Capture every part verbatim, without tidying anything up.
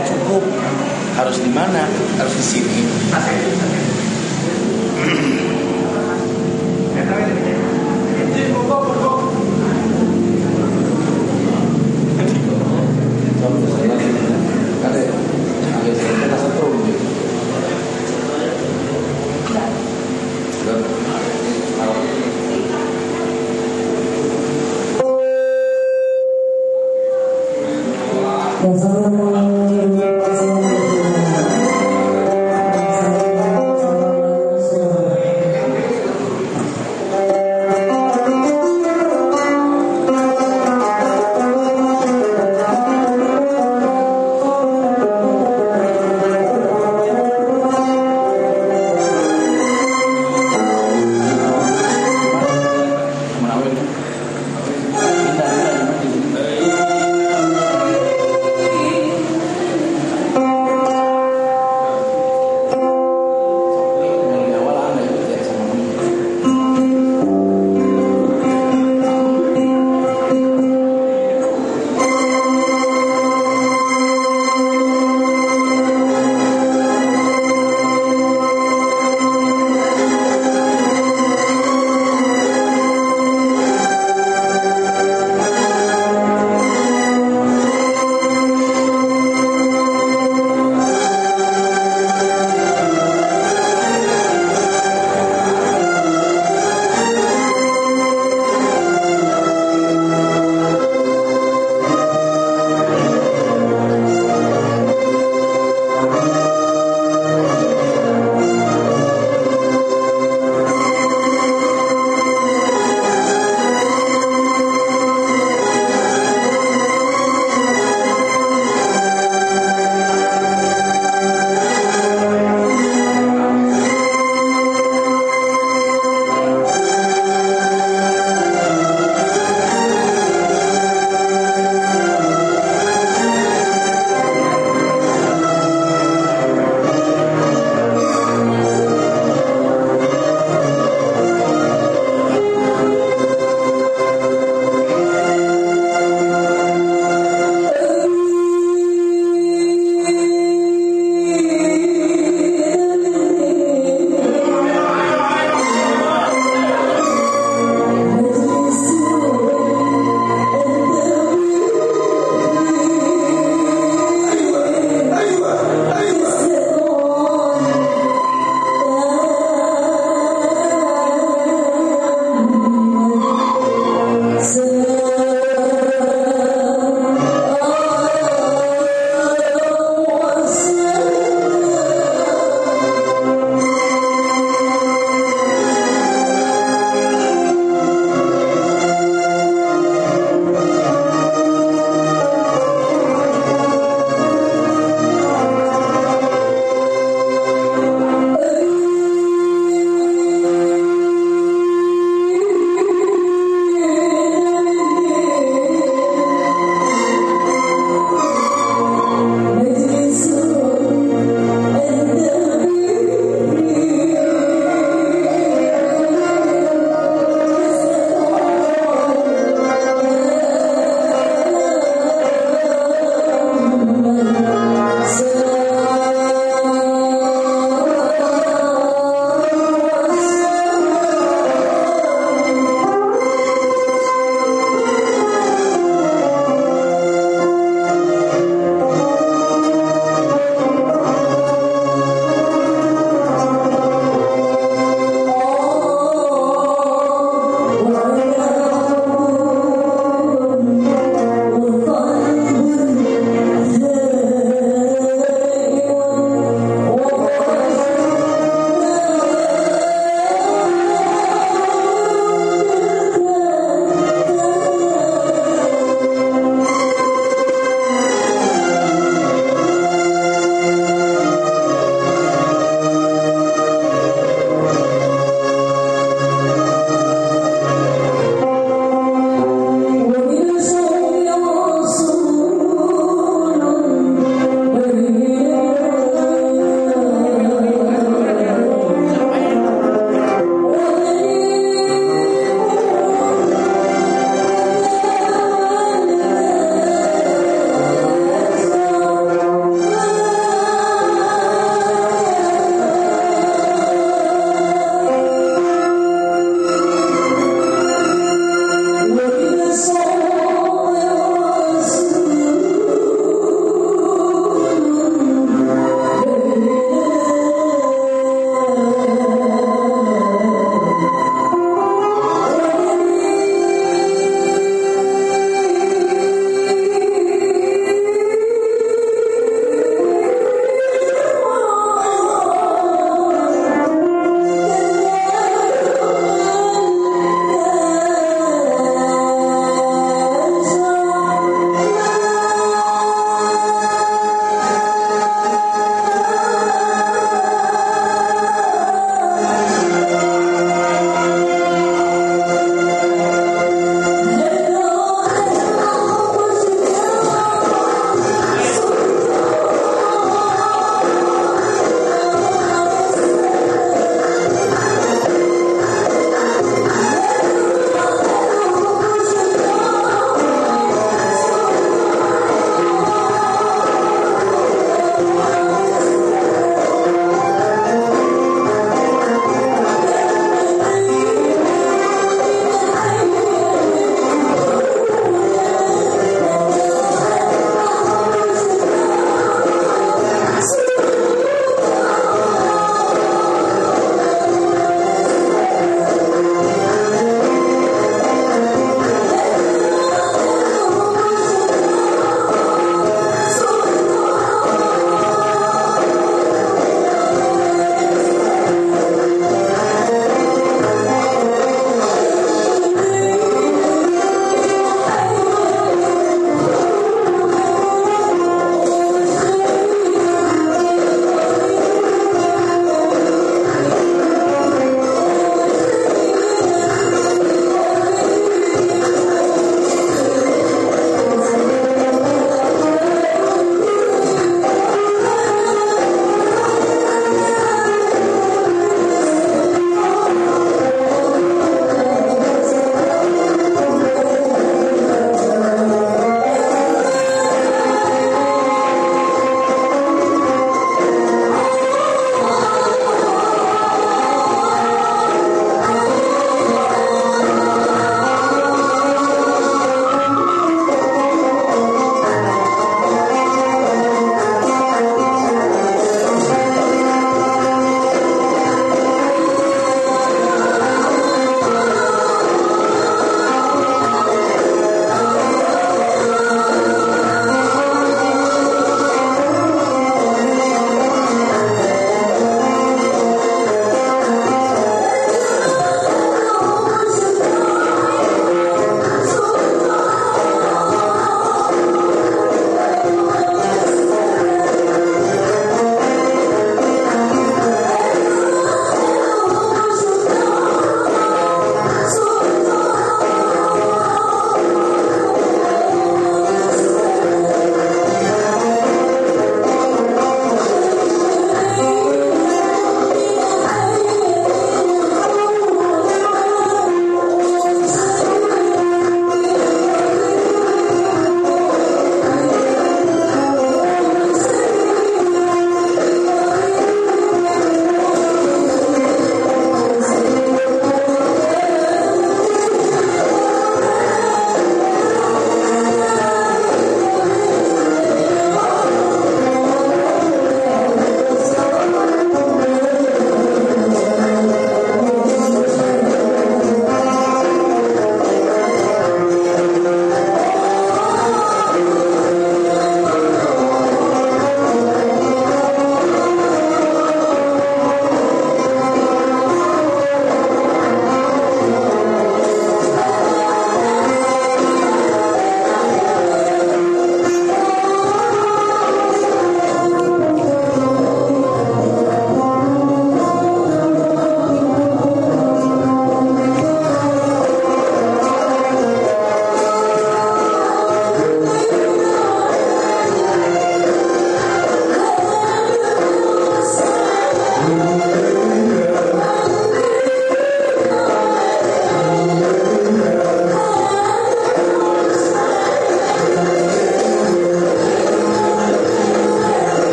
nggak cukup, harus di mana? Harus di sini.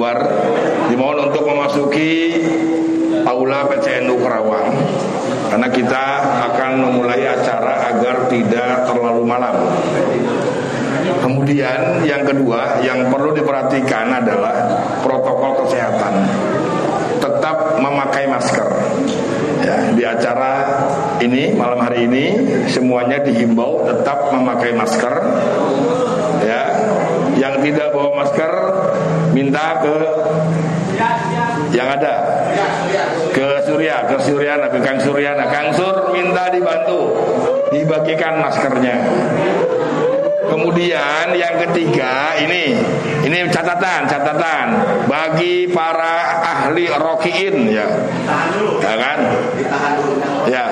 luar dimohon untuk memasuki aula P C N U Karawang, karena kita akan memulai acara agar tidak terlalu malam. Kemudian yang kedua yang perlu diperhatikan adalah protokol kesehatan. Tetap memakai masker. Ya, di acara ini malam hari ini semuanya dihimbau tetap memakai masker. Ya, yang tidak bawa masker minta ke yang ada ke Surya, ke Suryana, ke Kang Suryana, Kang Sur minta dibantu dibagikan maskernya. Kemudian yang ketiga ini ini catatan catatan bagi para ahli rokiin ya, ya kan? Ya,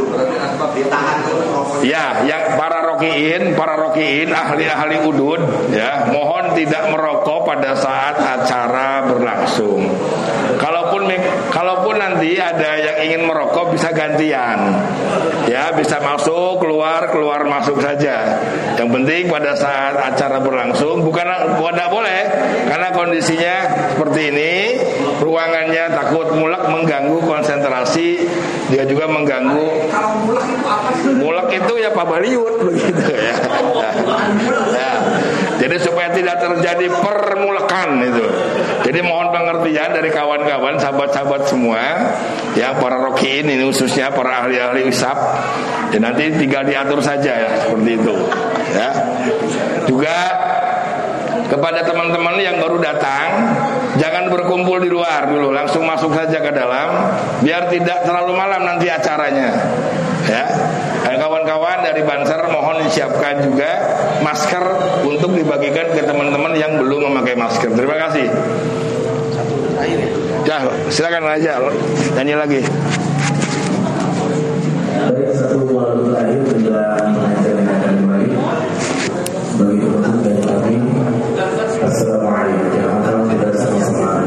ya, yang para rokiin, para rokiin ahli-ahli udud ya, mohon tidak merokok pada saat acara berlangsung. Kalaupun kalaupun nanti ada yang ingin merokok bisa gantian, ya bisa masuk keluar keluar masuk saja. Yang penting pada saat acara berlangsung bukan tidak boleh karena kondisinya seperti ini, ruangannya takut mulak mengganggu konsentrasi, dia juga mengganggu. Mulak itu ya Pak Baliut begitu ya. Ya. Jadi supaya tidak terjadi permulakan itu. Jadi mohon pengertian dari kawan-kawan, sahabat-sahabat semua, ya para rokiin ini khususnya para ahli-ahli isap. Ya nanti tinggal diatur saja ya seperti itu. Ya. Juga kepada teman-teman yang baru datang, jangan berkumpul di luar dulu, langsung masuk saja ke dalam, biar tidak terlalu malam nanti acaranya. Ya, dan kawan-kawan dari Banser mohon disiapkan juga masker untuk dibagikan ke teman-teman yang belum memakai masker. Terima kasih. Satu terakhir ya. Ya, silakan aja nyanyi lagi. Baik, satu lagu terakhir menjelang pengajian yang akan kembali. Bagi teman dan kami, assalamualaikum. Yang akan kita sama-sama.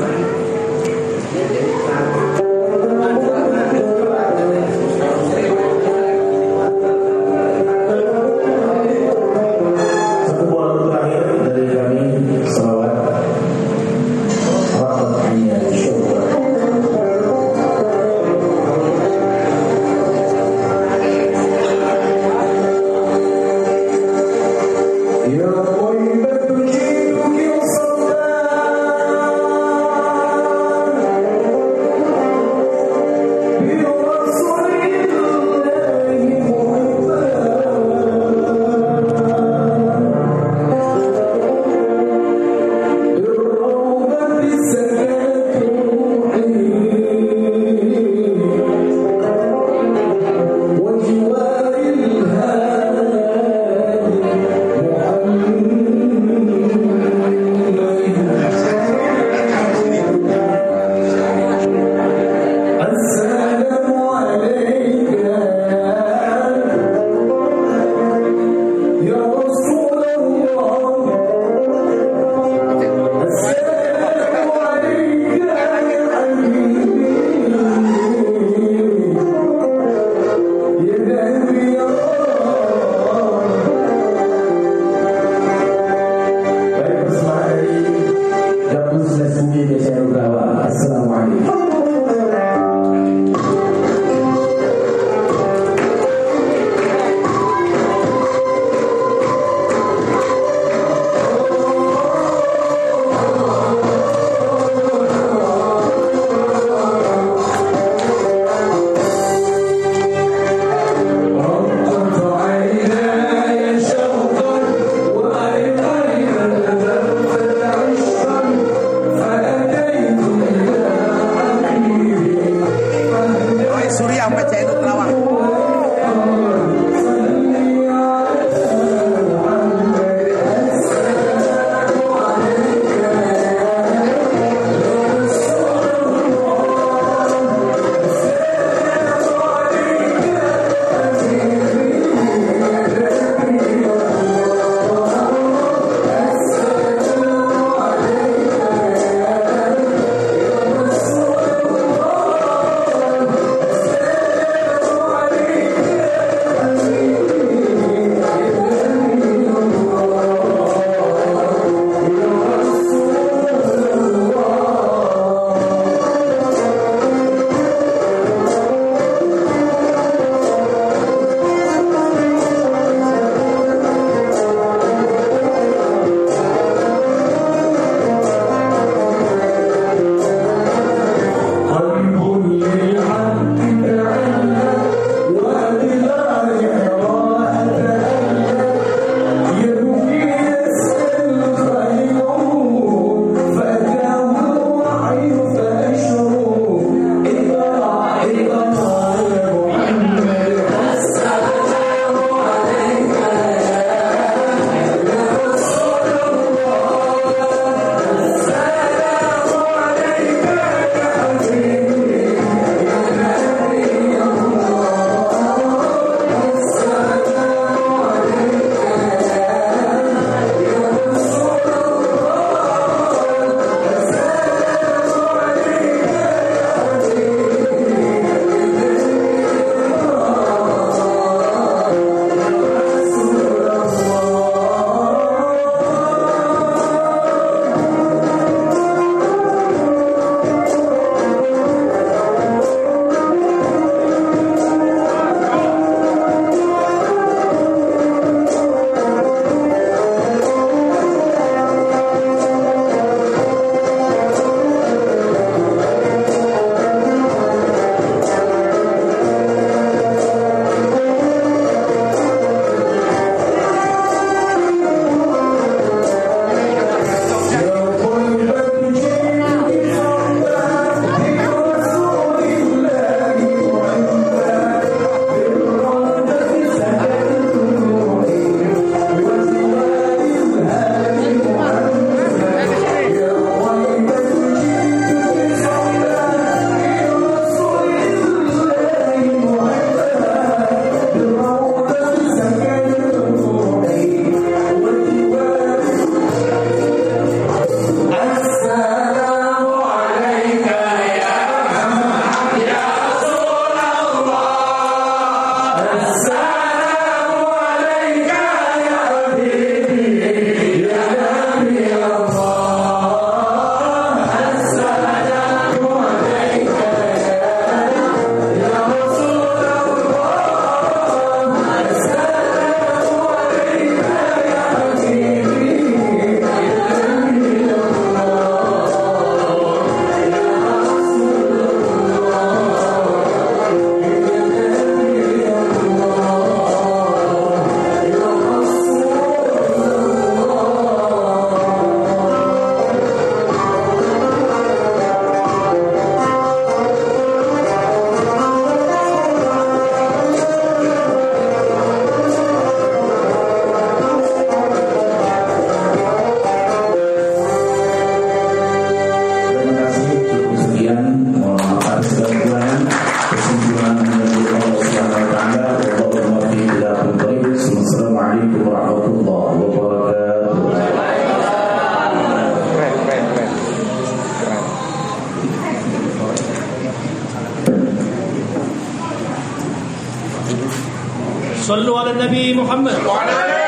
صلوا على النبي محمد وعلى آله.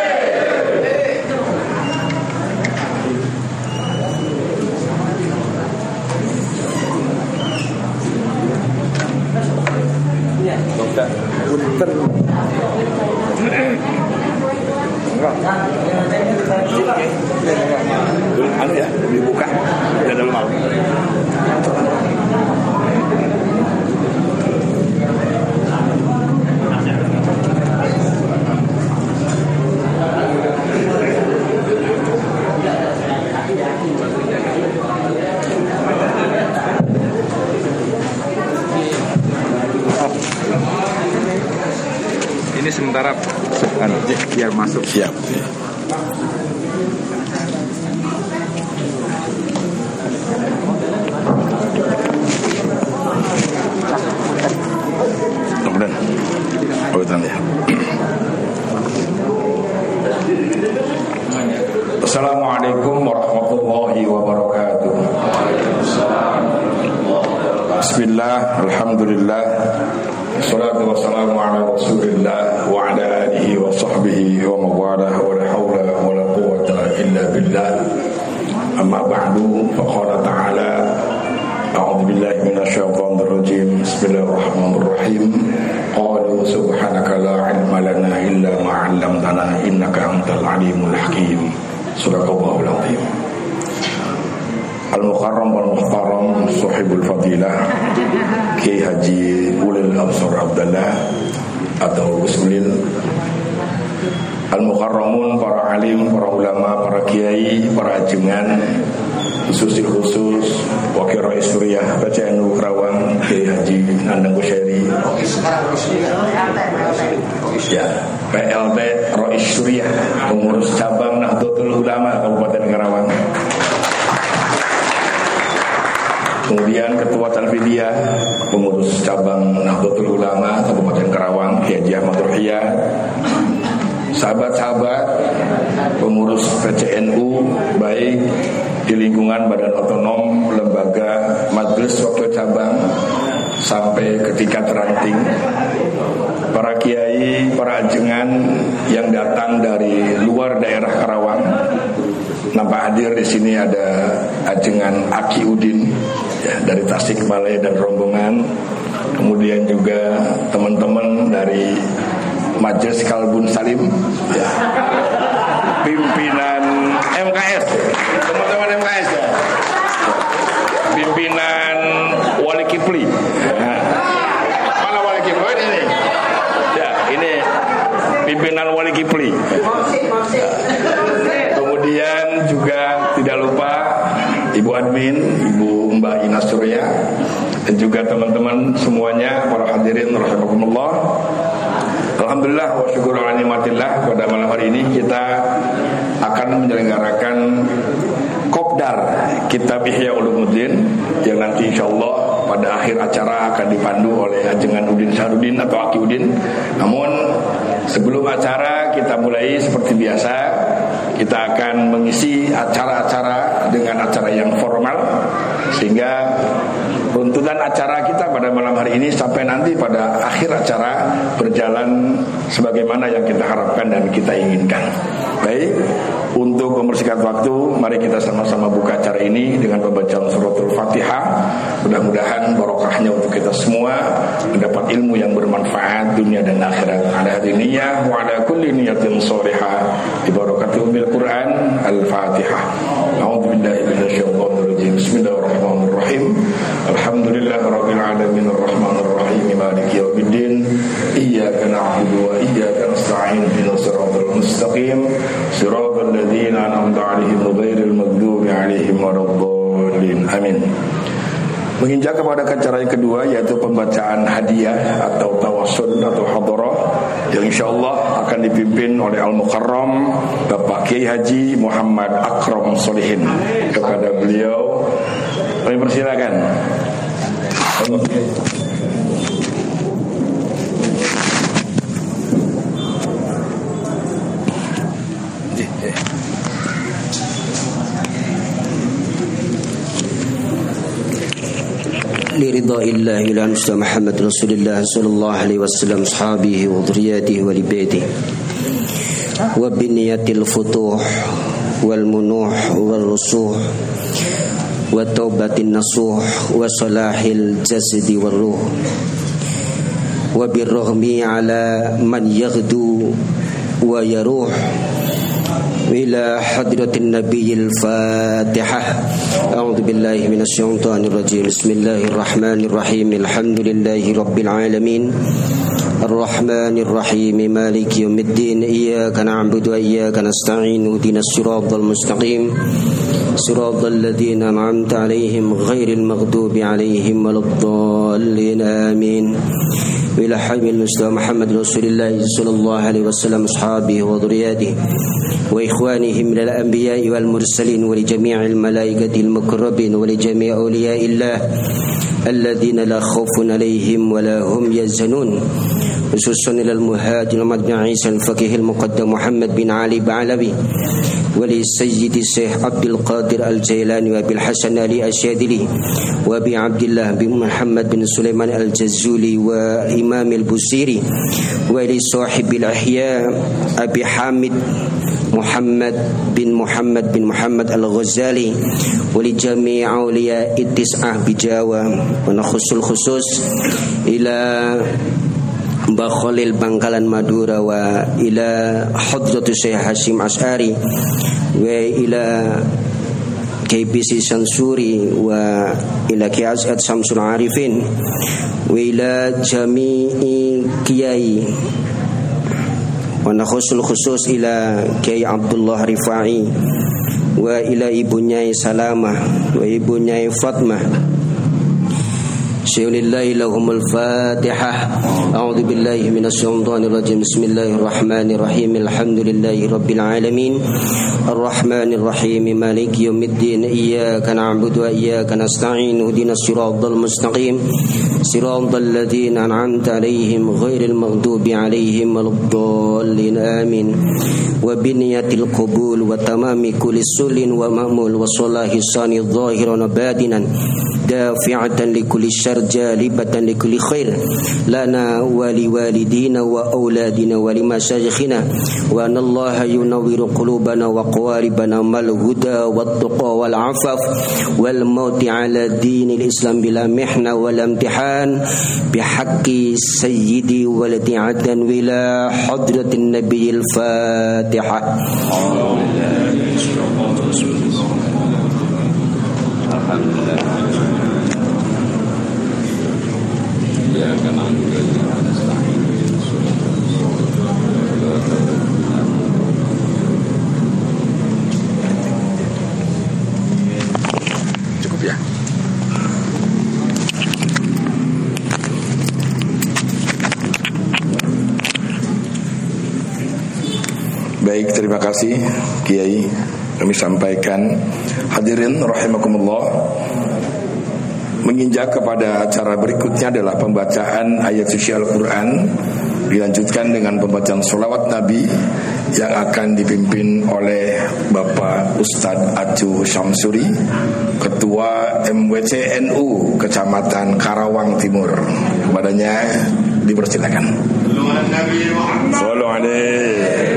Anu ya, dibuka dan dalam malam. Ini sementara anu, biar masuk. Siap. Kemudian, oh ya. Assalamualaikum warahmatullahi wabarakatuh. Bismillah, alhamdulillah, salatu wassalamu ala rasulillah wa ala alihi wa sahbihi wa mawalah wa la hawla wa la quwwata illa billah. Amma ba'du, faqala ta'ala, a'udhu billahi minasyaitanir rajim, bismillahirrahmanirrahim. Qalu subhanaka la ilma lana illa ma 'allamtana innaka antal alimul hakim. Sadaqallahul azim. Al-Mukarram wal Muhtaram Sahibul Fadilah Kiai Haji Ulil Absar Abdallah atau Gusmulil. Al-Mukarramun, para alim, para ulama, para kiai, para ajengan, khusus khusus Wakil Rais Suriah P C N U Kerawang Kiai Haji Nandang Kusyairi, ya, P L T Rais Suriah, pengurus cabang Nahdlatul Ulama Kabupaten Karawang. Kemudian Ketua Talbidiyah, pengurus cabang Nahdlatul Ulama Kabupaten Karawang Kiai Haji Ahmad Ruhiyah. Sahabat-sahabat pengurus P C N U baik di lingkungan Badan Otonom, lembaga, majelis wakil cabang sampai ke tingkat ranting, para kiai, para ajengan yang datang dari luar daerah Karawang. Nampak hadir di sini ada ajengan Aki Udin ya, dari Tasikmalaya dan rombongan. Kemudian juga teman-teman dari Majelis Kalbun Salim ya. Pimpinan M K S, teman-teman M K S ya. Pimpinan Wali Kipli. Nah, mana Wali Kipli ini? Ya, ini pimpinan Wali Kipli. Ya. Kemudian juga tidak lupa Ibu Admin, Ibu Mbak Ina Surya, dan juga teman-teman semuanya, para hadirin rahimakumullah. Alhamdulillah wa syukur ala nikmatillah, pada malam hari ini kita akan menyelenggarakan Kopdar Kitab Ihya Ulumuddin yang nanti insyaallah pada akhir acara akan dipandu oleh ajengan Udin Syarudin atau Aki Udin. Namun sebelum acara kita mulai seperti biasa, kita akan mengisi acara-acara dengan acara yang formal, sehingga runtutan acara kita pada malam hari ini sampai nanti pada akhir acara berjalan sebagaimana yang kita harapkan dan kita inginkan. Baik, untuk mempersingkat waktu, mari kita sama-sama buka acara ini dengan pembacaan suratul Fatihah. Mudah-mudahan barokahnya untuk kita semua mendapat ilmu yang bermanfaat dunia dan akhirat. Ala hadiniyah wa ala kulli niyatin sholihah bi barakati umil Quran. Al-Fatihah. A'udzubillahi minasyaitonir rajim. Bismillahirrahmanirrahim. Alhamdulillahirabbil alamin arrahmanir rahim maliki yaumiddin. Iyyaka na'budu wa iyyaka nasta'in ihdinas siratal mustaqim. Siratal ladzina an'amta 'alaihim ghairil maghdubi 'alaihim waladdallin. Amin. Menginjak kepada acara yang kedua, yaitu pembacaan hadiah atau tawassul atau hadarah yang insyaallah akan dipimpin oleh Al-Mukarram Bapak Kiai Haji Muhammad Akram Solihin. Kepada beliau kami persilakan. لرضا الله إلى مصطفى محمد رسول الله صلى الله عليه وسلم أصحابه وذرياته ولبيته وبنية الفتوح والمنوح والرسوح وتوبة النصوح وصلاح الجسد والروح وبالرغم على من يغدو ويروح إلى حضرة النبي الفاتحة. أعوذ بالله من الشيطان الرجيم. بسم الله الرحمن الرحيم. الحمد لله رب العالمين الرحمن الرحيم مالك يوم الدين. إياك نعبد وإياك نستعين. اهدنا الصراط المستقيم صراط الذين أنعمت عليهم غير المغضوب عليهم ولا الضالين. آمين. إلى حبيب المصطفى محمد رسول الله صلى الله عليه وسلم أصحابه وذرياته وإخوانه من الأنبياء والمرسلين ولجميع الملائكة المقربين ولجميع أولياء الله الذين لا خوف عليهم ولا هم يحزنون. خصوصا إلى المهاجر محمد بن عيسى الفقيه المقدم محمد بن علي بعلوي ولسيد الشيخ عبد القادر الجيلاني وأبي الحسن علي الشاذلي وأبي عبد الله بن محمد بن سليمان الجزولي وإمام البوصيري ولصاحب الإحياء أبي حامد محمد بن محمد بن محمد الغزالي ولجميع أولياء التسعة بجاوة. ونخص الخصوص إلى Mbah Bangkalan Madura wa ila hadratu Syekh Hasyim Asy'ari wa ila K B C Sansuri wa ila Ki Azad Samsul Arifin wa ila jami'i kiai wa nakhusul khusus ila Kiai Abdullah Rifai wa ila ibunya Salamah wa ibunya Fatmah. Bismillahirrahmanirrahim. Lahumul Fatihah. A'udzu billahi minasyaitonir rajim. Bismillahirrahmanirrahim. Alhamdulillahi rabbil alamin. Arrahmanir rahim. Maliki yaumiddin. Iyyaka na'budu wa iyyaka nasta'in. Ihdinas siratal mustaqim. Siratal ladzina an'amta 'alaihim ghairil maghdubi 'alaihim waladdallin. Amin. Wa biniyatil qabul wa tamami kulli sulin wa ma'mul wa salahi sani dhahiran wa batinan dafi'atan likulli syarr jalibatan likulli khair lana wa liwalidina wa auladina wa limasyayikhina wa anallaha yunawwiru qulubana wa qawaribana mal huda wat tuqa wal afaf wal mauti ala dinil islam bila mihna wal imtihan bihaqqi sayyidi waladi adan wila hadratin nabiyil fatihah. Cukup ya. Baik, terima kasih Kiai, kami sampaikan. Hadirin rahimakumullah, menginjak kepada acara berikutnya adalah pembacaan ayat suci Al-Quran, dilanjutkan dengan pembacaan sholawat Nabi yang akan dipimpin oleh Bapak Ustadz Acu Syamsuri, Ketua M W C N U Kecamatan Karawang Timur. Kepadanya dipersilakan. Sallallahu alaihi.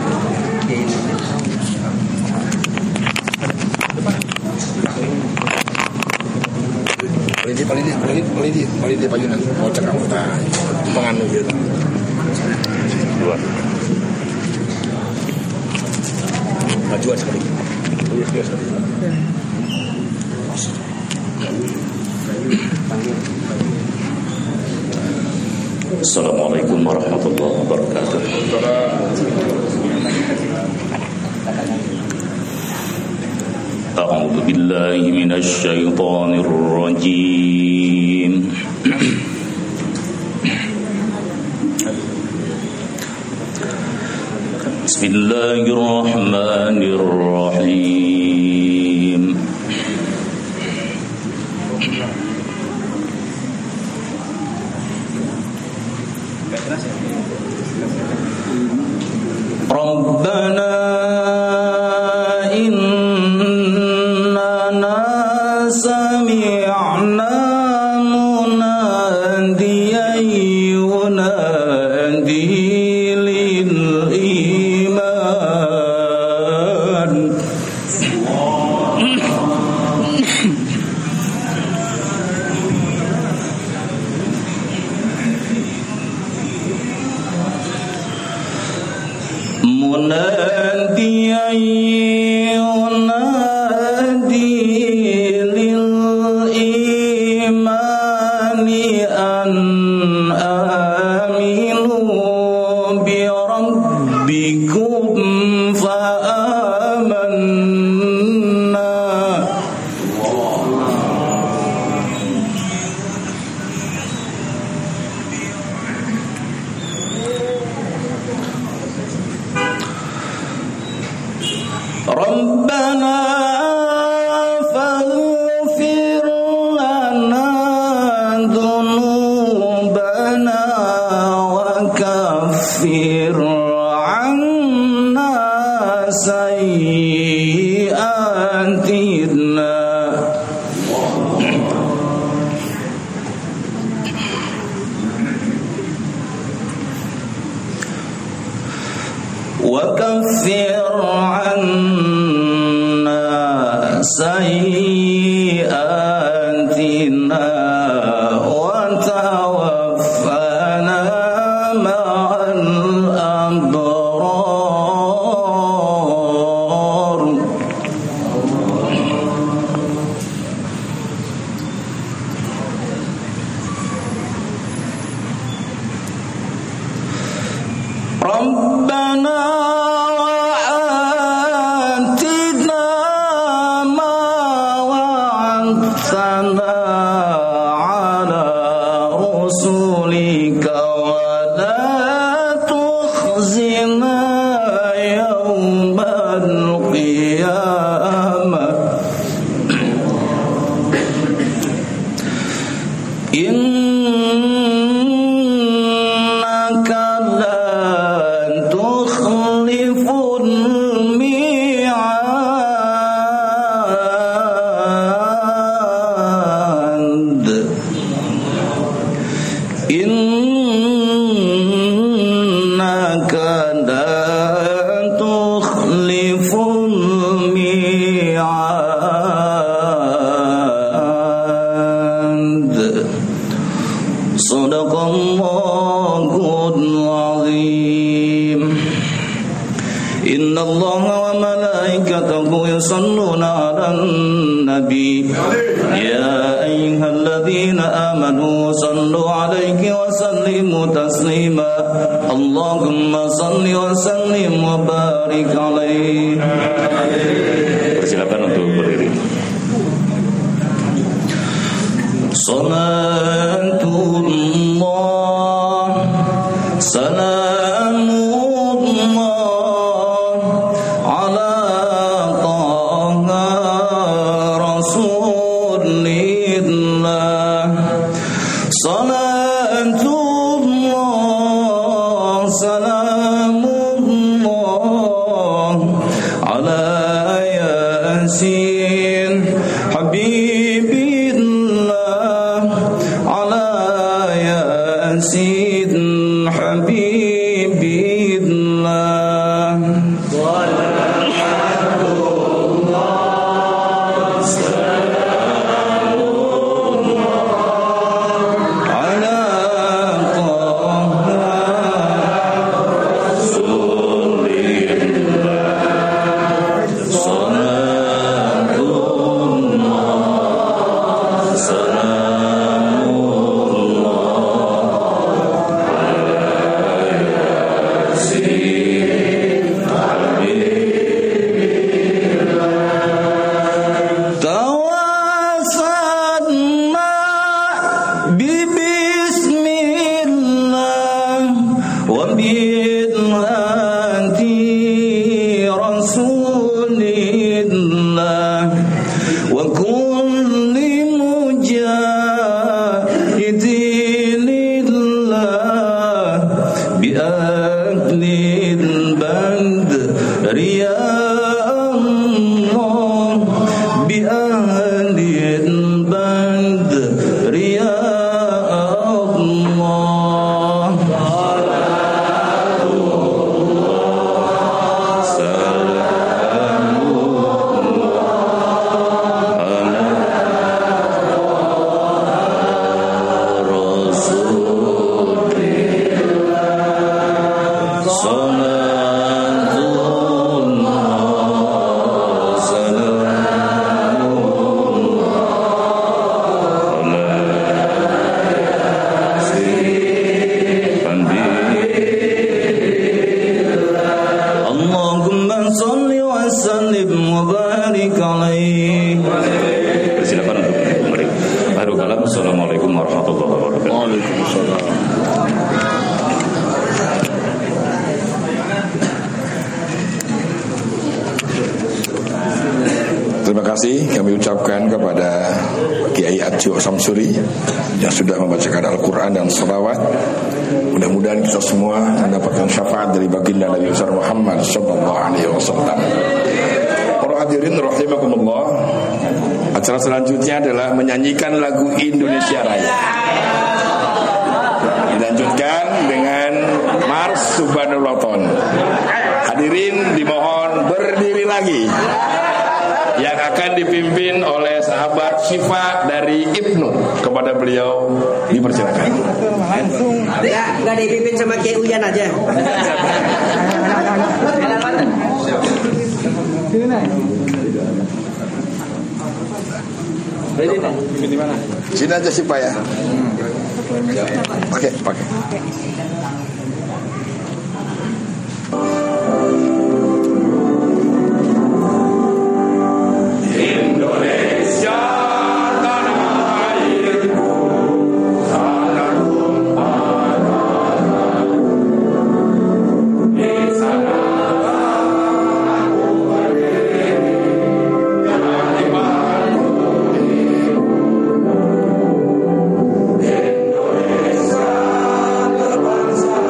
Palidi, palidi, palidi, palidi, palidi payunan. Mau cakap kita menganu gitu. Dua. Maju sekali. Iya, sekali. Assalamualaikum warahmatullahi wabarakatuh. A'udzu billahi minasy syaithanir rajim. Bismillahirrahmanirrahim. Rabbana innana sami'na فآمنا ربنا فاغفر لنا ذنوبنا وكفر عنا سيئاتنا وكفر عنا سيئاتنا وتوفنا مع الأبرار ربنا وآتنا ما وعدتنا على رسلك ولا تخزنا يوم القيامة إنك لا تخلف الميعاد إنك لا تخلف الميعاد صدق الله العظيم إن الله وملائكته يصلون على النبي يا أيها الذين آمنوا صلوا عليه وسلموا تسليما اللهم صل وسلم وبارك عليه. Persilakan untuk berdiri. Salatullah salamullah ala taha rasulillah salatullah salamullah ala yasin habibillah ala yasin habibillah ala taha rasulillah salatullah tawasalna bibismillah wa bidhati rasulillah wa kulli mujahidillah bi ahlil badr ya Allah bi ahlil badr ya Allah salatullah salamullah Allahumma sholli wa sallim wa barik alaihi. Silakan untuk mari. Baru kalam. Assalamualaikum warahmatullahi wabarakatuh. Waalaikumsalam. Terima kasih kami ucapkan kepada Kiai Atjo Samsuri yang sudah membacakan Al-Quran dan salawat. Mudah-mudahan kita semua mendapatkan syafaat dari baginda Nabi besar Muhammad sallallahu alaihi wasallam. Para hadirin rahimakumullah, acara selanjutnya adalah menyanyikan lagu Indonesia Raya. Dilanjutkan dengan Mars Subhanallah. Hadirin dimohon berdiri lagi, yang akan dipimpin oleh sahabat Syifa dari Ibnu. Kepada beliau dipersilakan. Langsung. Ya, nggak dipimpin sama Kiai Uyan aja. Sini aja Syifa ya. Pakai, pakai. Indonesia tanah airku, tanah tumpah di sana aku berdiri, jadi batu Indonesia berbangsa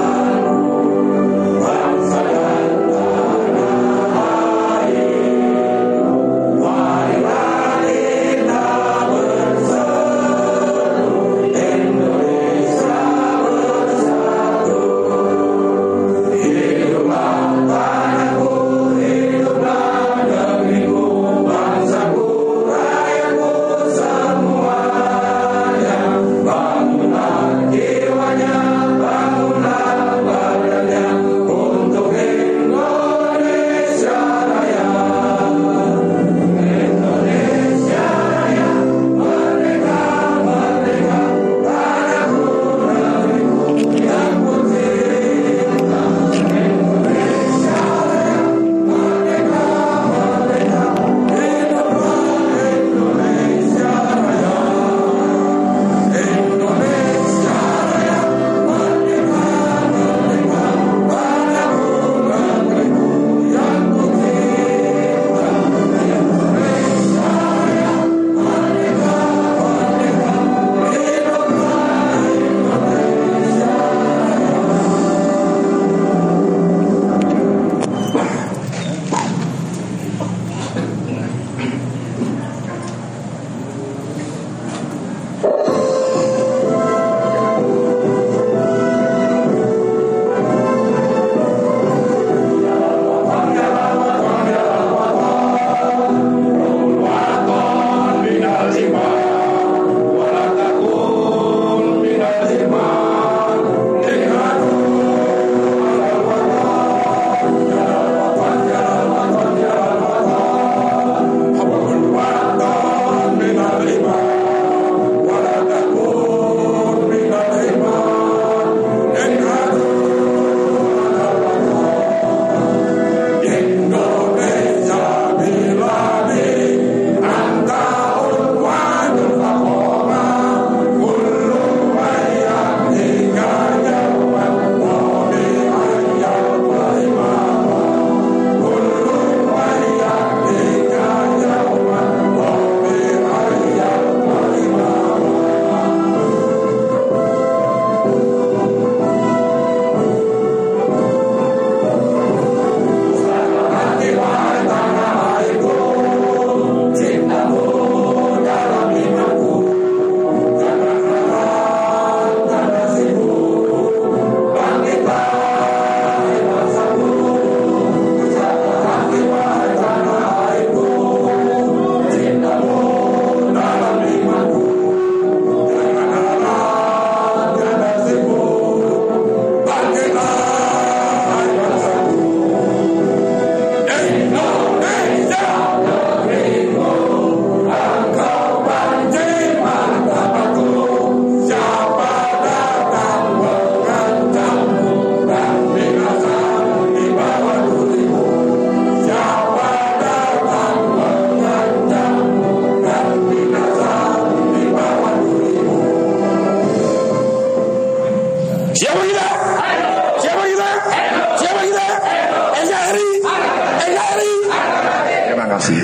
kasih.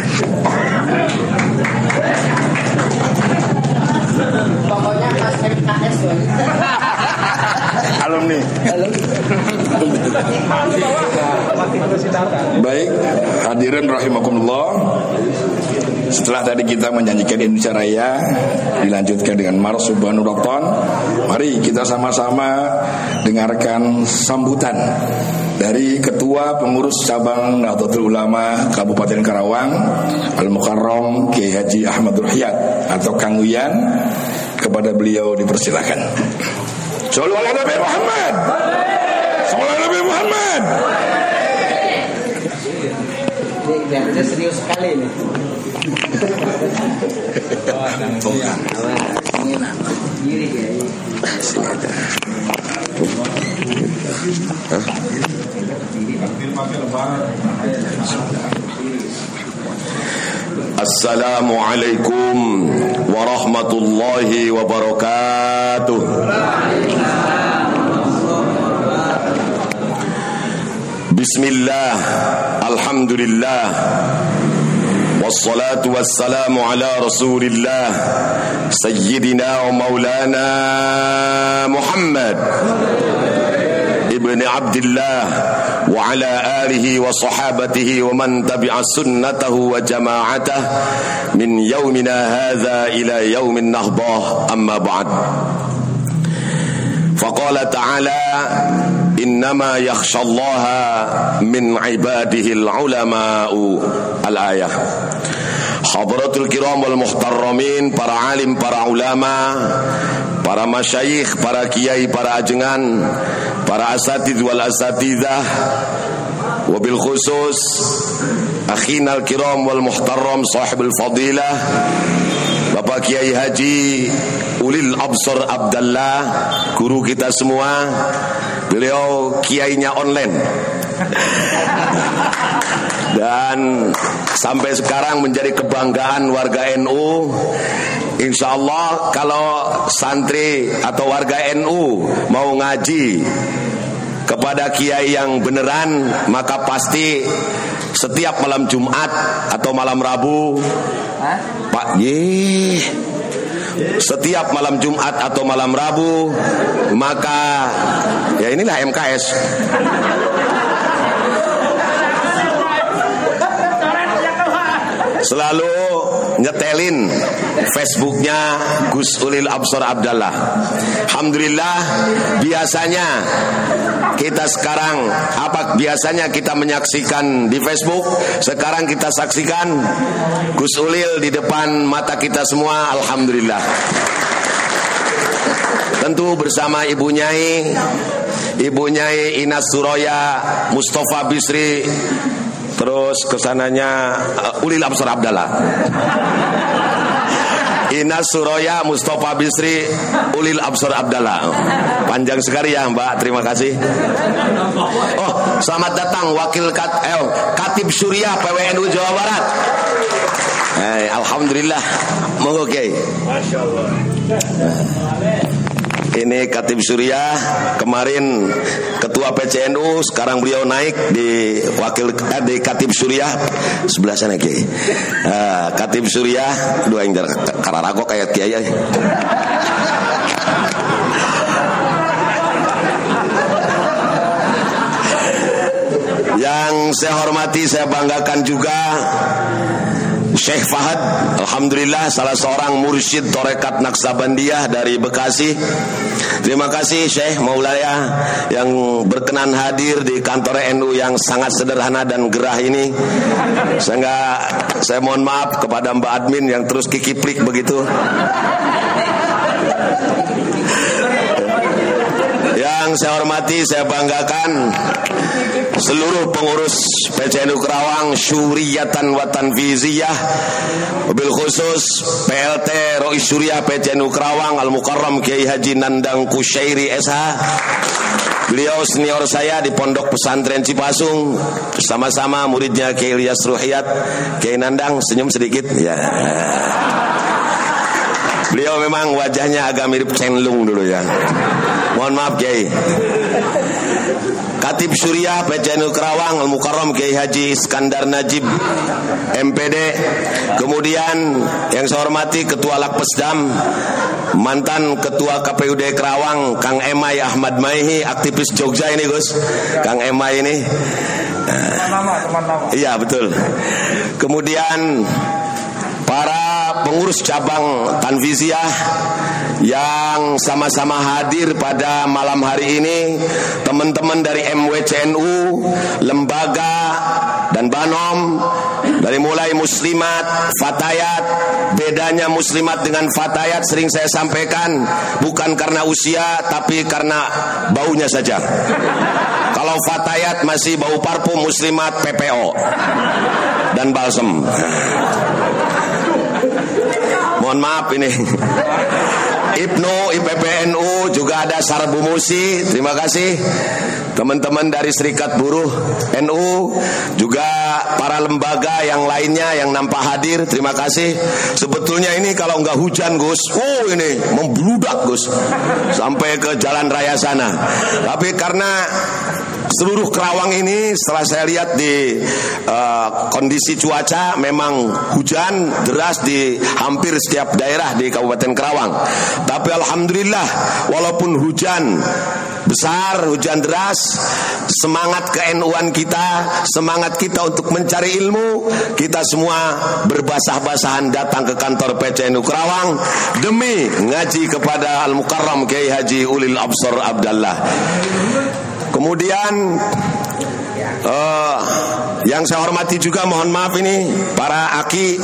Pokoknya pas M K S alumni. Baik, hadirin rahimakumullah. Setelah tadi kita menyanyikan Indonesia Raya, dilanjutkan dengan Mars Subhanu Rokton. Mari kita sama-sama dengarkan sambutan dari Ketua Pengurus Cabang Nahdlatul Ulama Kabupaten Karawang, Al-Mukarram Kiai Haji Ahmad Ruhyat atau Kang Uyan. Kepada beliau dipersilakan. Shallallahu alaihi Nabi Muhammad. Shallallahu Nabi Muhammad. Ini serius sekali ini. Assalamualaikum warahmatullahi wabarakatuh. Bismillah, alhamdulillah, wassalatu wassalamu ala rasulillah Sayyidina wa maulana Muhammad ibn Abdillah wa ala alihi wa sahabatihi wa man tabi'a sunnatahu wa jama'atah min yaumina hadha ila yaumin nahdah, amma ba'd. Faqala ta'ala innama yakhshallaha min ibadihil ulama'u, al-ayah. Hadratul kiram wal muhtarramin, para alim, para ulama, para masyayikh, para kiai, para ajengan, para asatidz wal asatidzah, wabil khusus akhinal kiram wal muhtarram sahibul fadilah Bapak Kiai Haji Ulil Absar Abdallah, guru kita semua. Beliau kiainya online dan sampai sekarang menjadi kebanggaan warga N U. Insya Allah kalau santri atau warga N U mau ngaji kepada kiai yang beneran, maka pasti setiap malam Jumat atau malam Rabu, Pak Ye, setiap malam Jumat atau malam Rabu, maka ya inilah M K S. Selalu nyetelin Facebooknya Gus Ulil Absar Abdallah. Alhamdulillah, biasanya kita sekarang apa biasanya kita menyaksikan di Facebook, sekarang kita saksikan Gus Ulil di depan mata kita semua. Alhamdulillah. Tentu bersama Ibu Nyai, Ibu Nyai Inas Suraya Mustafa Bisri, terus kesananya uh, Ulil Absar Abdallah. Inas Suraya Mustafa Bisri Ulil Absar Abdallah. Panjang sekali ya Mbak, terima kasih. Oh, selamat datang Wakil Kat, eh, Katib Surya P W N U Jawa Barat. Eh, Alhamdulillah. Monggo Kiai. Masya Allah. Ini Katib Surya, kemarin Ketua P C N U, sekarang beliau naik di wakil eh, di Katib Surya sebelah sana Kiai. Uh, Katib Surya, dua yang jar kararago kayak Kiai. Yang saya hormati, saya banggakan juga Syekh Fahad, alhamdulillah salah seorang mursyid Torekat Naksabandiyah dari Bekasi. Terima kasih Syekh Maulaya yang berkenan hadir di kantor N U yang sangat sederhana dan gerah ini. Sehingga saya mohon maaf kepada Mbak Admin yang terus kikiplik begitu. Yang saya hormati, saya banggakan seluruh pengurus P C N U Karawang Syuriyatan wa Tanfiziyah, mobil khusus P L T Rois Syuriah P C N U Karawang Al-Mukarram Kiai Haji Nandang Kusyairi S H. Beliau senior saya di Pondok Pesantren Cipasung, bersama-sama muridnya Kiai Ilyas Ruhyat. Kiai Nandang senyum sedikit ya. Beliau memang wajahnya agak mirip Cenlung dulu ya. Mohon maaf Kiai. Katib Suriah P C N U Kerawang Al Mukarram Kiai Haji Iskandar Najib M P D. Kemudian yang saya hormati Ketua Lakpesdam, mantan Ketua K P U D Kerawang Kang Emai Ahmad Maihi, aktivis Jogja ini Gus, Kang Emai ini. Iya betul. Kemudian para pengurus cabang Tanfiziah yang sama-sama hadir pada malam hari ini, teman-teman dari M W C N U, lembaga dan Banom, dari mulai muslimat, fatayat. Bedanya muslimat dengan fatayat sering saya sampaikan, bukan karena usia tapi karena baunya saja. Kalau fatayat masih bau parfum, muslimat P P O dan balsem. Mohon maaf ini. Ibnu, I P P N U, juga ada Sarbu Musi, terima kasih. Teman-teman dari Serikat Buruh N U, juga para lembaga yang lainnya yang nampak hadir, terima kasih. Sebetulnya ini kalau nggak hujan Gus, oh ini membludak Gus sampai ke jalan raya sana. Tapi karena seluruh Kerawang ini setelah saya lihat di uh, kondisi cuaca memang hujan deras di hampir setiap daerah di Kabupaten Kerawang. Tapi alhamdulillah walaupun hujan besar, hujan deras, semangat ke N U-an kita, semangat kita untuk mencari ilmu, kita semua berbasah-basahan datang ke kantor P C N U Kerawang demi ngaji kepada Al Mukarram Kiai Haji Ulil Absar Abdallah. Kemudian uh, yang saya hormati juga, mohon maaf ini para aki,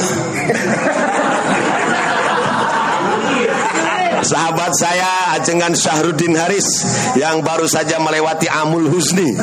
sahabat saya Ajengan Syahruddin Haris yang baru saja melewati Amul Husni.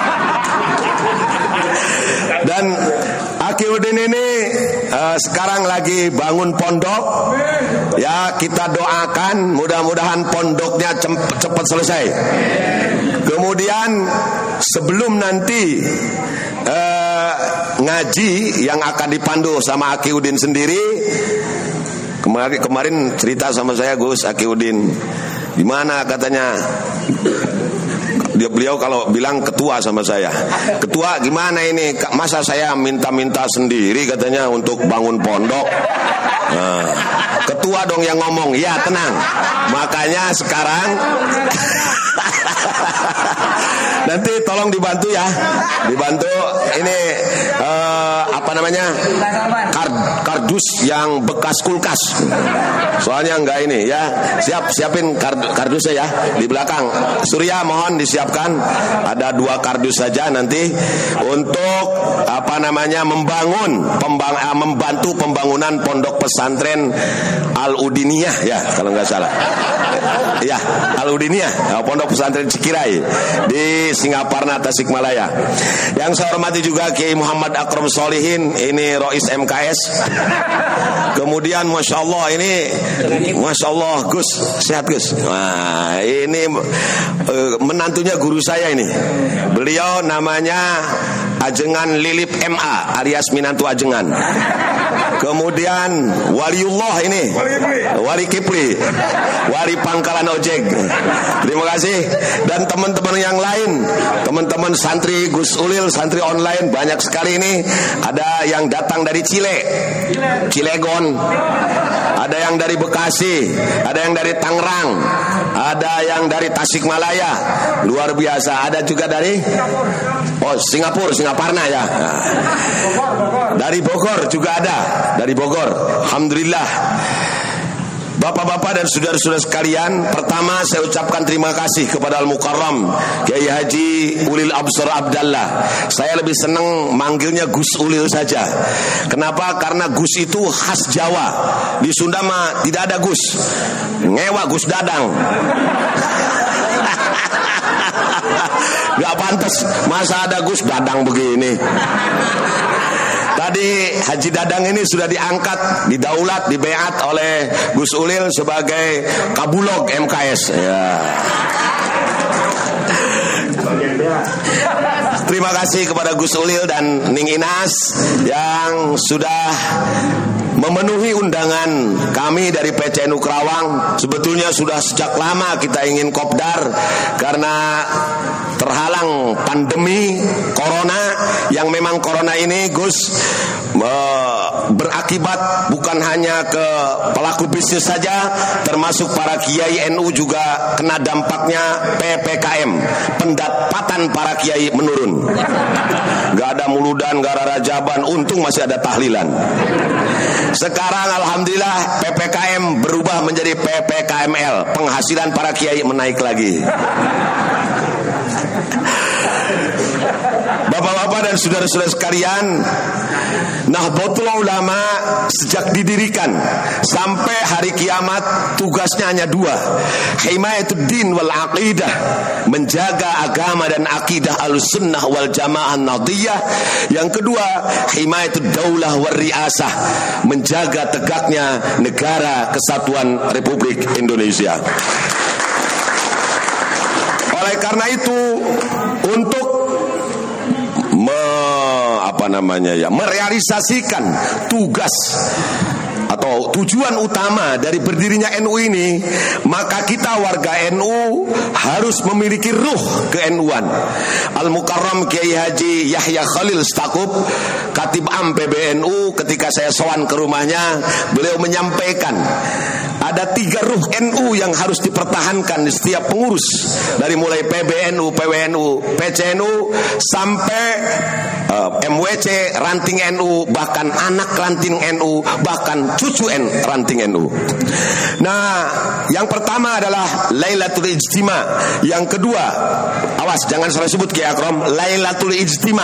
Dan Aki Udin ini uh, sekarang lagi bangun pondok. Ya, kita doakan mudah-mudahan pondoknya cepat selesai. Kemudian sebelum nanti uh, ngaji yang akan dipandu sama Aki Udin sendiri, kemarin kemarin cerita sama saya Gus Aki Udin, gimana katanya dia, beliau kalau bilang ketua sama saya, ketua gimana ini, masa saya minta-minta sendiri katanya untuk bangun pondok. Nah, ketua dong yang ngomong. Ya tenang, makanya sekarang nanti tolong dibantu ya, dibantu ini uh, apa namanya kard, kardus yang bekas kulkas, soalnya enggak ini ya, siap siapin kard, kardusnya ya di belakang. Surya mohon disiapkan, ada dua kardus saja nanti untuk apa namanya membangun pembang, uh, membantu pembangunan pondok pesantren Al Udiniyah ya kalau nggak salah ya, Al Udiniyah, pondok pesantren Cikirai di Singaparna Tasikmalaya. Yang saya hormati juga Kiai Muhammad Akram Solihin, ini Rois M K S. Kemudian Masya Allah ini, Masya Allah Gus, sehat Gus. Nah ini uh, menantunya guru saya ini, beliau namanya Ajengan Lilip M A alias Minantu Ajengan. Kemudian Waliullah ini, Wali Kipli, Wali Pangkalan Ojek. Terima kasih. Dan teman-teman yang lain, teman-teman santri Gus Ulil, santri online banyak sekali ini. Ada yang datang dari Cile, Cilegon, ada yang dari Bekasi, ada yang dari Tangerang, ada yang dari Tasikmalaya, luar biasa. Ada juga dari oh Singapura, Singaparna ya. Nah, dari Bogor juga ada, dari Bogor. Alhamdulillah. Bapak-bapak dan saudara-saudara sekalian, pertama saya ucapkan terima kasih kepada Al Mukarram Kiai Haji Ulil Absar Abdallah. Saya lebih senang manggilnya Gus Ulil saja. Kenapa? Karena Gus itu khas Jawa. Di Sunda mah tidak ada Gus, ngewa Gus Dadang. Gak pantas, masa ada Gus Dadang begini. Tadi Haji Dadang ini sudah diangkat, didaulat, dibeat oleh Gus Ulil sebagai Kabulog M K S ya. Terima kasih kepada Gus Ulil dan Ning Inas yang sudah memenuhi undangan kami dari P C N U Kerawang. Sebetulnya sudah sejak lama kita ingin kopdar, karena terhalang pandemi corona, yang memang corona ini Gus berakibat bukan hanya ke pelaku bisnis saja, termasuk para kiai N U juga kena dampaknya P P K M, pendapatan para kiai menurun. Gak ada muludan, gak ada rajaban, untung masih ada tahlilan. Sekarang alhamdulillah P P K M berubah menjadi P P K M L, penghasilan para kiai menaik lagi. Bapak-bapak dan saudara-saudara sekalian, Nahdlatul Ulama sejak didirikan sampai hari kiamat tugasnya hanya dua, himayatuddin wal aqidah, menjaga agama dan akidah Ahlussunnah wal Jamaah Nahdliyah. Yang kedua, himayatud daulah wal riasah, menjaga tegaknya negara kesatuan Republik Indonesia. Oleh karena itu, untuk me, apa namanya ya, merealisasikan tugas atau tujuan utama dari berdirinya N U ini, maka kita warga N U harus memiliki ruh ke N U-an. Al-Mukarram Kiai Haji Yahya Khalil Stakuf, Katib Am P B N U, ketika saya sowan ke rumahnya, beliau menyampaikan ada tiga ruh N U yang harus dipertahankan di setiap pengurus, dari mulai P B N U, P W N U, P C N U sampai uh, M W C, ranting N U, bahkan anak ranting N U, bahkan cucu N, ranting N U. Nah, yang pertama adalah Lailatul Ijtima. Yang kedua, awas jangan salah sebut Kiai Akram, Lailatul Ijtima.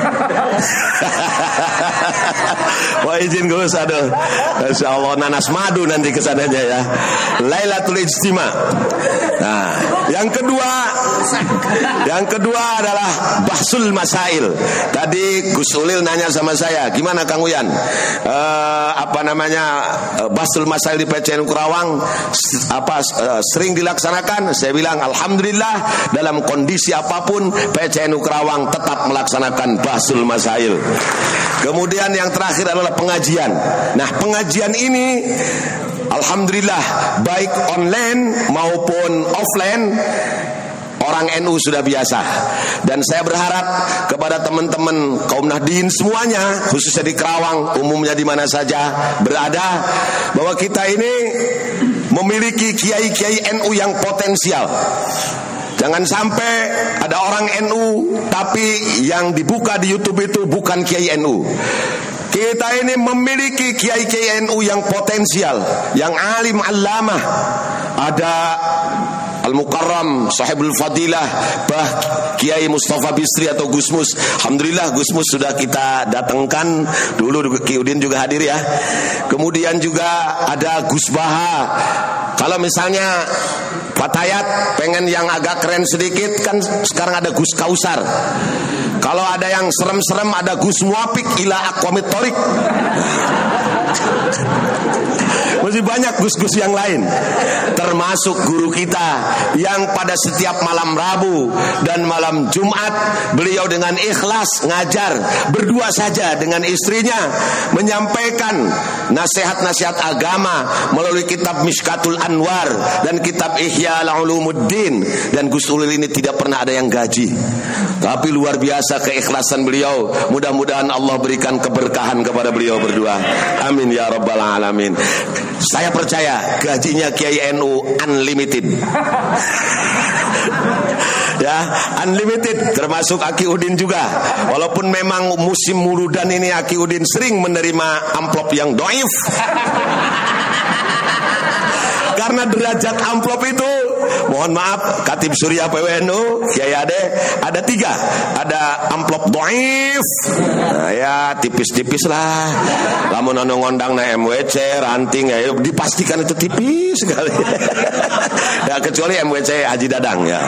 Wah izin Gus, aduh, Insya Allah nanas madu nanti kesananya ya. Lailatul Ijtima. Nah, yang kedua, yang kedua adalah Bahsul Masail. Tadi Gus Ulil nanya sama saya, gimana Kang Uyan? Uh, apa namanya uh, Bahsul Masail di P C N U Kerawang apa uh, sering dilaksanakan? Saya bilang alhamdulillah, dalam kondisi apapun P C N U Kerawang tetap melaksanakan Bahsul Masail. Kemudian yang terakhir adalah pengajian. Nah, pengajian ini alhamdulillah baik online maupun offline orang N U sudah biasa. Dan saya berharap kepada teman-teman kaum Nahdien semuanya, khususnya di Kerawang, umumnya di mana saja berada, bahwa kita ini memiliki kiai-kiai N U yang potensial. Jangan sampai ada orang N U tapi yang dibuka di YouTube itu bukan kiai N U. Kita ini memiliki kiai-kiai N U yang potensial, yang alim allamah. Ada Al-Mukarram Sahibul Fadilah Bah Kiai Mustafa Bisri atau Gusmus. Alhamdulillah Gusmus sudah kita datangkan. Dulu Ki Udin juga hadir ya. Kemudian juga ada Gus Baha. Kalau misalnya Fatayat pengen yang agak keren sedikit, kan sekarang ada Gus Kausar. Kalau ada yang serem-serem ada Gus Muapik ila aqwamit thoriq. Masih banyak gus-gus yang lain, termasuk guru kita yang pada setiap malam Rabu dan malam Jumat beliau dengan ikhlas ngajar berdua saja dengan istrinya, menyampaikan nasihat-nasihat agama melalui kitab Mishkatul Anwar dan kitab Ihya Ulumuddin. Dan Gus Ulil ini tidak pernah ada yang gaji, tapi luar biasa keikhlasan beliau. Mudah-mudahan Allah berikan keberkahan kepada beliau berdua, amin ya rabbal alamin. Saya percaya gajinya Kiai N U unlimited. Ya, unlimited, termasuk Aki Udin juga. Walaupun memang musim muludan ini Aki Udin sering menerima amplop yang doif. Karena derajat amplop itu, mohon maaf, Katib Surya P W N U, Kiai Ade, ada tiga. Ada amplop doif, nah, ya tipis-tipis lah. Lamun anu ngondang na M W C, ranting ya, dipastikan itu tipis sekali. Ya kecuali M W C Haji Dadang ya.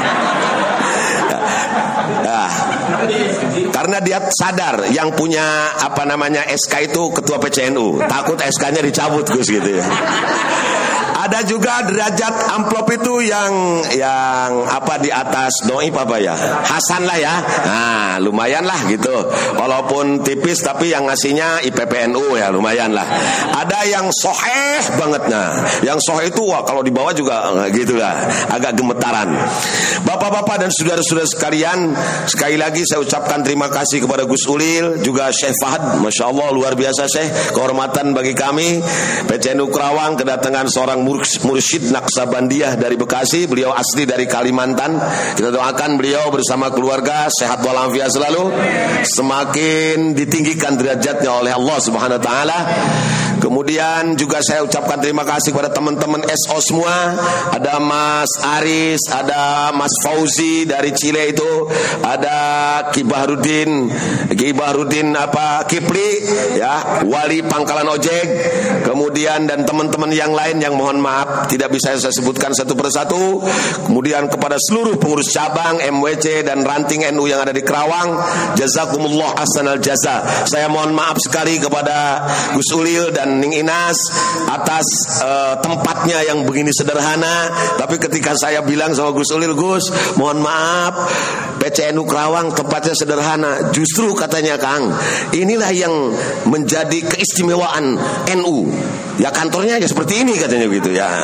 Nah, karena dia sadar yang punya apa namanya S K itu ketua P C N U, takut S K-nya dicabut Gus gitu ya. Ada juga derajat amplop itu yang yang apa di atas doib apa ya? Hasan lah ya. Nah, lumayan lah gitu. Walaupun tipis tapi yang ngasihnya I P P N U ya lumayan lah. Ada yang soheh banget nah. Yang soheh itu wah kalau dibawa juga gitu lah. Agak gemetaran. Bapak-bapak dan saudara-saudara sekalian, sekali lagi saya ucapkan terima kasih kepada Gus Ulil, juga Syekh Fahad, Masya Allah luar biasa Syekh, kehormatan bagi kami. P C N U Kerawang kedatangan seorang mursyid Naqsabandiyah dari Bekasi, beliau asli dari Kalimantan. Kita doakan beliau bersama keluarga sehat walafiat selalu, semakin ditinggikan derajatnya oleh Allah Subhanahu wa taala. Kemudian juga saya ucapkan terima kasih kepada teman-teman S O semua. Ada Mas Aris, ada Mas Fauzi dari Chile itu, ada Ki Bahrudin, Ki Bahrudin apa Kipli ya, wali pangkalan ojek. Kemudian dan teman-teman yang lain yang mohon maaf tidak bisa saya sebutkan satu persatu. Kemudian kepada seluruh pengurus cabang M W C dan ranting N U yang ada di Kerawang, jazakumullah ahsanal jaza. Saya mohon maaf sekali kepada Gus Ulil dan Ning Inas atas uh, tempatnya yang begini sederhana. Tapi ketika saya bilang sama Gus Ulil, Gus mohon maaf P C N U Kerawang tempatnya sederhana, justru katanya Kang, inilah yang menjadi keistimewaan N U. Ya kantornya aja seperti ini katanya gitu ya.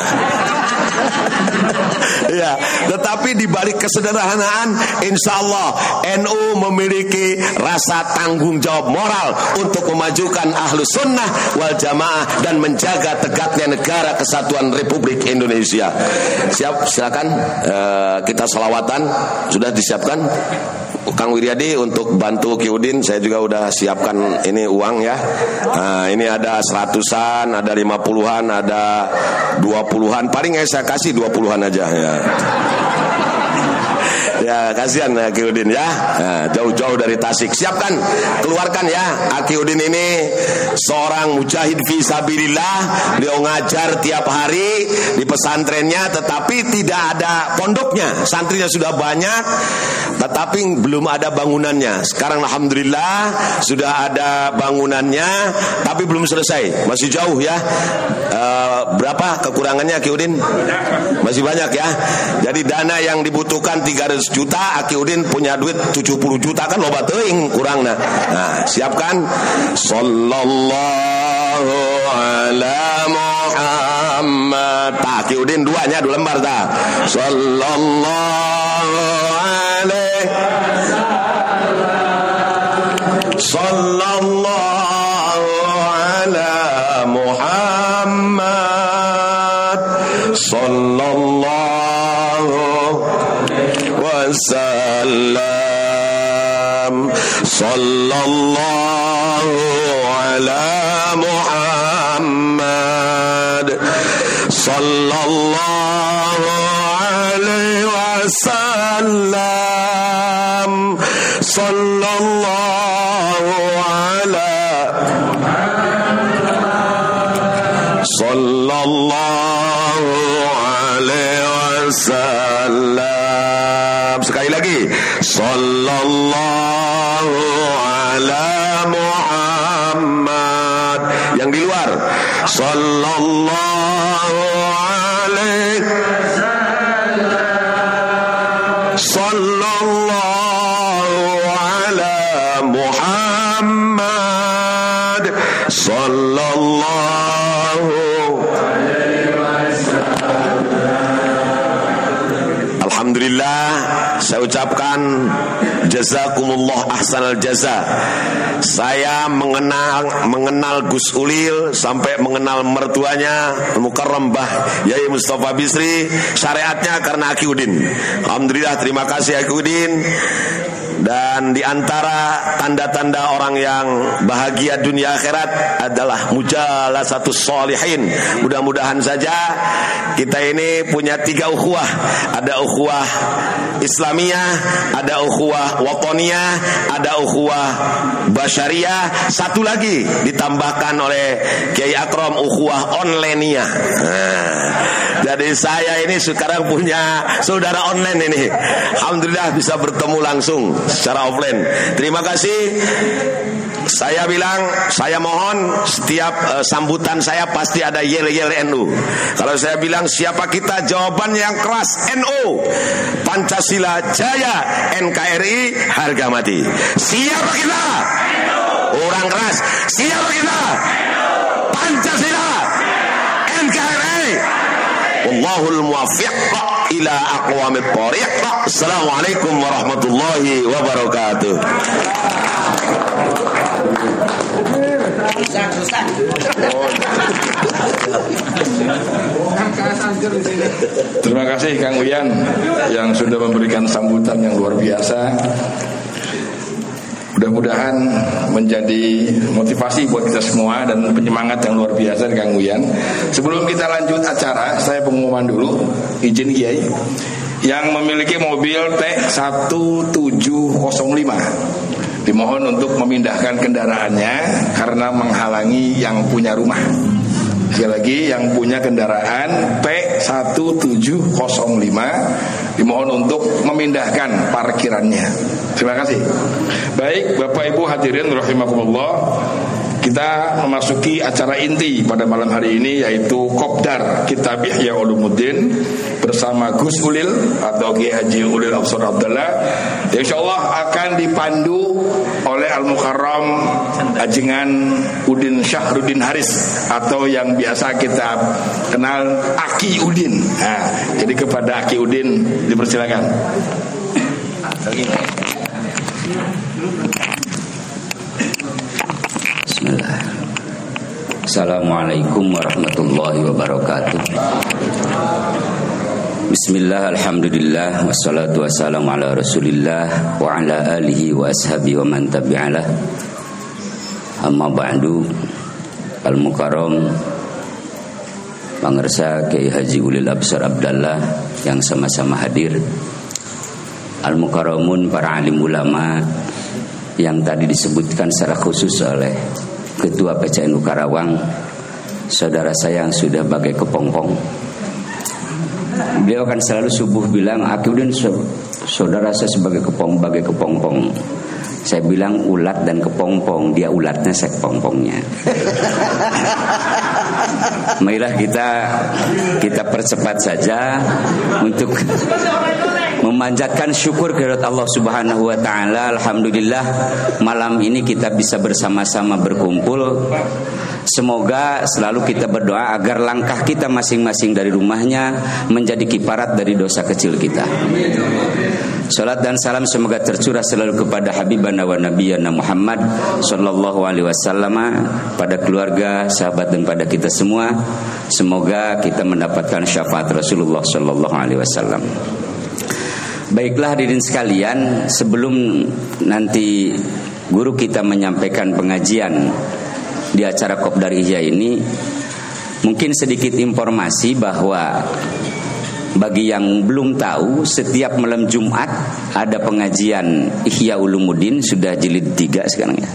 Ya, tetapi di balik kesederhanaan, insya Allah N U memiliki rasa tanggung jawab moral untuk memajukan Ahlus Sunnah wal Jamaah dan menjaga tegaknya negara kesatuan Republik Indonesia. Siap, silakan uh, kita salawatan. Sudah disiapkan Kang Wiryadi untuk bantu Ki Udin. Saya juga udah siapkan ini uang ya. Nah, ini ada seratusan, ada lima puluhan, ada dua puluhan. Paling saya kasih dua puluhan aja ya. Ya kasihan ya Ki Udin ya, nah, jauh-jauh dari Tasik. Siapkan, keluarkan ya. Ki Udin ini seorang mujahid fisabilillah. Beliau ngajar tiap hari di pesantrennya, tetapi tidak ada pondoknya. Santrinya sudah banyak, tetapi belum ada bangunannya. Sekarang alhamdulillah sudah ada bangunannya, tapi belum selesai, masih jauh ya. E, berapa kekurangannya Ki Udin? Masih banyak ya. Jadi dana yang dibutuhkan tiga ratus juta, Aki Udin punya duit tujuh puluh juta, kan loba teuing kurang nah. Nah, siapkan. Sallallahu ala Muhammad. Tak Aki Udin duanya dua lembar tak. Sallallahu alaihi Sallallahu ala Muhammad. Sallallahu wasallam. Sallallahu ala Muhammad. Sallallahu alaihi wasallam. Sallallahu ala Sallallahu alaihi wasallam. Sekali lagi. Sallallahu ala Muhammad. Yang di luar. Sallallahu alaihi Sallallahu ala Muhammad. Sallallahu Alhamdulillah, saya ucapkan jazakumullah ahsanal jaza. Saya mengenal mengenal Gus Ulil sampai mengenal mertuanya Mukarram Mbah Yai Mustafa Bisri, syariatnya karena Aki Udin. Alhamdulillah, terima kasih Aki Udin. Dan di antara tanda-tanda orang yang bahagia dunia akhirat adalah mujalasatus sholihin. Mudah-mudahan saja kita ini punya tiga ukhuwah. Ada ukhuwah Islamiyah, ada ukhuwah watoniyah, ada ukhuwah basyariyah. Satu lagi ditambahkan oleh Kiai Akram, ukhuwah onlineyah. Nah, jadi saya ini sekarang punya saudara online ini. Alhamdulillah bisa bertemu langsung secara offline. Terima kasih. Saya bilang, saya mohon setiap uh, sambutan saya pasti ada yel-yel N U. Kalau saya bilang siapa kita, jawaban yang keras N U. Pancasila jaya, N K R I harga mati. Siapa kita? Orang keras. Siapa kita? Pancasila, N K R I. Wallahul muwaffiq ila aqwamit thoriq. Assalamualaikum warahmatullahi wabarakatuh. Terima kasih Kang Uyan yang sudah memberikan sambutan yang luar biasa. Mudah-mudahan menjadi motivasi buat kita semua dan penyemangat yang luar biasa dari Kang Uyan. Sebelum kita lanjut acara, saya pengumuman dulu, izin Kiai, yang memiliki mobil T satu tujuh nol lima dimohon untuk memindahkan kendaraannya karena menghalangi yang punya rumah. Sekali lagi, yang punya kendaraan P satu tujuh nol lima dimohon untuk memindahkan parkirannya. Terima kasih. Baik, Bapak Ibu hadirin rahimakumullah, kita memasuki acara inti pada malam hari ini, yaitu Kopdar Kitab Ihya Ulumuddin bersama Gus Ulil atau Kiai Haji Ulil Absar Abdullah, yang insyaallah akan dipandu oleh Al-Mukarram Ajengan Udin Syahruddin Haris atau yang biasa kita kenal Aki Udin. Nah, jadi kepada Aki Udin dipersilakan. Bismillah. Assalamualaikum warahmatullahi wabarakatuh. Bismillah, alhamdulillah, wassalatu wassalamu ala rasulillah wa ala alihi wa ashabihi wa man tabi'alah. Amma ba'du. Al-Mukarram Pangersa Kiai Haji Ulil Absar Abdullah yang sama-sama hadir, Al-Mukarramun para alim ulama yang tadi disebutkan secara khusus oleh Ketua P C N U Karawang, saudara saya yang sudah bagai kepompong. Beliau kan selalu subuh bilang, Akudin saudara saya sebagai kepong, bagai kepompong. Saya bilang ulat dan kepompong, dia ulatnya, saya kepompongnya. Marilah kita kita percepat saja untuk memanjatkan syukur kehadirat Allah Subhanahu wa taala. Alhamdulillah malam ini kita bisa bersama-sama berkumpul. Semoga selalu kita berdoa agar langkah kita masing-masing dari rumahnya menjadi kiparat dari dosa kecil kita. Salat dan salam semoga tercurah selalu kepada Habibana wa Nabiyana Muhammad sallallahu alaihi wasallam, pada keluarga, sahabat dan pada kita semua. Semoga kita mendapatkan syafaat Rasulullah sallallahu alaihi wasallam. Baiklah hadirin sekalian, sebelum nanti guru kita menyampaikan pengajian di acara Kopdar Ihya ini, mungkin sedikit informasi bahwa bagi yang belum tahu, setiap malam Jumat ada pengajian Ihya Ulumuddin, sudah jilid tiga sekarang ya.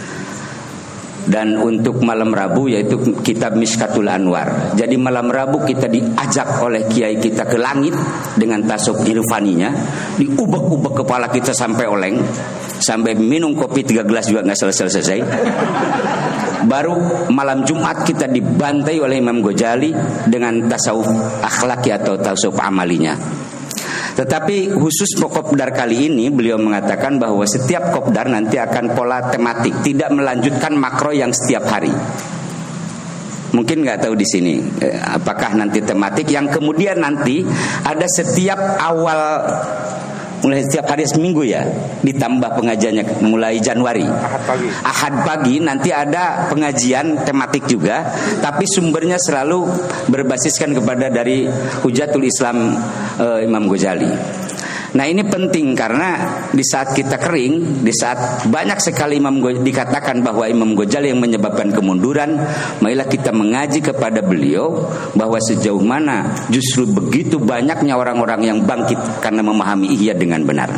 Dan untuk malam Rabu yaitu kitab Mishkatul Anwar. Jadi malam Rabu kita diajak oleh kiai kita ke langit dengan tasawuf irfaninya, diubek-ubek kepala kita sampai oleng, sampai minum kopi tiga gelas juga nggak selesai-selesai. Baru malam Jumat kita dibantai oleh Imam Ghazali dengan tasawuf akhlaki atau tasawuf amalinya. Tetapi khusus Kopdar kali ini beliau mengatakan bahwa setiap Kopdar nanti akan pola tematik, tidak melanjutkan makro yang setiap hari. Mungkin nggak tahu di sini apakah nanti tematik yang kemudian nanti ada setiap awal, mulai setiap hari seminggu ya, ditambah pengajiannya mulai Januari. Ahad pagi. Ahad pagi nanti ada pengajian tematik juga, tapi sumbernya selalu berbasiskan kepada dari Hujatul Islam uh, Imam Ghazali. Nah ini penting karena di saat kita kering, di saat banyak sekali Imam Ghazali dikatakan bahwa Imam Ghazali yang menyebabkan kemunduran, marilah kita mengaji kepada beliau bahwa sejauh mana justru begitu banyaknya orang-orang yang bangkit karena memahami Ihya dengan benar.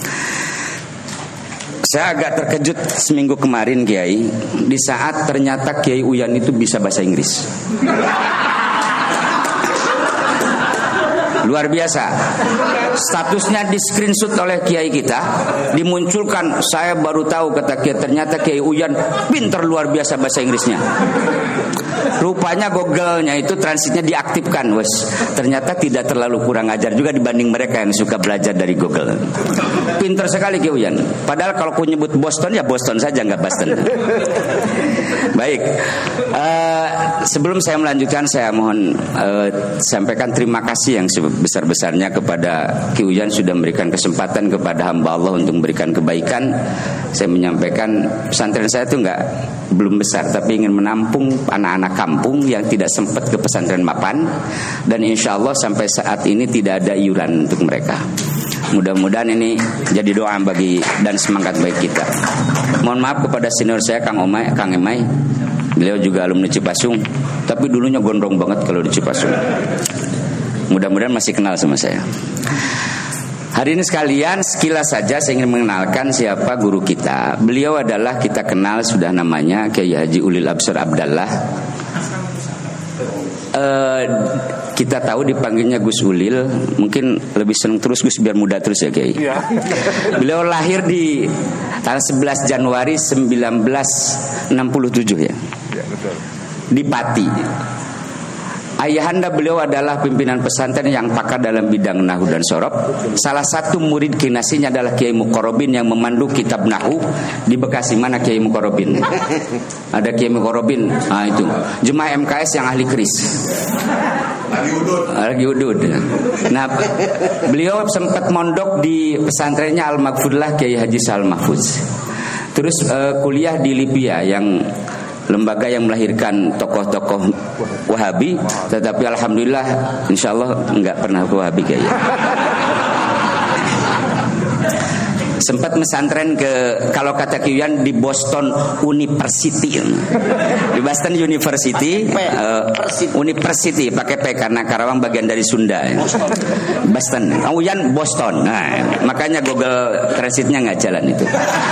Saya agak terkejut seminggu kemarin Kiai, di saat ternyata Kiai Uyan itu bisa bahasa Inggris. Luar biasa. Statusnya di screenshot oleh kiai kita, dimunculkan. Saya baru tahu, kata kiai, ternyata Kiai Uyan pinter luar biasa bahasa Inggrisnya. Rupanya Google-nya itu transitnya diaktifkan, wes. Ternyata tidak terlalu kurang ajar juga dibanding mereka yang suka belajar dari Google. Pinter sekali Kiai Uyan. Padahal kalau aku nyebut Boston ya Boston saja, nggak Boston. Baik. Uh, sebelum saya melanjutkan, saya mohon uh, sampaikan terima kasih yang sebesar-besarnya kepada Ki Uyan sudah memberikan kesempatan kepada hamba Allah untuk memberikan kebaikan. Saya menyampaikan pesantren saya itu enggak belum besar, tapi ingin menampung anak-anak kampung yang tidak sempat ke pesantren mapan, dan insya Allah sampai saat ini tidak ada iuran untuk mereka. Mudah-mudahan ini jadi doa bagi dan semangat bagi kita. Mohon maaf kepada senior saya Kang Omai, Kang Emai. Beliau juga alumni Cipasung, tapi dulunya gondrong banget kalau di Cipasung. Mudah-mudahan masih kenal sama saya. Hari ini sekalian sekilas saja saya ingin mengenalkan siapa guru kita. Beliau adalah, kita kenal sudah namanya Kiai Haji Ulil Absar Abdallah. Uh, kita tahu dipanggilnya Gus Ulil, mungkin lebih senang terus Gus biar muda terus ya Kiai. Ya. Beliau lahir di tanggal sebelas Januari seribu sembilan ratus enam puluh tujuh ya. Ya, betul. Di Pati. Ayahanda beliau adalah pimpinan pesantren yang pakar dalam bidang nahu dan sorob. Salah satu murid kinasinya adalah Kiai Mukorobin yang memandu kitab nahu di Bekasi. Mana Kiai Mukorobin? Ada Kiai Mukorobin. Nah itu jemaah M K S yang ahli keris. Lagi udud. Nah, beliau sempat mondok di pesantrennya Al-Maghfurlah Kiai Haji Sal Mahfuz. Terus uh, kuliah di Libya yang lembaga yang melahirkan tokoh-tokoh Wahabi, tetapi alhamdulillah insyaallah enggak pernah Wahabi kayaknya. Sempat mesantren ke, kalau kata Kian, di Boston University. Di Boston University, uh, University pakai P karena Karawang bagian dari Sunda. Boston, Uyan Boston. Nah, makanya Google Translate-nya nggak jalan itu.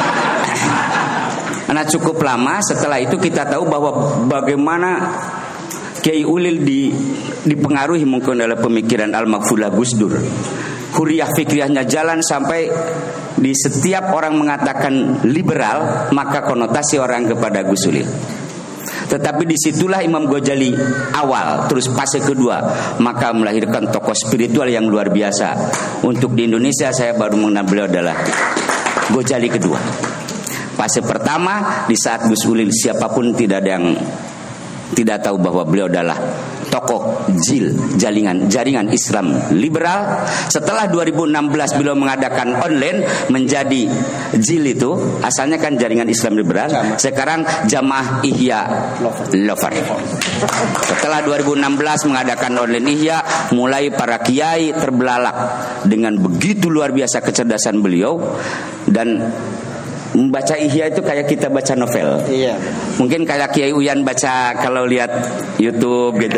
Karena cukup lama setelah itu kita tahu bahwa bagaimana Kiai Ulil di, dipengaruhi mungkin oleh pemikiran Al-Maghfurlah Gus Dur. Huriyah fikriyahnya jalan sampai di setiap orang mengatakan liberal, maka konotasi orang kepada Gus Ulil. Tetapi disitulah Imam Ghazali awal, terus fase kedua, maka melahirkan tokoh spiritual yang luar biasa. Untuk di Indonesia saya baru mengenal beliau adalah Ghazali kedua. Fase pertama di saat Gus Ulil siapapun tidak ada yang tidak tahu bahwa beliau adalah tokoh jil jaringan jaringan Islam liberal. Setelah dua ribu enam belas beliau mengadakan online menjadi jil itu, asalnya kan jaringan Islam liberal, sekarang Jamaah Ihya Lover. Setelah dua ribu enam belas mengadakan online Ihya, mulai para kiai terbelalak dengan begitu luar biasa kecerdasan beliau. Dan membaca Ihya itu kayak kita baca novel. Iya. Mungkin kayak Kiai Uyan baca kalau lihat YouTube gitu.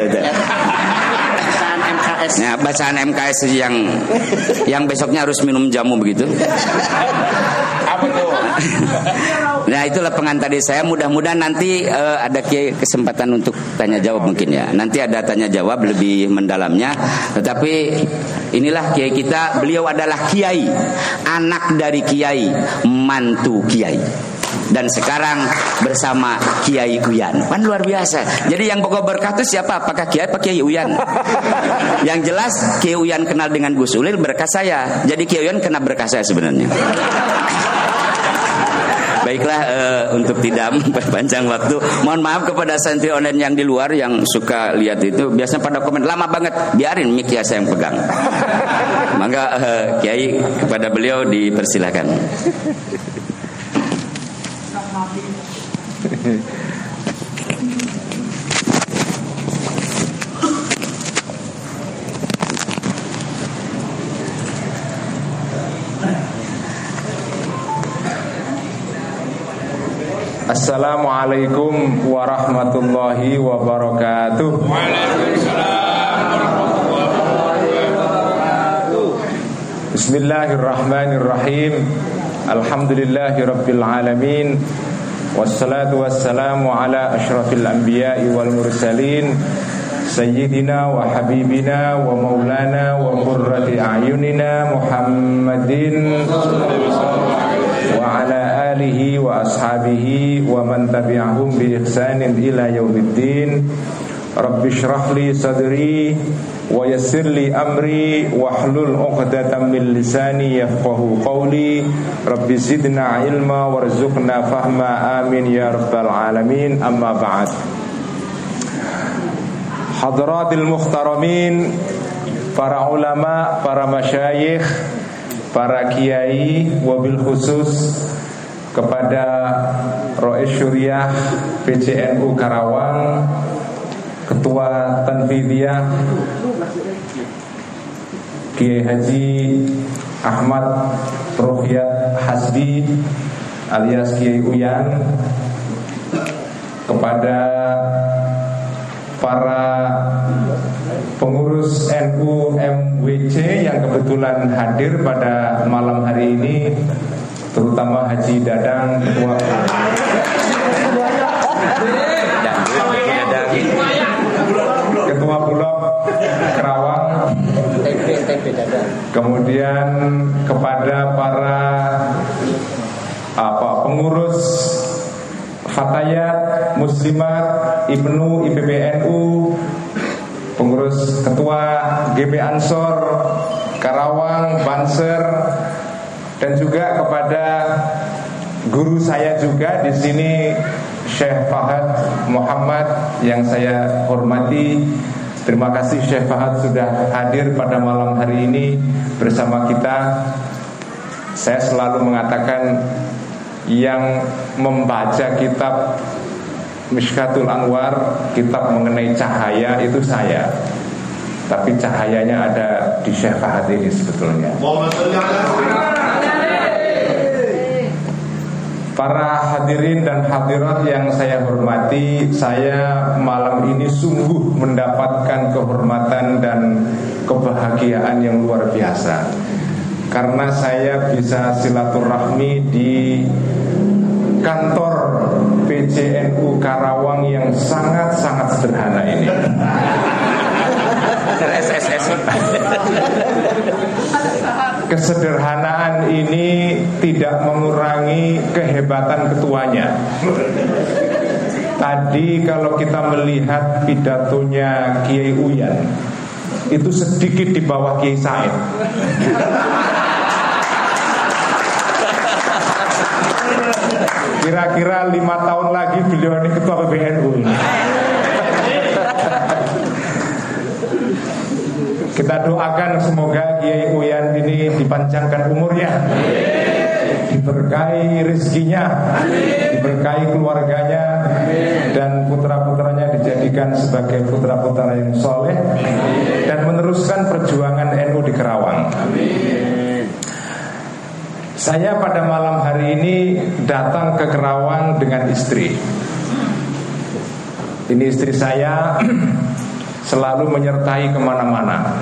Bacaan M K S. Nah, bacaan M K S yang yang besoknya harus minum jamu begitu. Apa tuh? Nah, itulah pengantar dari saya. Mudah-mudahan nanti uh, ada Kiai kesempatan untuk tanya jawab mungkin ya. Nanti ada tanya jawab lebih mendalamnya. Tetapi inilah Kiai kita. Beliau adalah Kiai, anak dari Kiai, mantu Kiai. Dan sekarang bersama Kiai Uyan. Kan luar biasa. Jadi yang pokok berkah itu siapa? Apakah Kiai apa Kiai Uyan? Yang jelas Kiai Uyan kenal dengan Gus Ulil, berkah saya. Jadi Kiai Uyan kena berkah saya sebenarnya. Baiklah, uh, untuk tidak memperpanjang waktu, mohon maaf kepada santri online yang di luar yang suka lihat itu. Biasanya pada komen lama banget, biarin mic ya saya yang pegang. Maka uh, Kiai kepada beliau dipersilakan. Assalamualaikum warahmatullahi wabarakatuh. Waalaikumsalam warahmatullahi wabarakatuh. Bismillahirrahmanirrahim. Alhamdulillahi rabbil alamin. Wassalatu wassalamu ala asyrafil anbiya'i wal mursalin Sayyidina wa habibina wa maulana wa qurrati a'yunina Muhammadin wa ala alihi wa ashabihi wa man tabi'ahum bi ihsanin ila yaumiddin. Rabbi shrah li sadri wa yassir li amri wahlul 'uqdatam min lisani yafqahu qawli. Rabbi zidna ilma warzuqna fahma, amin ya rabbal alamin. Amma ba'd. Hadratil muhtaramin, para ulama, para masyayikh, para kiai, wabil khusus kepada Rois Syuriah P C N U Karawang, Ketua Tanfidiyah Kiai Haji Ahmad Rofiat Hasbi alias Kiai Uyan, kepada para pengurus N U M W C yang kebetulan hadir pada malam hari ini, terutama Haji Dadang, Ketua Ketua Bulog Kerawang, kemudian kepada para apa pengurus Fatayat Muslimat Ibnu I P B N U, pengurus ketua G B Ansor Karawang, Banser, dan juga kepada guru saya juga di sini Syekh Fahad Muhammad yang saya hormati. Terima kasih Syekh Fahad sudah hadir pada malam hari ini bersama kita. Saya selalu mengatakan yang membaca kitab Mishkatul Anwar, kitab mengenai cahaya, itu saya. Tapi cahayanya ada di Syekh Fahad ini sebetulnya. Para hadirin dan hadirat yang saya hormati, saya malam ini sungguh mendapatkan kehormatan dan kebahagiaan yang luar biasa, karena saya bisa silaturahmi di kantor P C N U Karawang yang sangat-sangat sederhana ini. S S S. Kesederhanaan ini tidak mengurangi kehebatan ketuanya. Tadi kalau kita melihat pidatonya Kiai Uyan, itu sedikit di bawah Kiai Said. Kira-kira lima tahun lagi beliau ini ketua P B N U ini. Kita doakan semoga Kiai Uyan ini dipanjangkan umurnya, diberkahi rezekinya, diberkahi keluarganya, dan putra-putranya dijadikan sebagai putra-putra yang soleh dan meneruskan perjuangan N U di Kerawang. Saya pada malam hari ini datang ke Kerawang dengan istri. Ini istri saya selalu menyertai kemana-mana.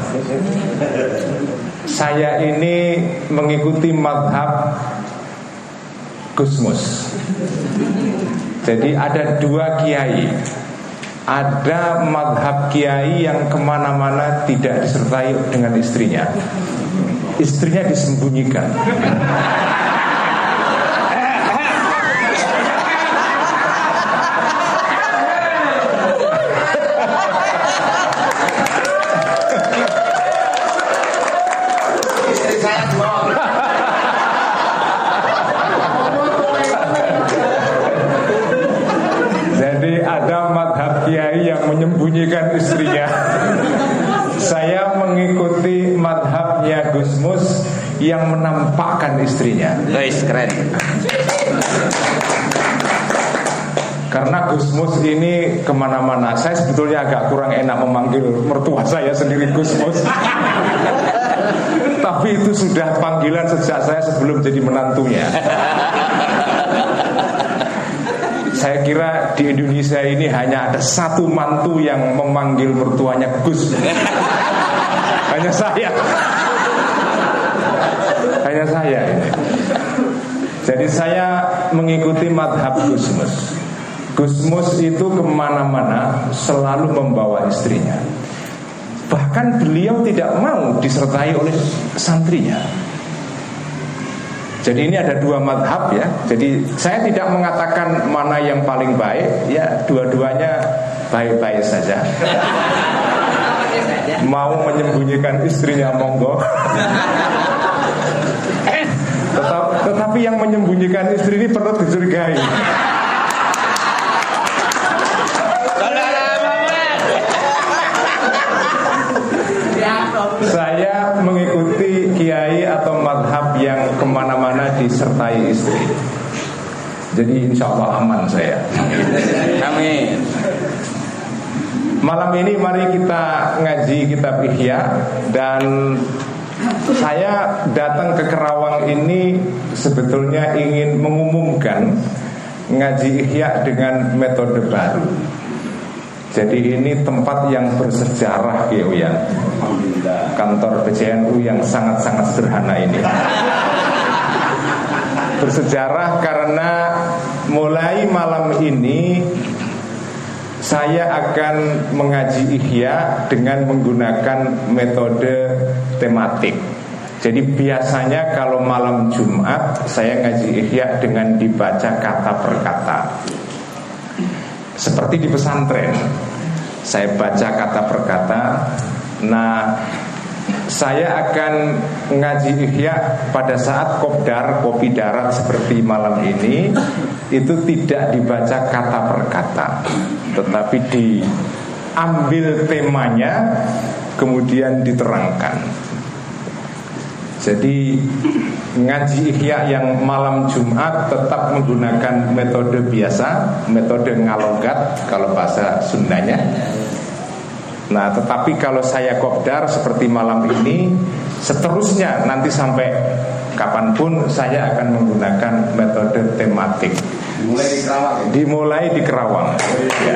Saya ini mengikuti madhab Gusmus. Jadi ada dua kiai. Ada madhab kiai yang kemana-mana tidak disertai dengan istrinya. Istrinya disembunyikan. Menyembunyikan istrinya. Saya mengikuti madhabnya Gusmus yang menampakkan istrinya. Guys, keren. Karena Gusmus ini kemana-mana. Saya sebetulnya agak kurang enak memanggil mertua saya sendiri Gusmus. Tapi itu sudah panggilan sejak saya sebelum jadi menantunya. Saya kira di Indonesia ini hanya ada satu mantu yang memanggil mertuanya Gus. Hanya saya. Hanya saya ini. Jadi saya mengikuti madhab Gusmus. Gus Mus itu kemana-mana selalu membawa istrinya. Bahkan beliau tidak mau disertai oleh santrinya. Jadi ini ada dua madhab ya. Jadi saya tidak mengatakan mana yang paling baik. Ya dua-duanya baik-baik saja. Mau menyembunyikan istrinya monggo. Tetap, Tetapi yang menyembunyikan istri ini perlu dicurigai. Saya mengikuti kiai atau madhab yang kemana-mana disertai istri. Jadi insya Allah aman saya. Amin. Malam ini mari kita ngaji kitab Ihya. Dan saya datang ke Kerawang ini sebetulnya ingin mengumumkan ngaji Ihya dengan metode baru. Jadi ini tempat yang bersejarah ya Uyan. Kantor P C N U yang sangat-sangat sederhana ini bersejarah karena mulai malam ini saya akan mengaji Ihya dengan menggunakan metode tematik. Jadi biasanya kalau malam Jumat saya ngaji Ihya dengan dibaca kata per kata. Seperti di pesantren, saya baca kata per kata. Nah, saya akan ngaji Ihya pada saat kopdar, kopi darat seperti malam ini. Itu tidak dibaca kata per kata, tetapi diambil temanya kemudian diterangkan. Jadi ngaji Ihya yang malam Jumat tetap menggunakan metode biasa, metode ngalogat kalau bahasa Sundanya. Nah, tetapi kalau saya kopdar seperti malam ini, seterusnya nanti sampai kapanpun saya akan menggunakan metode tematik. Dimulai di Kerawang. Dimulai di Kerawang. Ya.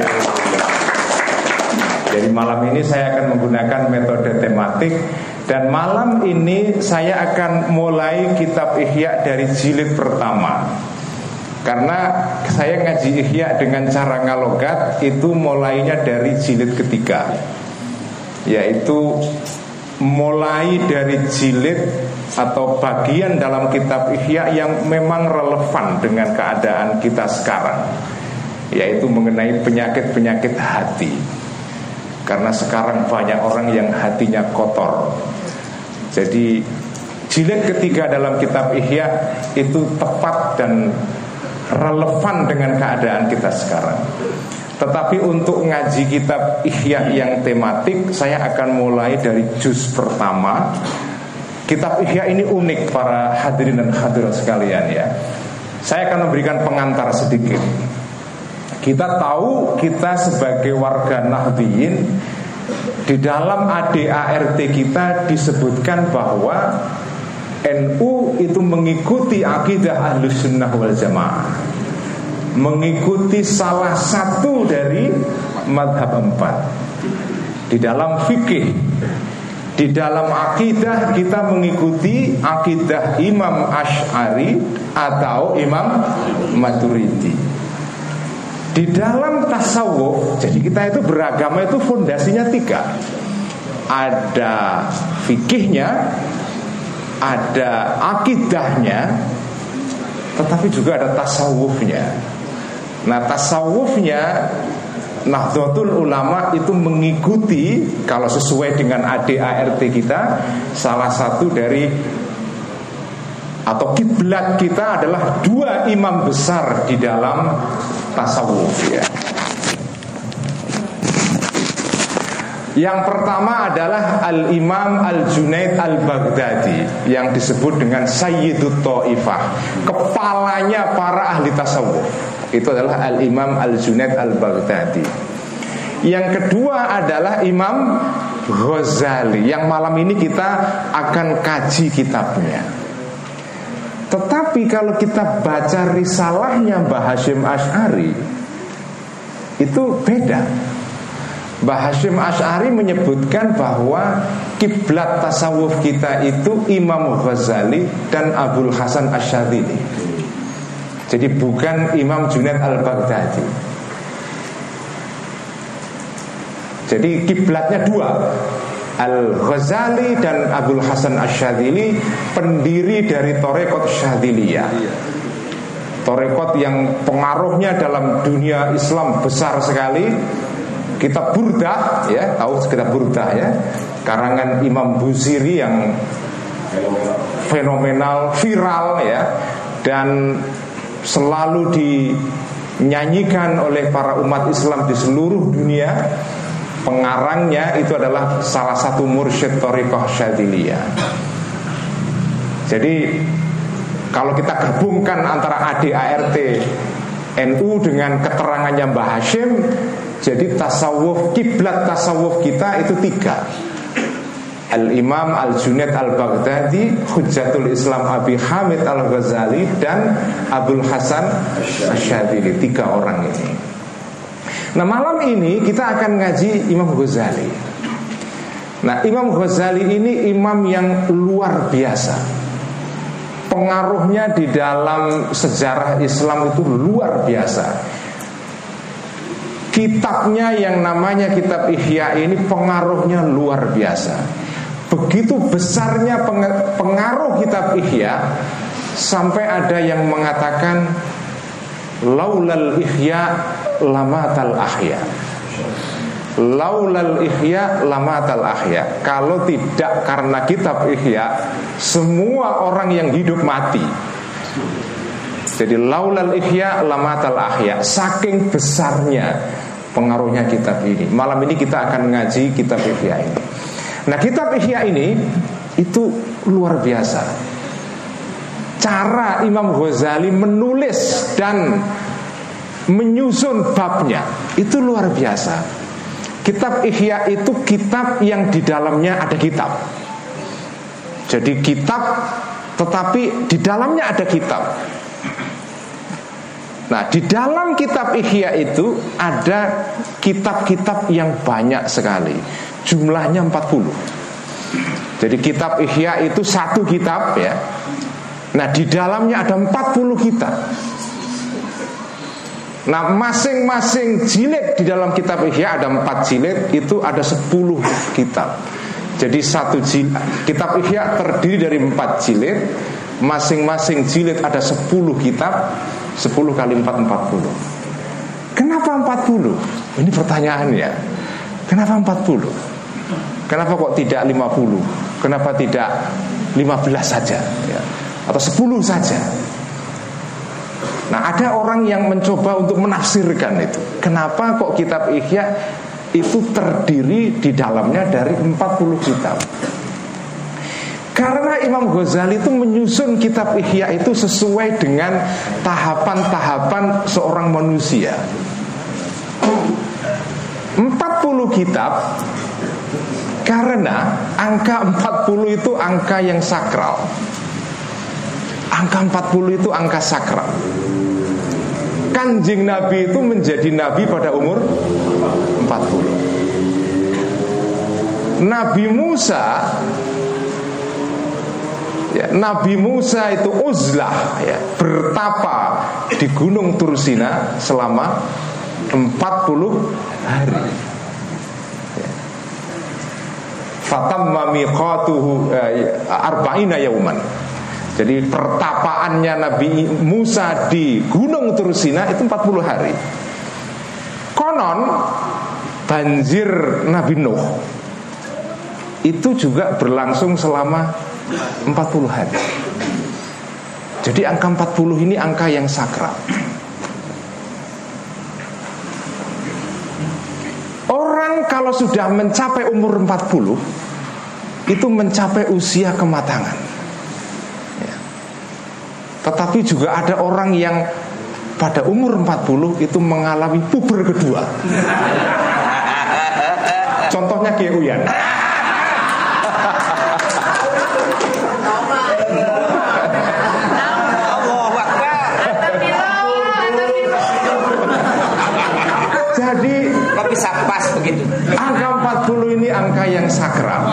Jadi malam ini saya akan menggunakan metode tematik. Dan malam ini saya akan mulai kitab Ihya dari jilid pertama. Karena saya ngaji Ihya dengan cara ngalogat itu mulainya dari jilid ketiga, yaitu mulai dari jilid atau bagian dalam kitab Ihya yang memang relevan dengan keadaan kita sekarang, yaitu mengenai penyakit-penyakit hati. Karena sekarang banyak orang yang hatinya kotor. Jadi jilid ketiga dalam kitab Ihya itu tepat dan relevan dengan keadaan kita sekarang. Tetapi untuk ngaji kitab Ihya yang tematik, saya akan mulai dari juz pertama. Kitab Ihya ini unik para hadirin dan hadirat sekalian ya. Saya akan memberikan pengantar sedikit. Kita tahu kita sebagai warga Nahdliyin, di dalam A D A R T kita disebutkan bahwa N U itu mengikuti akidah Ahlus Sunnah wal Jamaah, mengikuti salah satu dari madhab empat. Di dalam fikih, di dalam akidah kita mengikuti akidah Imam Asy'ari atau Imam Maturidi. Di dalam tasawuf, jadi kita itu beragama itu fondasinya tiga. Ada fikihnya, ada akidahnya, tetapi juga ada tasawufnya. Nah, tasawufnya Nahdlatul Ulama itu mengikuti, kalau sesuai dengan A D A R T kita, salah satu dari atau kiblat kita adalah dua imam besar di dalam tasawuf ya. Yang pertama adalah Al-Imam Al-Junaid Al-Baghdadi, yang disebut dengan Sayyidut Ta'ifah, kepalanya para ahli tasawuf. Itu adalah Al-Imam Al-Junaid Al-Baghdadi. Yang kedua adalah Imam Ghazali, yang malam ini kita akan kaji kitabnya. Tetapi kalau kita baca risalahnya Mbah Hasyim Asy'ari, itu beda. Mbah Hasyim Asy'ari menyebutkan bahwa kiblat tasawuf kita itu Imam Ghazali dan Abul Hasan Asyadzili. Jadi bukan Imam Junaid Al-Baghdadi. Jadi kiblatnya dua, Al-Ghazali dan Abdul Hasan Asy-Syadzili, pendiri dari Thariqat Syadziliyah. Thariqat yang pengaruhnya dalam dunia Islam besar sekali. Kitab Burdah, ya, tahu kitab Burdah ya, karangan Imam Busiri yang fenomenal, viral ya, dan selalu dinyanyikan oleh para umat Islam di seluruh dunia. Pengarangnya itu adalah salah satu mursyid Thariqah Syadziliyah. Jadi kalau kita gabungkan antara A D A R T N U dengan keterangannya Mbah Hashim, jadi tasawuf, kiblat tasawuf kita itu tiga. Al-Imam Al-Junaid Al-Baghdadi, Hujjatul Islam Abi Hamid Al-Ghazali, dan Abdul Hasan Asy-Syadzili. Tiga orang ini. Nah, malam ini kita akan ngaji Imam Ghazali. Nah, Imam Ghazali ini imam yang luar biasa. Pengaruhnya di dalam sejarah Islam itu luar biasa. Kitabnya yang namanya Kitab Ihya ini pengaruhnya luar biasa. Begitu besarnya pengaruh Kitab Ihya, sampai ada yang mengatakan laulal ihya lamatal ahya. Laulal ihya lamatal ahya. Kalau tidak karena kitab Ihya, semua orang yang hidup mati. Jadi laulal ihya lamatal ahya. Saking besarnya pengaruhnya kitab ini. Malam ini kita akan ngaji kitab Ihya ini. Nah, kitab Ihya ini itu luar biasa. Cara Imam Ghazali menulis dan menyusun babnya itu luar biasa. Kitab Ihya itu kitab yang di dalamnya ada kitab. Jadi kitab tetapi di dalamnya ada kitab. Nah, di dalam kitab Ihya itu ada kitab-kitab yang banyak sekali. Jumlahnya empat puluh. Jadi kitab Ihya itu satu kitab ya. Nah, di dalamnya ada empat puluh kitab. Nah, masing-masing jilid di dalam kitab Ihya ada empat jilid, itu ada sepuluh kitab. Jadi satu jilid, kitab Ihya terdiri dari empat jilid. Masing-masing jilid ada sepuluh kitab. Sepuluh kali empat, empat puluh. Kenapa empat puluh? Ini pertanyaannya. Kenapa empat puluh? Kenapa kok tidak lima puluh? Kenapa tidak lima belas saja ya? Atau sepuluh saja? Nah, ada orang yang mencoba untuk menafsirkan itu. Kenapa kok kitab Ihya itu terdiri di dalamnya dari empat puluh kitab? Karena Imam Ghazali itu menyusun kitab Ihya itu sesuai dengan tahapan-tahapan seorang manusia. empat puluh kitab, karena angka empat puluh itu angka yang sakral. Angka empat puluh itu angka sakral. Kanjeng Nabi itu menjadi Nabi pada umur empat puluh. Nabi Musa ya, Nabi Musa itu uzlah ya, bertapa di Gunung Tursina selama empat puluh hari ya. Fatamma miqatuhu arba'ina yauman. Jadi pertapaannya Nabi Musa di Gunung Tursina itu empat puluh hari. Konon banjir Nabi Nuh itu juga berlangsung selama empat puluh hari. Jadi angka empat puluh ini angka yang sakral. Orang kalau sudah mencapai umur empat puluh itu mencapai usia kematangan. Tetapi juga ada orang yang pada umur empat puluh itu mengalami puber kedua. Contohnya Kiai Uyan. Jadi bisa pas begitu. Angka empat puluh ini angka yang sakral.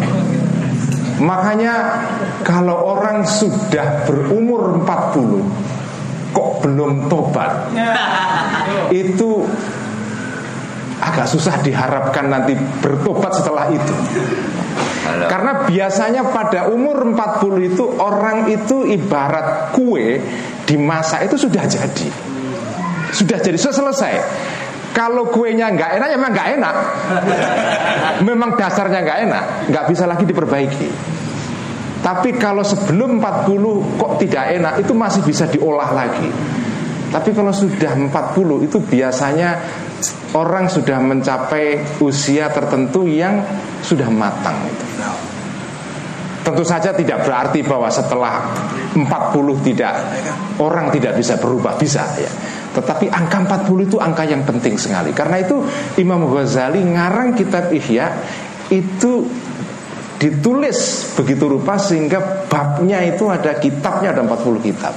Makanya kalau orang sudah berumur empat puluh kok belum tobat, itu agak susah diharapkan nanti bertobat setelah itu. Karena biasanya pada umur empat puluh itu orang itu ibarat kue dimasak itu sudah jadi. Sudah jadi, sudah selesai. Kalau kuenya nggak enak, ya memang nggak enak. Memang dasarnya nggak enak, nggak bisa lagi diperbaiki. Tapi kalau sebelum empat puluh kok tidak enak, itu masih bisa diolah lagi. Tapi kalau sudah empat puluh itu biasanya orang sudah mencapai usia tertentu yang sudah matang. Tentu saja tidak berarti bahwa setelah empat puluh tidak, orang tidak bisa berubah, bisa ya. Tetapi angka empat puluh itu angka yang penting sekali. Karena itu Imam Ghazali ngarang kitab Ihya itu ditulis begitu rupa sehingga babnya itu ada kitabnya, ada empat puluh kitab.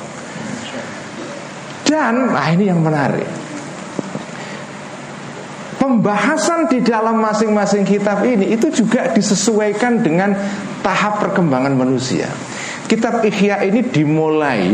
Dan nah ini yang menarik, pembahasan di dalam masing-masing kitab ini itu juga disesuaikan dengan tahap perkembangan manusia. Kitab Ihya ini dimulai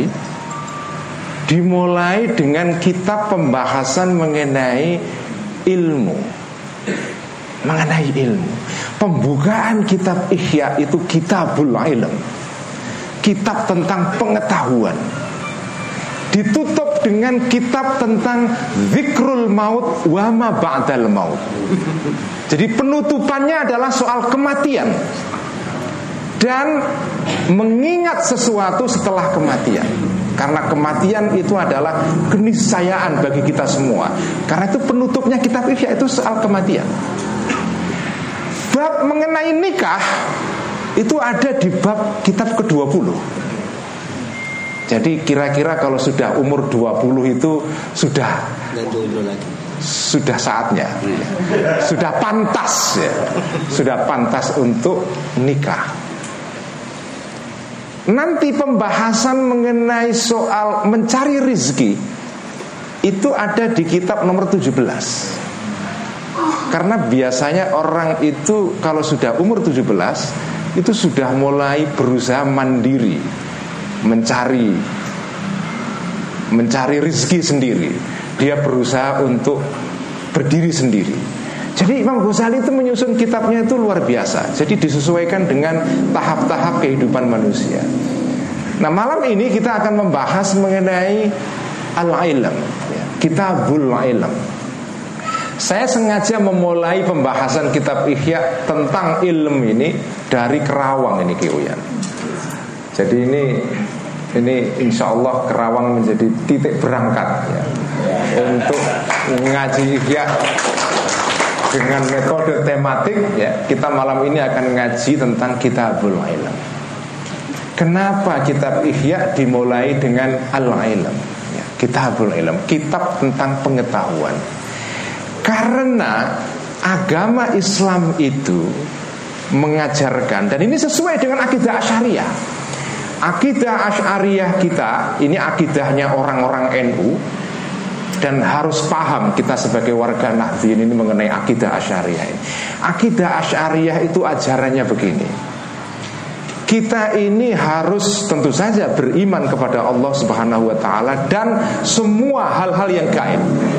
Dimulai dengan kitab pembahasan mengenai ilmu, Mengenai ilmu. Pembukaan kitab Ihya itu Kitabul Ilm, kitab tentang pengetahuan. Ditutup dengan kitab tentang Zikrul Maut wa ma ba'dal maut. Jadi penutupannya adalah soal kematian dan mengingat sesuatu setelah kematian. Karena kematian itu adalah keniscayaan bagi kita semua. Karena itu penutupnya kitab Ihya itu soal kematian. Bab mengenai nikah itu ada di bab kitab ke dua puluh. Jadi kira-kira kalau sudah umur dua puluh itu sudah sudah saatnya, sudah pantas ya, sudah pantas untuk nikah. Nanti pembahasan mengenai soal mencari rizki itu ada di kitab nomor tujuh belas. Karena biasanya orang itu kalau sudah umur tujuh belas itu sudah mulai berusaha mandiri, mencari mencari rizki sendiri. Dia berusaha untuk berdiri sendiri. Jadi Imam Ghazali itu menyusun kitabnya itu luar biasa. Jadi disesuaikan dengan tahap-tahap kehidupan manusia. Nah malam ini kita akan membahas mengenai Al-Ilm ya, Kitabul Ilm. Saya sengaja memulai pembahasan kitab Ihya tentang ilmu ini dari Kerawang ini Ki Uyan. Jadi ini Ini insya Allah Kerawang menjadi titik berangkat ya, untuk ngaji Ihya dengan metode tematik ya. Kita malam ini akan ngaji tentang Kitabul Ilm. Kenapa kitab Ihya dimulai dengan Al-Ilm ya, Kitabul Ilm, kitab tentang pengetahuan. Karena agama Islam itu mengajarkan, dan ini sesuai dengan akidah Asy'ariyah. Akidah Asy'ariyah kita, ini akidahnya orang-orang N U, dan harus paham kita sebagai warga Nahdliyin ini mengenai akidah Asy'ariyah ini. Akidah Asy'ariyah itu ajarannya begini. Kita ini harus tentu saja beriman kepada Allah Subhanahu wa taala dan semua hal-hal yang gaib.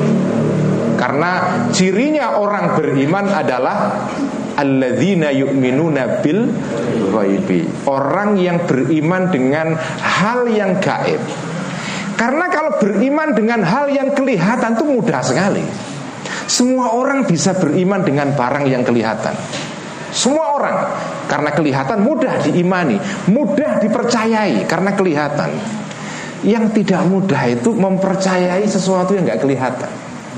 Karena cirinya orang beriman adalah alladzina yu'minuna bil ghaibi, orang yang beriman dengan hal yang gaib. Karena kalau beriman dengan hal yang kelihatan itu mudah sekali. Semua orang bisa beriman dengan barang yang kelihatan. Semua orang, karena kelihatan mudah diimani, mudah dipercayai karena kelihatan. Yang tidak mudah itu mempercayai sesuatu yang gak kelihatan,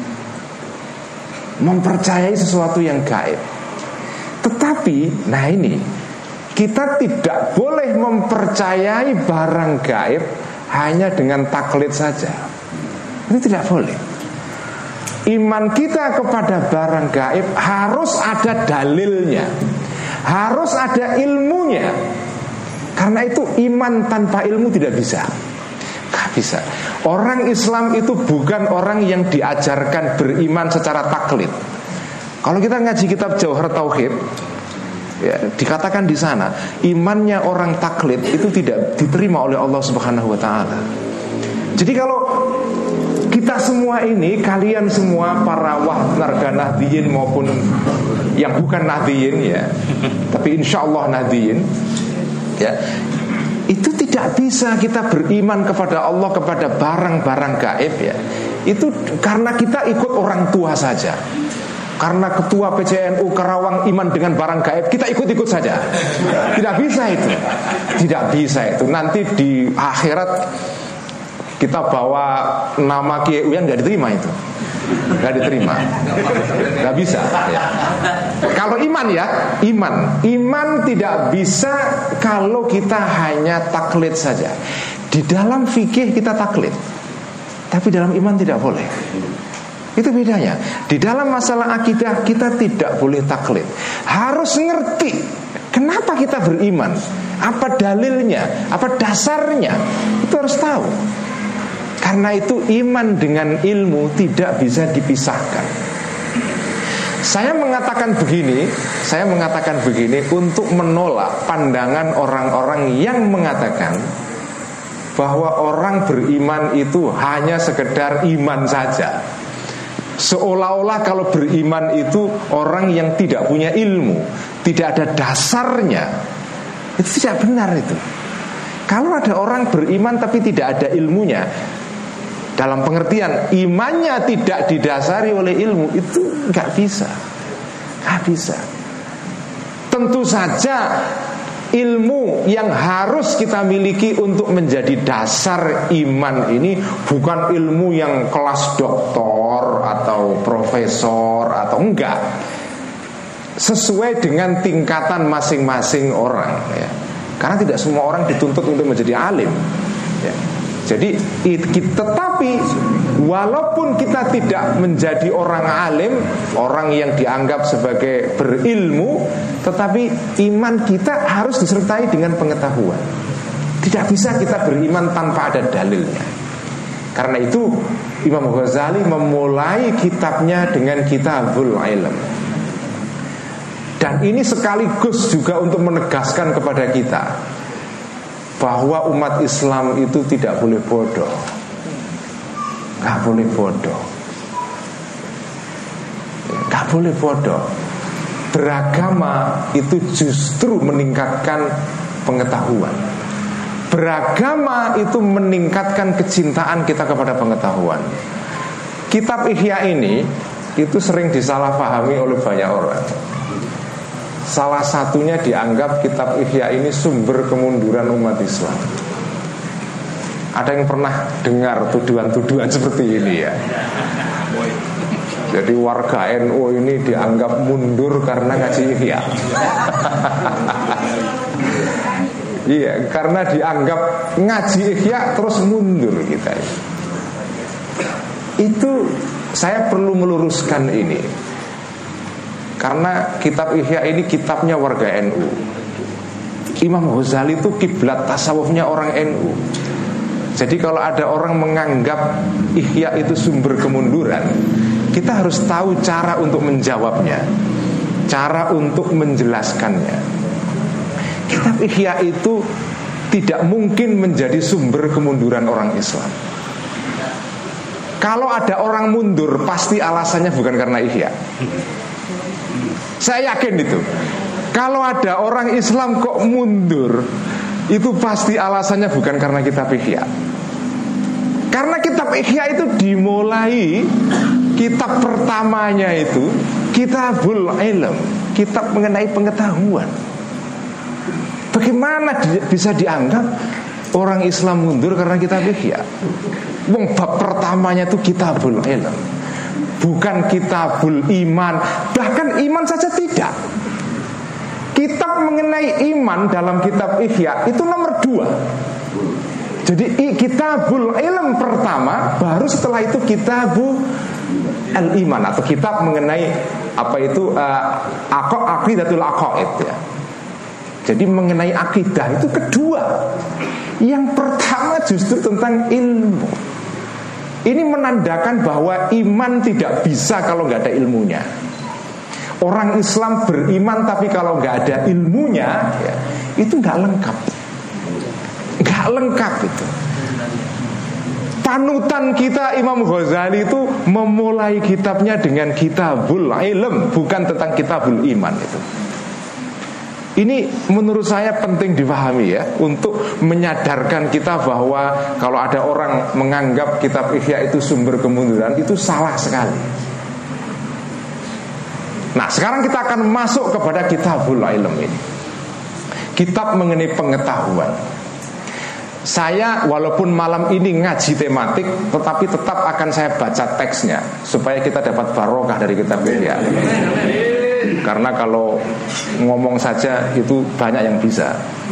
mempercayai sesuatu yang gaib. Tetapi, nah ini, kita tidak boleh mempercayai barang gaib hanya dengan taklid saja. Ini tidak boleh. Iman kita kepada barang gaib harus ada dalilnya, harus ada ilmunya. Karena itu iman tanpa ilmu tidak bisa. Gak bisa. Orang Islam itu bukan orang yang diajarkan beriman secara taklid. Kalau kita ngaji kitab Jauhar Tauhid ya, dikatakan di sana imannya orang taklid itu tidak diterima oleh Allah Subhanahu wa taala. Jadi kalau kita kita semua ini, kalian semua para warga Nahdliyin maupun yang bukan Nahdliyin ya, tapi insya Allah Nahdliyin ya, itu tidak bisa kita beriman kepada Allah, kepada barang-barang gaib ya. Itu karena kita ikut orang tua saja. Karena ketua P C N U Karawang iman dengan barang gaib, kita ikut-ikut saja. Tidak bisa itu. Tidak bisa itu. Nanti di akhirat kita bawa nama Kiai Uyan nggak diterima itu. Nggak diterima. Nggak bisa ya. Kalau iman ya, iman. Iman tidak bisa kalau kita hanya taklid saja. Di dalam fikih kita taklid, tapi dalam iman tidak boleh. Itu bedanya. Di dalam masalah akidah kita tidak boleh taklid. Harus ngerti kenapa kita beriman, apa dalilnya, apa dasarnya. Itu harus tahu. Karena itu iman dengan ilmu tidak bisa dipisahkan. Saya mengatakan begini, saya mengatakan begini untuk menolak pandangan orang-orang yang mengatakan bahwa orang beriman itu hanya sekedar iman saja. Seolah-olah kalau beriman itu orang yang tidak punya ilmu, tidak ada dasarnya. Itu tidak benar itu. Kalau ada orang beriman tapi tidak ada ilmunya, dalam pengertian imannya tidak didasari oleh ilmu, itu nggak bisa, nggak bisa. Tentu saja ilmu yang harus kita miliki untuk menjadi dasar iman ini bukan ilmu yang kelas doktor atau profesor atau enggak, sesuai dengan tingkatan masing-masing orang ya. Karena tidak semua orang dituntut untuk menjadi alim ya. Jadi tetapi walaupun kita tidak menjadi orang alim, orang yang dianggap sebagai berilmu, tetapi iman kita harus disertai dengan pengetahuan. Tidak bisa kita beriman tanpa ada dalilnya. Karena itu Imam Ghazali memulai kitabnya dengan Kitabul Ilm. Dan ini sekaligus juga untuk menegaskan kepada kita bahwa umat Islam itu tidak boleh bodoh. Gak boleh bodoh. Gak boleh bodoh. Beragama itu justru meningkatkan pengetahuan. Beragama itu meningkatkan kecintaan kita kepada pengetahuan. Kitab Ihya ini itu sering disalahpahami oleh banyak orang. Salah satunya dianggap kitab Ihya ini sumber kemunduran umat Islam. Ada yang pernah dengar tuduhan-tuduhan seperti ini ya? Jadi warga N U ini dianggap mundur karena ngaji Ihya. Iya, karena dianggap ngaji Ihya terus mundur kita. Itu saya perlu meluruskan ini. Karena kitab Ihya ini kitabnya warga N U. Imam Ghazali itu kiblat tasawufnya orang N U. Jadi kalau ada orang menganggap Ihya itu sumber kemunduran, kita harus tahu cara untuk menjawabnya, cara untuk menjelaskannya. Kitab Ihya itu tidak mungkin menjadi sumber kemunduran orang Islam. Kalau ada orang mundur, pasti alasannya bukan karena Ihya. Saya yakin itu. Kalau ada orang Islam kok mundur, itu pasti alasannya bukan karena kitab Ihya. Karena kitab Ihya itu dimulai, kitab pertamanya itu Kitabul Ilm, kitab mengenai pengetahuan. Bagaimana bisa dianggap orang Islam mundur karena kitab Ihya? Wong bab pertamanya itu Kitabul Ilm, bukan Kitabul Iman. Bahkan iman saja tidak. Kitab mengenai iman dalam kitab Ihya itu nomor dua. Jadi Kitabul Ilm pertama, baru setelah itu Kitabul Al-Iman, atau kitab mengenai apa itu uh, Aqidatul Aqaid ya. Jadi mengenai akidah itu kedua. Yang pertama justru tentang ilmu. Ini menandakan bahwa iman tidak bisa kalau nggak ada ilmunya. Orang Islam beriman tapi kalau nggak ada ilmunya ya, itu nggak lengkap, nggak lengkap itu. panutan kita Imam Ghazali itu memulai kitabnya dengan Kitabul Ilm, bukan tentang Kitabul Iman itu. Ini menurut saya penting dipahami ya, untuk menyadarkan kita bahwa kalau ada orang menganggap kitab Ihya itu sumber kemunduran, itu salah sekali. Nah, sekarang kita akan masuk kepada Kitabul Ilm ini. Kitab mengenai pengetahuan. Saya walaupun malam ini ngaji tematik, tetapi tetap akan saya baca teksnya supaya kita dapat barokah dari kitab Ihya. Karena kalau ngomong saja itu banyak yang bisa.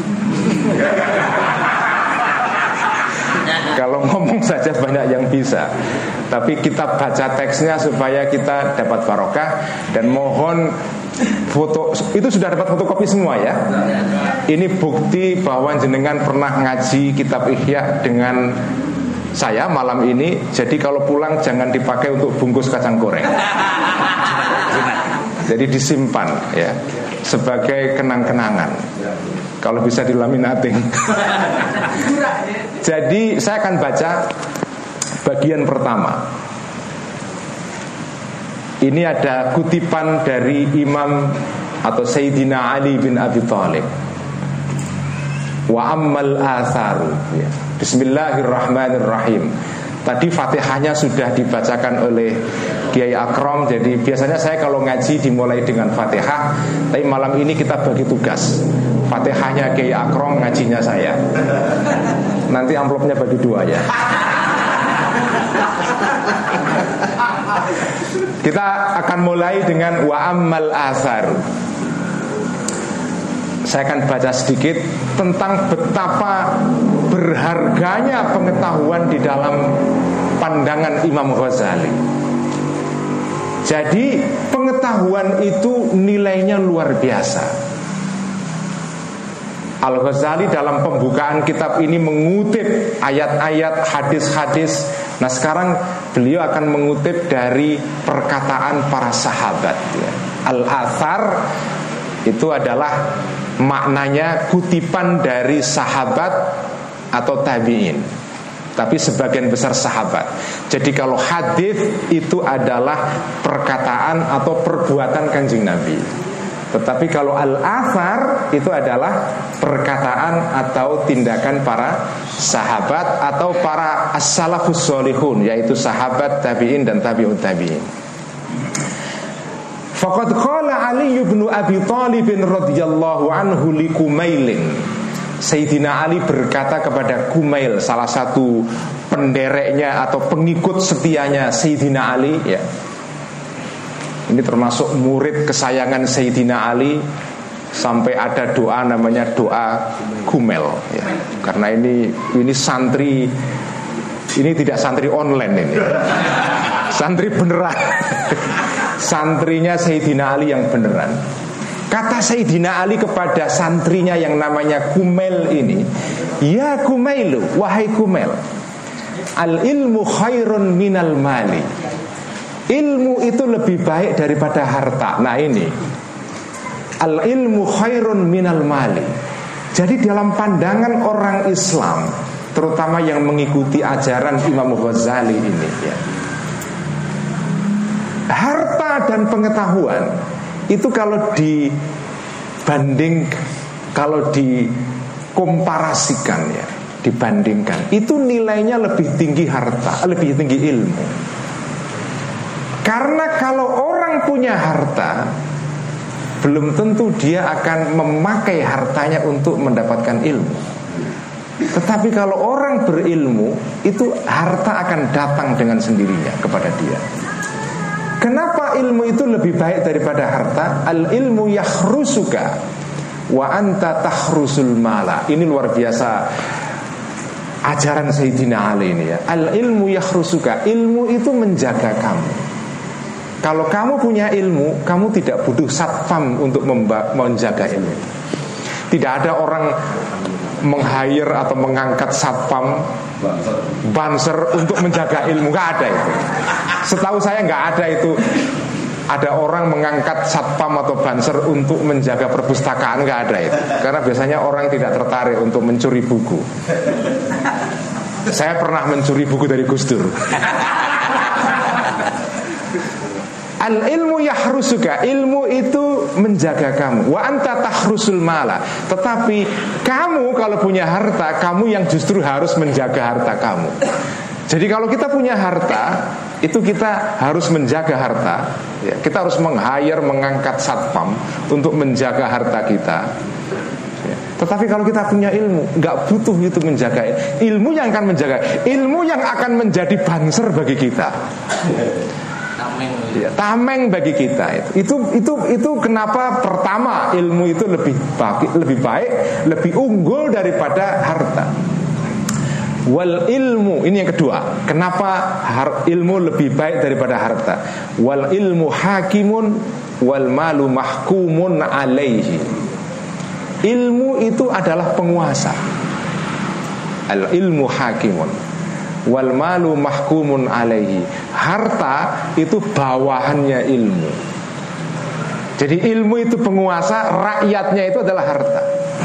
Kalau ngomong saja banyak yang bisa. Tapi kita baca teksnya supaya kita dapat barokah. Dan mohon foto, itu sudah dapat fotokopi semua ya. Ini bukti bahwa jenengan pernah ngaji kitab Ihya dengan saya malam ini. Jadi kalau pulang jangan dipakai untuk bungkus kacang goreng. Jadi disimpan ya, sebagai kenang-kenangan. Kalau bisa dilaminating. Jadi saya akan baca bagian pertama. Ini ada kutipan dari Imam atau Sayyidina Ali bin Abi Thalib. Wa ammal atharu ya. Bismillahirrahmanirrahim. Tadi Fatihahnya sudah dibacakan oleh Kiai Akram. Jadi biasanya saya kalau ngaji dimulai dengan Fatihah, tapi malam ini kita bagi tugas. Fatihahnya Kiai Akram, ngajinya saya. Nanti amplopnya bagi dua ya. Kita akan mulai dengan wa ammal athar. Saya akan baca sedikit tentang betapa berharganya pengetahuan di dalam pandangan Imam Ghazali. Jadi pengetahuan itu nilainya luar biasa. Al-Ghazali dalam pembukaan kitab ini mengutip ayat-ayat, hadis-hadis. Nah sekarang beliau akan mengutip dari perkataan para sahabat ya. Al-athar itu adalah maknanya kutipan dari sahabat atau tabi'in, tapi sebagian besar sahabat. Jadi kalau hadis itu adalah perkataan atau perbuatan Kanjeng Nabi. Tetapi kalau al-athar itu adalah perkataan atau tindakan para sahabat atau para as-salafus sholihun, yaitu sahabat, tabi'in dan tabi'ut tabi'in. Faqad qala Ali bin Abi Thalib radhiyallahu anhu li Kumailin. Sayyidina Ali berkata kepada Kumail, salah satu pendereknya atau pengikut setianya Sayyidina Ali ya. Ini termasuk murid kesayangan Sayyidina Ali. Sampai ada doa namanya doa Kumail ya. Karena ini ini santri, ini tidak santri online ini. Santri beneran. Santrinya Sayyidina Ali yang beneran. Kata Sayyidina Ali kepada santrinya yang namanya Kumail ini, ya Kumailu, wahai Kumail, al ilmu khairun minal mali. Ilmu itu lebih baik daripada harta. Nah ini, al ilmu khairun minal mali. Jadi dalam pandangan orang Islam, terutama yang mengikuti ajaran Imam Ghazali ini ya, harta dan pengetahuan itu kalau dibanding, kalau dikomparasikan ya, dibandingkan, itu nilainya lebih tinggi harta, lebih tinggi ilmu. Karena kalau orang punya harta, belum tentu dia akan memakai hartanya untuk mendapatkan ilmu. Tetapi kalau orang berilmu, itu harta akan datang dengan sendirinya kepada dia. Kenapa ilmu itu lebih baik daripada harta? Al ilmu yakhrusuka wa anta takhrusul mala. Ini luar biasa ajaran Sayyidina Ali ini ya. Al ilmu yakhrusuka, ilmu itu menjaga kamu. Kalau kamu punya ilmu, kamu tidak butuh satpam untuk memba- menjaga ilmu. Tidak ada orang meng-hire atau mengangkat satpam banser untuk menjaga ilmu, nggak ada itu. Setahu saya nggak ada itu. Ada orang mengangkat satpam atau banser untuk menjaga perpustakaan, nggak ada itu. Karena biasanya orang tidak tertarik untuk mencuri buku. Saya pernah mencuri buku dari Gus Dur. Al ilmu yahrusuka, ilmu itu menjaga kamu. Wa anta tahrusul mala. Tetapi kamu kalau punya harta, kamu yang justru harus menjaga harta kamu. Jadi kalau kita punya harta, itu kita harus menjaga harta ya, kita harus meng-hire, mengangkat satpam untuk menjaga harta kita ya. Tetapi kalau kita punya ilmu, nggak butuh itu menjaga. Ilmu yang akan menjaga, ilmu yang akan menjadi banser bagi kita ya, tameng bagi kita. Itu itu itu kenapa pertama ilmu itu lebih baik, lebih baik, lebih unggul daripada harta. Wal ilmu, ini yang kedua. Kenapa har, ilmu lebih baik daripada harta? Wal ilmu hakimun wal malu mahkumun alaihi. Ilmu itu adalah penguasa. Al ilmu hakimun wal malu mahkumun alaihi. Harta itu bawahannya ilmu. Jadi ilmu itu penguasa, rakyatnya itu adalah harta.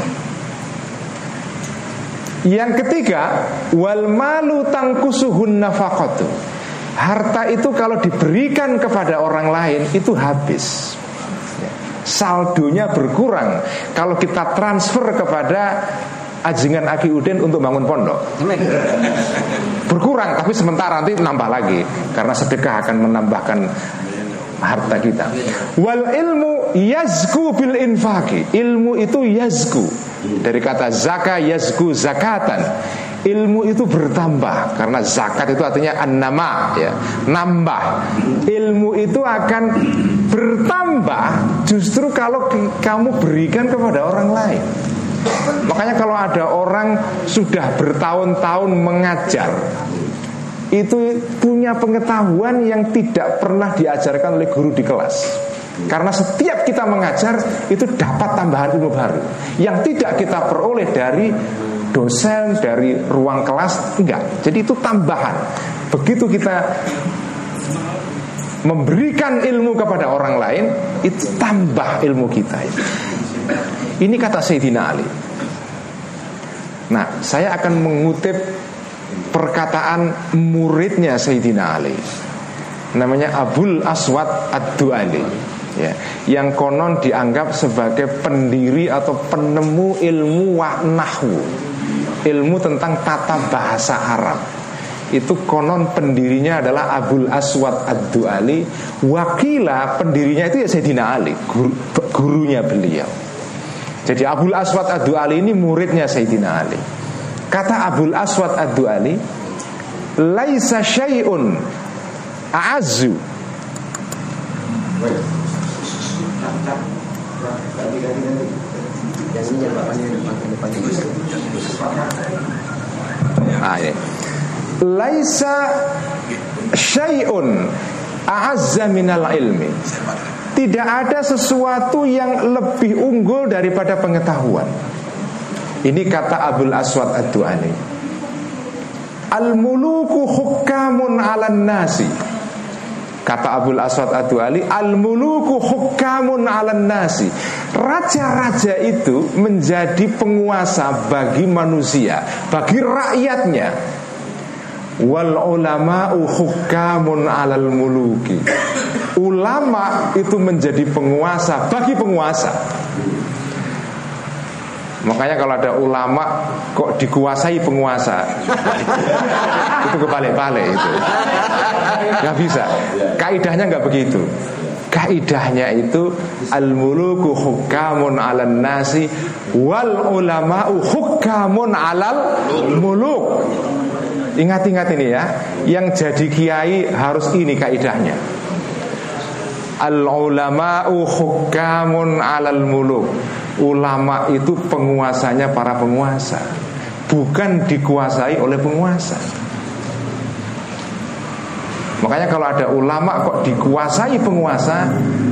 Yang ketiga, wal malu tangkusuhun nafaqatu. Harta itu kalau diberikan kepada orang lain itu habis. Saldonya berkurang kalau kita transfer kepada ajengan Aki Udin untuk bangun pondok. Berkurang, tapi sementara nanti nambah lagi karena sedekah akan menambahkan harta kita. Wal ilmu yazku bil infaki. Ilmu itu yazku, dari kata zaka yazku zakatan. Ilmu itu bertambah karena zakat itu artinya an-nama ya, nambah. Ilmu itu akan bertambah justru kalau kamu berikan kepada orang lain. Makanya kalau ada orang sudah bertahun-tahun mengajar, itu punya pengetahuan yang tidak pernah diajarkan oleh guru di kelas. Karena setiap kita mengajar itu dapat tambahan ilmu baru yang tidak kita peroleh dari dosen, dari ruang kelas, enggak. Jadi itu tambahan. Begitu kita memberikan ilmu kepada orang lain, itu tambah ilmu kita. Ini kata Sayyidina Ali. Nah, saya akan mengutip perkataan muridnya Sayyidina Ali, namanya Abul Aswad Ad-Du'ali ya, yang konon dianggap sebagai pendiri atau penemu ilmu nahwu, ilmu tentang tata bahasa Arab. Itu konon pendirinya adalah Abul Aswad Ad-Du'ali. Wakila pendirinya itu ya Sayyidina Ali, guru, gurunya beliau. Jadi Abul Aswad Ad-Du'ali ini muridnya Sayyidina Ali. Kata Abul Aswad Ad-Du'ali, laisa syai'un a'azzu ah, ya. Laisa syai'un a'azza minal ilmi. Tidak ada sesuatu yang lebih unggul daripada pengetahuan. Ini kata Abul Aswad Ad-Du'ali. Al-muluku hukamun 'alan nasi. Kata Abul Aswad Ad-Du'ali, al-muluku hukamun 'alan nasi. Raja-raja itu menjadi penguasa bagi manusia, bagi rakyatnya. Wal ulama'u hukamun 'alal muluki. Ulama itu menjadi penguasa bagi penguasa. Makanya kalau ada ulama kok dikuasai penguasa, itu kebalik-balik itu. Gak bisa. Kaidahnya gak begitu. Kaidahnya itu al-muluku hukamun 'alan nasi wal ulama'u hukamun 'alal muluk. Ingat-ingat ini ya, yang jadi kiai harus ini kaidahnya. Al-ulama'u hukamun 'alal muluk. Ulama itu penguasanya para penguasa, bukan dikuasai oleh penguasa. Makanya kalau ada ulama kok dikuasai penguasa,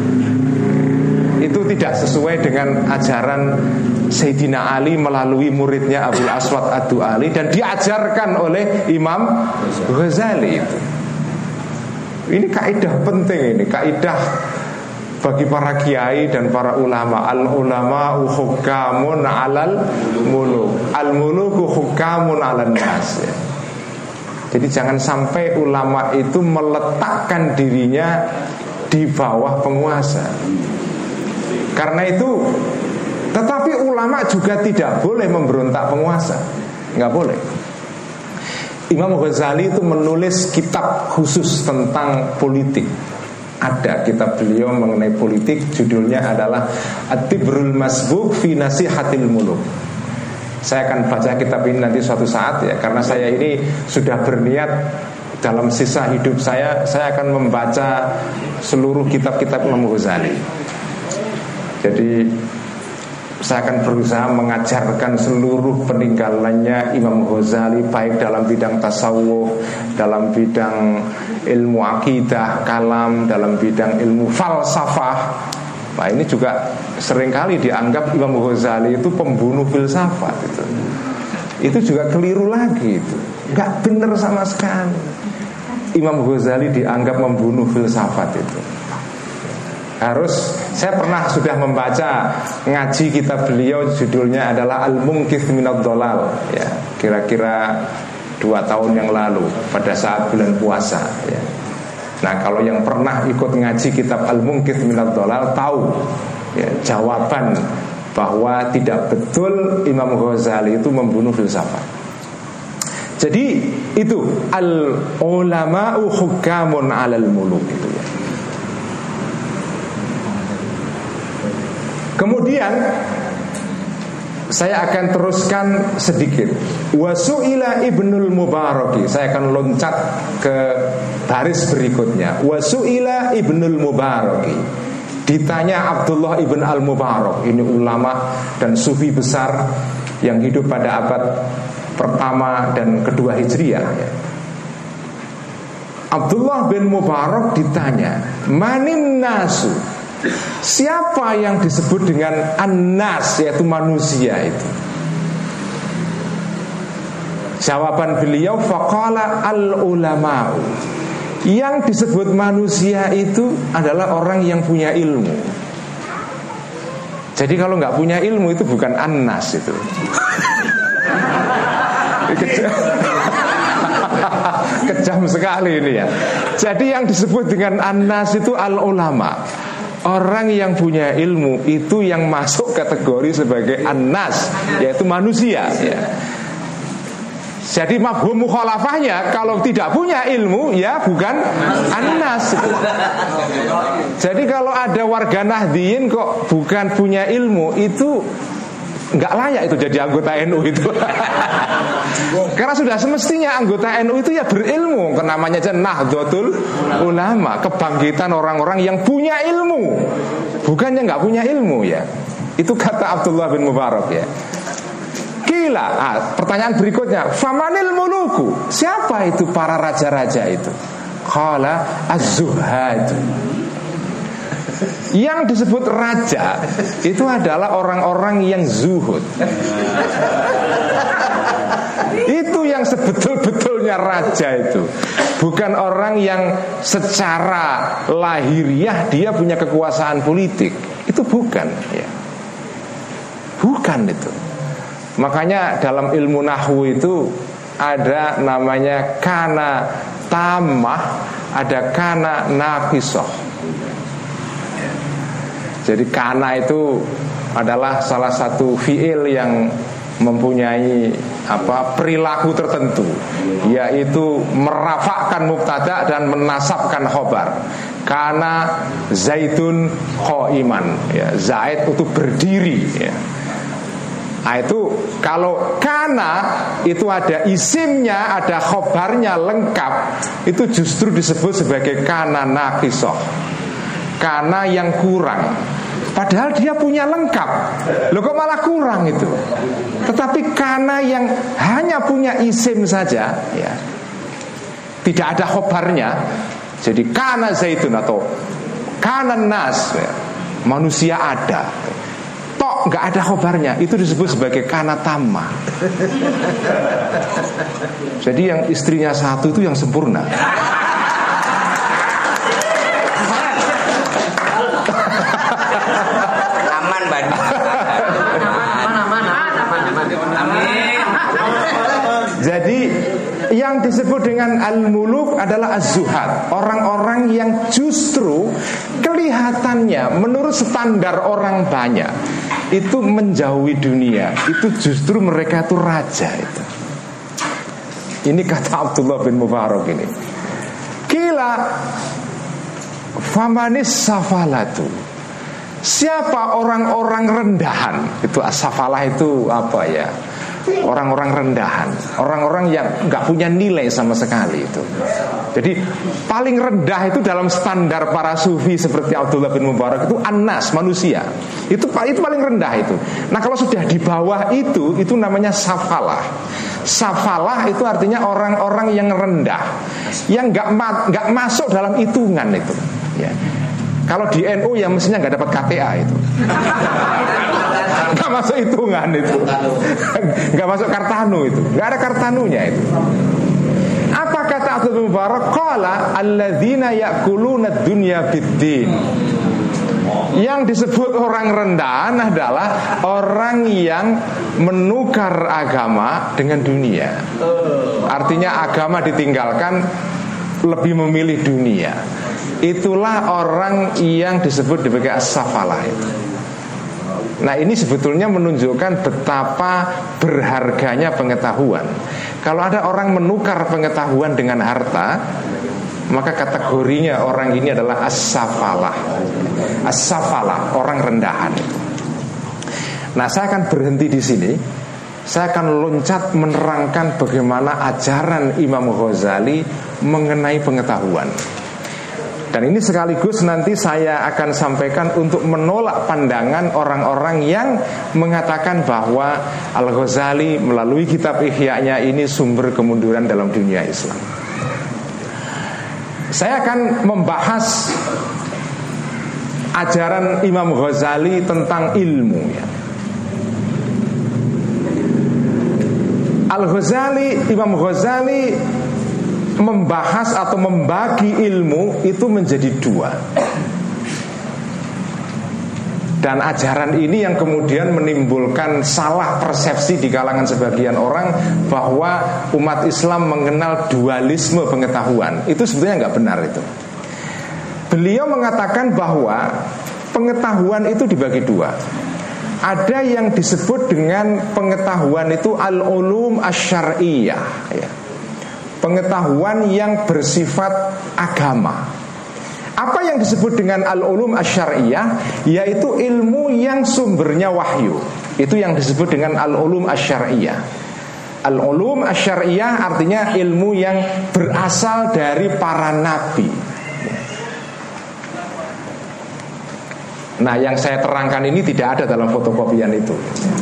itu tidak sesuai dengan ajaran Sayyidina Ali melalui muridnya Abul Aswad Ad-Du'ali dan diajarkan oleh Imam Ghazali itu. Ini kaidah penting, ini kaidah bagi para kiai dan para ulama. Al-ulama'u hukamun 'alal muluk. Al-muluku hukamun 'alan nas. Jadi jangan sampai ulama itu meletakkan dirinya di bawah penguasa. Karena itu, tetapi ulama juga tidak boleh memberontak penguasa, nggak boleh. Imam Ghazali itu menulis kitab khusus tentang politik. Ada kitab beliau mengenai politik, judulnya adalah At-Tibrul Masbuk fi Nasihatil Muluk. Saya akan baca kitab ini nanti suatu saat ya, karena saya ini sudah berniat dalam sisa hidup saya, saya akan membaca seluruh kitab-kitab Imam Ghazali. Jadi saya akan berusaha mengajarkan seluruh peninggalannya Imam Ghazali, baik dalam bidang tasawuf, dalam bidang ilmu akidah, kalam, dalam bidang ilmu falsafah. Nah ini juga seringkali dianggap Imam Ghazali itu pembunuh filsafat itu. Itu juga keliru lagi itu. Gak benar sama sekali Imam Ghazali dianggap membunuh filsafat itu. Harus, saya pernah sudah membaca ngaji kitab beliau, judulnya adalah Al-Munqidh Minad Dhalal ya, kira-kira dua tahun yang lalu pada saat bulan puasa ya. Nah kalau yang pernah ikut ngaji kitab Al-Munqidh Minad Dhalal tahu ya, jawaban bahwa tidak betul Imam Ghazali itu membunuh filsafat. Jadi itu al-ulama'u hukamun 'alal muluk itu ya. Kemudian saya akan teruskan sedikit. Wasu'ila Ibnul Mubaraki. Saya akan loncat ke baris berikutnya. Wasu'ila Ibnul Mubaraki. Ditanya Abdullah ibn al-Mubarak. Ini ulama dan sufi besar yang hidup pada abad pertama dan kedua Hijriah. Abdullah bin Mubarak ditanya, manin nasu, siapa yang disebut dengan an-nas, yaitu manusia itu? Jawaban beliau, faqala al-ulama'u, yang disebut manusia itu adalah orang yang punya ilmu. Jadi kalau nggak punya ilmu itu bukan an-nas itu. Kejam. Kejam sekali ini ya. Jadi yang disebut dengan an-nas itu al-ulama. Orang yang punya ilmu itu yang masuk kategori sebagai an-nas, yaitu manusia ya. Jadi mafhum mukhalafahnya, kalau tidak punya ilmu ya bukan an-nas itu. Jadi kalau ada warga Nahdliyin kok bukan punya ilmu, itu nggak layak itu jadi anggota N U itu. Karena sudah semestinya anggota N U itu ya berilmu. Namanya aja Nahdlatul Ulama, kebangkitan orang-orang yang punya ilmu, bukan yang nggak punya ilmu ya. Itu kata Abdullah bin Mubarak ya. Kila, ah, pertanyaan berikutnya, famanil muluku, siapa itu para raja-raja itu? Qala az-zuhad. Yang disebut raja itu adalah orang-orang yang zuhud. Itu yang sebetul-betulnya raja itu. Bukan orang yang secara lahiriah dia punya kekuasaan politik. Itu bukan ya. Bukan itu. Makanya dalam ilmu nahwu itu ada namanya kana tamah, ada kana naqisah. Jadi kana itu adalah salah satu fiil yang mempunyai apa perilaku tertentu, yaitu merafakkan mubtada dan menasabkan khobar. Kana zaitun qaiman ya, Zaid itu berdiri ya. Nah itu kalau kana itu ada isimnya, ada khobarnya lengkap, itu justru disebut sebagai kana naqisah, kana yang kurang. Padahal dia punya lengkap, loh kok malah kurang itu. Tetapi kana yang hanya punya isim saja ya, tidak ada khobarnya, jadi kana zaitun atau kana nas ya, manusia ada, tok nggak ada khobarnya, itu disebut sebagai kana tamah. Jadi yang istrinya satu itu yang sempurna. Aman Bani. Jadi yang Yang disebut dengan al-muluk adalah az-zuhad, orang-orang yang justru kelihatannya menurut standar orang banyak itu menjauhi dunia, itu justru mereka itu raja itu. Ini kata Abdullah bin Mubarak ini. Kila famanis safalatu, siapa orang-orang rendahan? Itu as-safalah itu apa ya? Orang-orang rendahan, orang-orang yang nggak punya nilai sama sekali itu. Jadi paling rendah itu dalam standar para sufi seperti Abdullah bin Mubarak itu anas, manusia. Itu itu paling rendah itu. Nah kalau sudah di bawah itu, itu namanya safalah. Safalah itu artinya orang-orang yang rendah, yang nggak nggak masuk dalam hitungan itu. Ya. Kalau di N U ya mestinya nggak dapat K T A itu. Nggak masuk hitungan itu, nggak masuk kartanu itu, nggak ada kartanunya itu. Apa kata Abdul Mubarak? Qala alladzina ya'kuluna ad-dunya bid-din. Yang disebut orang rendahan adalah orang yang menukar agama dengan dunia. Artinya agama ditinggalkan, lebih memilih dunia. Itulah orang yang disebut sebagai as-safalah itu. Nah ini sebetulnya menunjukkan betapa berharganya pengetahuan. Kalau ada orang menukar pengetahuan dengan harta, maka kategorinya orang ini adalah as-safalah. As-safalah, orang rendahan. Nah saya akan berhenti di sini. Saya akan loncat menerangkan bagaimana ajaran Imam Ghazali mengenai pengetahuan. Dan ini sekaligus nanti saya akan sampaikan untuk menolak pandangan orang-orang yang mengatakan bahwa Al-Ghazali melalui kitab Ihya-nya ini sumber kemunduran dalam dunia Islam. Saya akan membahas ajaran Imam Ghazali tentang ilmu ya. Al-Ghazali, Imam Ghazali membahas atau membagi ilmu itu menjadi dua. Dan ajaran ini yang kemudian menimbulkan salah persepsi di kalangan sebagian orang bahwa umat Islam mengenal dualisme pengetahuan. Itu sebetulnya nggak benar itu. Beliau mengatakan bahwa pengetahuan itu dibagi dua. Ada yang disebut dengan pengetahuan itu al-ulum asy-syar'iyyah ya. Pengetahuan yang bersifat agama. Apa yang disebut dengan al-ulum asy-syar'iyyah? Yaitu ilmu yang sumbernya wahyu. Itu yang disebut dengan al-ulum asy-syar'iyyah. Al-ulum asy-syar'iyyah artinya ilmu yang berasal dari para nabi. Nah yang saya terangkan ini tidak ada dalam fotokopian itu.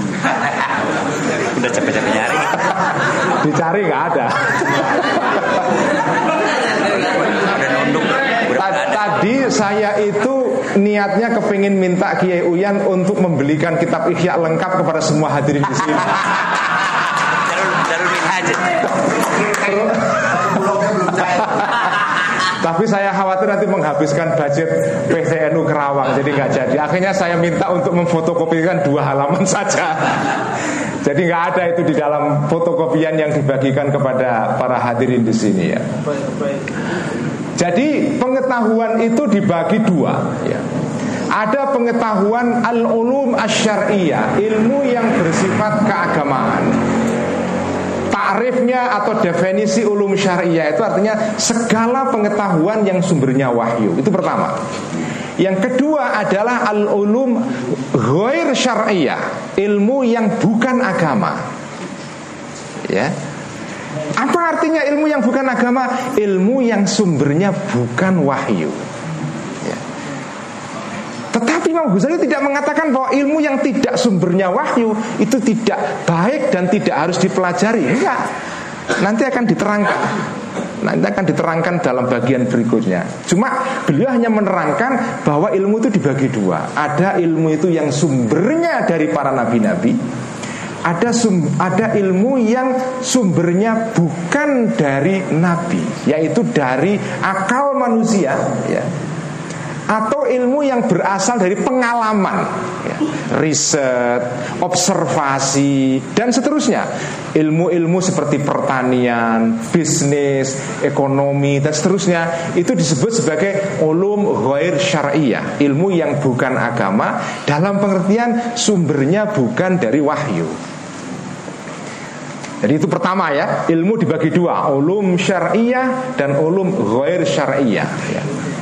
Udah capek-capek nyari. Dicari nggak ada. Tadi saya itu niatnya kepingin minta Kiai Uyan untuk membelikan kitab Ihya lengkap kepada semua hadirin di sini. Tapi saya khawatir nanti menghabiskan budget P C N U Kerawang, jadi nggak jadi. Akhirnya saya minta untuk memfotokopikan dua halaman saja. Jadi nggak ada itu di dalam fotokopian yang dibagikan kepada para hadirin di sini ya. Jadi pengetahuan itu dibagi dua ya. Ada pengetahuan al-ulum asy-syar'iyyah, ilmu yang bersifat keagamaan. Ta'rifnya atau definisi ulum syariah itu artinya segala pengetahuan yang sumbernya wahyu. Itu pertama. Yang kedua adalah al-ulum ghair syar'iyyah, ilmu yang bukan agama. Ya. Apa artinya ilmu yang bukan agama? Ilmu yang sumbernya bukan wahyu. Ya. Tetapi Imam Ghazali tidak mengatakan bahwa ilmu yang tidak sumbernya wahyu itu tidak baik dan tidak harus dipelajari. Enggak. Nanti akan diterangkan. Nanti akan diterangkan dalam bagian berikutnya. Cuma beliau hanya menerangkan bahwa ilmu itu dibagi dua. Ada ilmu itu yang sumbernya dari para nabi-nabi. Ada sum, ada ilmu yang sumbernya bukan dari nabi, yaitu dari akal manusia ya. atau ilmu yang berasal dari pengalaman, ya, riset, observasi, dan seterusnya. Ilmu-ilmu seperti pertanian, bisnis, ekonomi, dan seterusnya itu disebut sebagai ulum ghair syar'iyah, ilmu yang bukan agama, dalam pengertian sumbernya bukan dari wahyu. Jadi itu pertama ya, ilmu dibagi dua, ulum syar'iyah dan ulum ghair syar'iyah ya.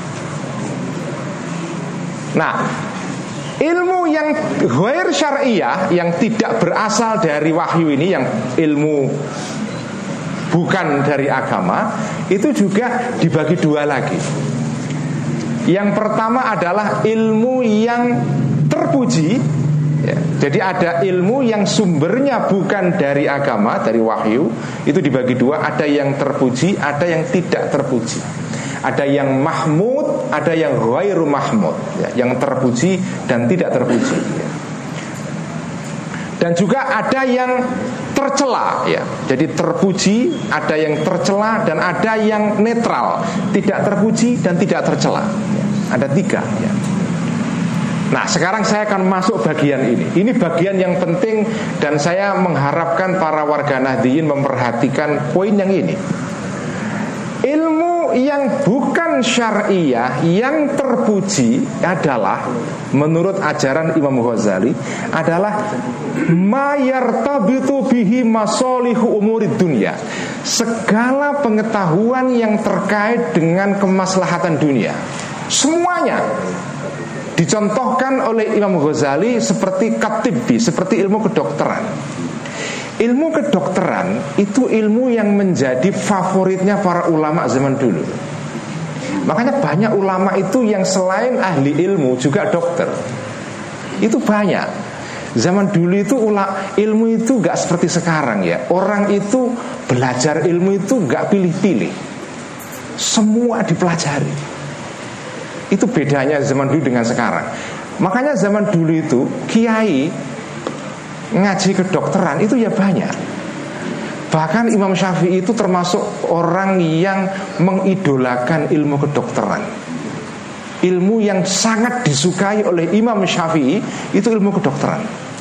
Nah, ilmu yang ghair syar'iyah, yang tidak berasal dari wahyu ini, yang ilmu bukan dari agama, itu juga dibagi dua lagi. Yang pertama adalah ilmu yang terpuji ya. Jadi ada ilmu yang sumbernya bukan dari agama, dari wahyu, itu dibagi dua. Ada yang terpuji, ada yang tidak terpuji. Ada yang mahmud, ada yang ghairu mahmud ya, yang terpuji dan tidak terpuji ya. Dan juga ada yang tercela ya. Jadi terpuji, ada yang tercela, dan ada yang netral, tidak terpuji dan tidak tercela ya. Ada tiga ya. Nah, sekarang saya akan masuk bagian ini. Ini bagian yang penting, dan saya mengharapkan para warga Nahdliyin memperhatikan poin yang ini. Ilmu yang bukan syariah yang terpuji adalah, menurut ajaran Imam Ghazali, adalah ma yartabitu bihi masalihu umurid dunya, segala pengetahuan yang terkait dengan kemaslahatan dunia. Semuanya dicontohkan oleh Imam Ghazali seperti katibbi, seperti ilmu kedokteran. Ilmu kedokteran itu ilmu yang menjadi favoritnya para ulama zaman dulu. Makanya banyak ulama itu yang selain ahli ilmu juga dokter. Itu banyak. Zaman dulu itu ilmu itu gak seperti sekarang ya. Orang itu belajar ilmu itu gak pilih-pilih, semua dipelajari. Itu bedanya zaman dulu dengan sekarang. Makanya zaman dulu itu kiai ngaji kedokteran itu ya banyak. Bahkan Imam Syafi'i itu termasuk orang yang mengidolakan ilmu kedokteran. Ilmu yang sangat disukai oleh Imam Syafi'i itu ilmu kedokteran.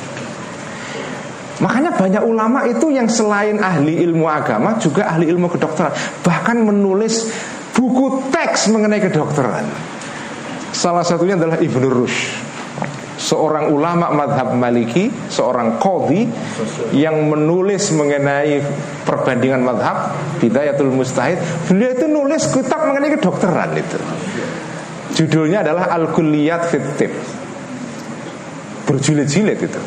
Makanya banyak ulama itu yang selain ahli ilmu agama juga ahli ilmu kedokteran, bahkan menulis buku teks mengenai kedokteran. Salah satunya adalah Ibnu Rushd, seorang ulama madhab Maliki, seorang qadhi yang menulis mengenai perbandingan madhab, Bidayatul Mujtahid. Beliau itu nulis kitab mengenai kedokteran itu. Judulnya adalah Al-Kulliyat fit Tib. Berjilid-jilid itu.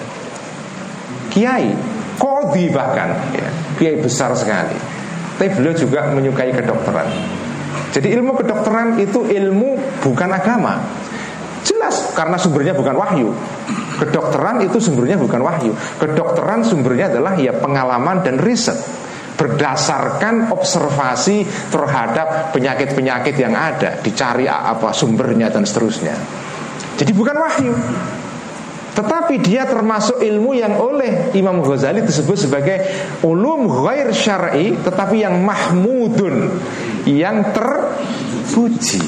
Kiai, qadhi bahkan ya, kiai besar sekali. Tapi beliau juga menyukai kedokteran. Jadi ilmu kedokteran itu ilmu bukan agama. Jelas, karena sumbernya bukan wahyu. Kedokteran itu sumbernya bukan wahyu. Kedokteran sumbernya adalah ya pengalaman dan riset, berdasarkan observasi terhadap penyakit-penyakit yang ada, dicari apa sumbernya dan seterusnya. Jadi bukan wahyu. Tetapi dia termasuk ilmu yang oleh Imam Ghazali disebut sebagai ulum ghair syar'i, tetapi yang mahmudun, yang terpuji.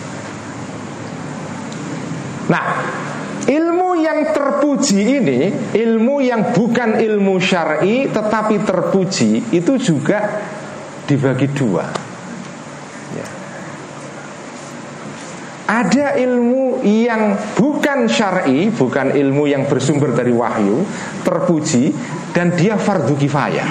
Nah, ilmu yang terpuji ini, ilmu yang bukan ilmu syar'i tetapi terpuji, itu juga dibagi dua ya. Ada ilmu yang bukan syar'i, bukan ilmu yang bersumber dari wahyu, terpuji, dan dia fardu kifayah.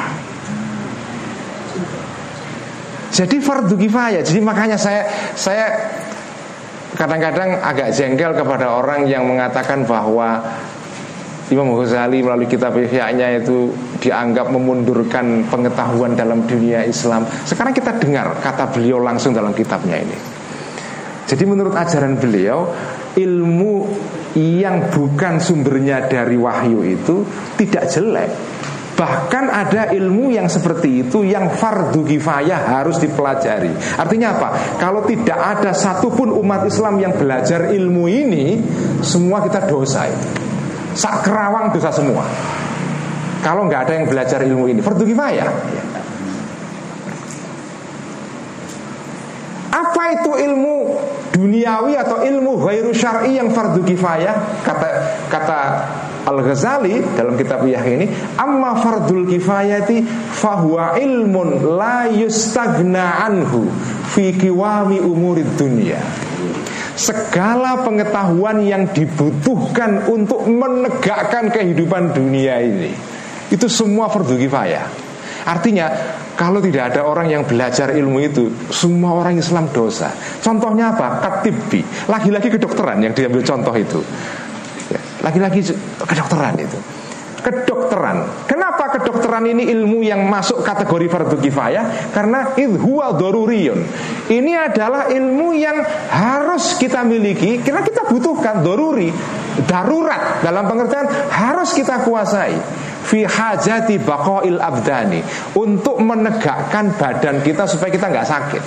Jadi fardu kifayah. Jadi makanya saya saya kadang-kadang agak jengkel kepada orang yang mengatakan bahwa Imam Ghazali melalui kitab Ihya-nya itu dianggap memundurkan pengetahuan dalam dunia Islam. Sekarang kita dengar kata beliau langsung dalam kitabnya ini. Jadi menurut ajaran beliau, ilmu yang bukan sumbernya dari wahyu itu tidak jelek. Bahkan ada ilmu yang seperti itu yang fardu kifayah harus dipelajari. Artinya apa? Kalau tidak ada satupun umat Islam yang belajar ilmu ini, semua kita dosa itu. Sak Kerawang dosa semua. Kalau nggak ada yang belajar ilmu ini, fardu kifayah. Apa itu ilmu duniawi atau ilmu ghairu syar'i yang fardu kifayah, kata kata Al-Ghazali dalam kitab Ihya ini, amma fardul kifayati fahuwa ilmun la yustagna anhu fi qiwami umurid dunya. Segala pengetahuan yang dibutuhkan untuk menegakkan kehidupan dunia ini, itu semua fardu kifayah. Artinya kalau tidak ada orang yang belajar ilmu itu, semua orang Islam dosa. Contohnya apa? Katibbi, lagi-lagi kedokteran yang diambil contoh itu. Lagi-lagi kedokteran itu. Kedokteran. Kenapa kedokteran ini ilmu yang masuk kategori fardu kifayah? Karena idhuwa doruriyun. Ini adalah ilmu yang harus kita miliki, karena kita butuhkan, doruri, darurat, dalam pengertian harus kita kuasai. Fi hajati baqail abdani, untuk menegakkan badan kita supaya kita nggak sakit.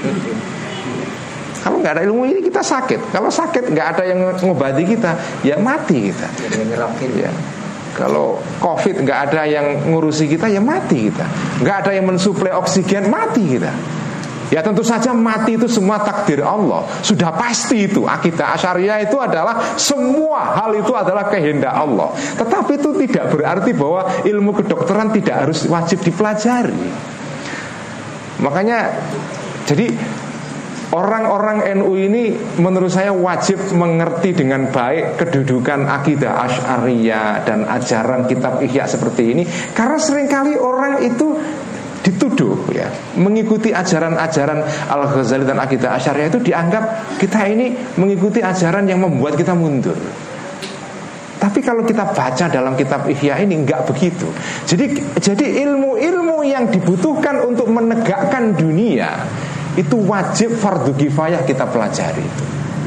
Kalau nggak ada ilmu ini kita sakit. Kalau sakit nggak ada yang ngobati kita, ya mati kita. Ya. Kalau COVID nggak ada yang ngurusi kita, ya mati kita. Nggak ada yang mensuplai oksigen, mati kita. Ya tentu saja mati itu semua takdir Allah. Sudah pasti itu. Akidah Asy'ariyah itu adalah semua hal itu adalah kehendak Allah. Tetapi itu tidak berarti bahwa ilmu kedokteran tidak harus wajib dipelajari. Makanya jadi orang-orang N U ini menurut saya wajib mengerti dengan baik kedudukan akidah Asy'ariyah dan ajaran kitab Ihya seperti ini. Karena seringkali orang itu dituduh ya, mengikuti ajaran-ajaran Al-Ghazali dan akidah Asy'ariyah itu dianggap kita ini mengikuti ajaran yang membuat kita mundur. Tapi kalau kita baca dalam kitab Ihya ini enggak begitu. Jadi jadi ilmu-ilmu yang dibutuhkan untuk menegakkan dunia itu wajib fardu kifayah kita pelajari itu.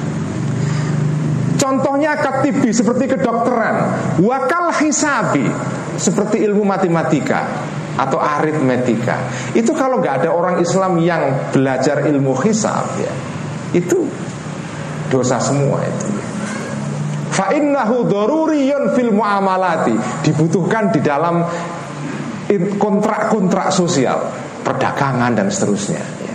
Contohnya katibi seperti kedokteran, wakal hisabi seperti ilmu matematika atau aritmetika. Itu kalau nggak ada orang Islam yang belajar ilmu hisab ya, itu dosa semua itu. Fa innahu daruriyun fil muamalati, dibutuhkan di dalam kontrak-kontrak sosial, perdagangan dan seterusnya ya.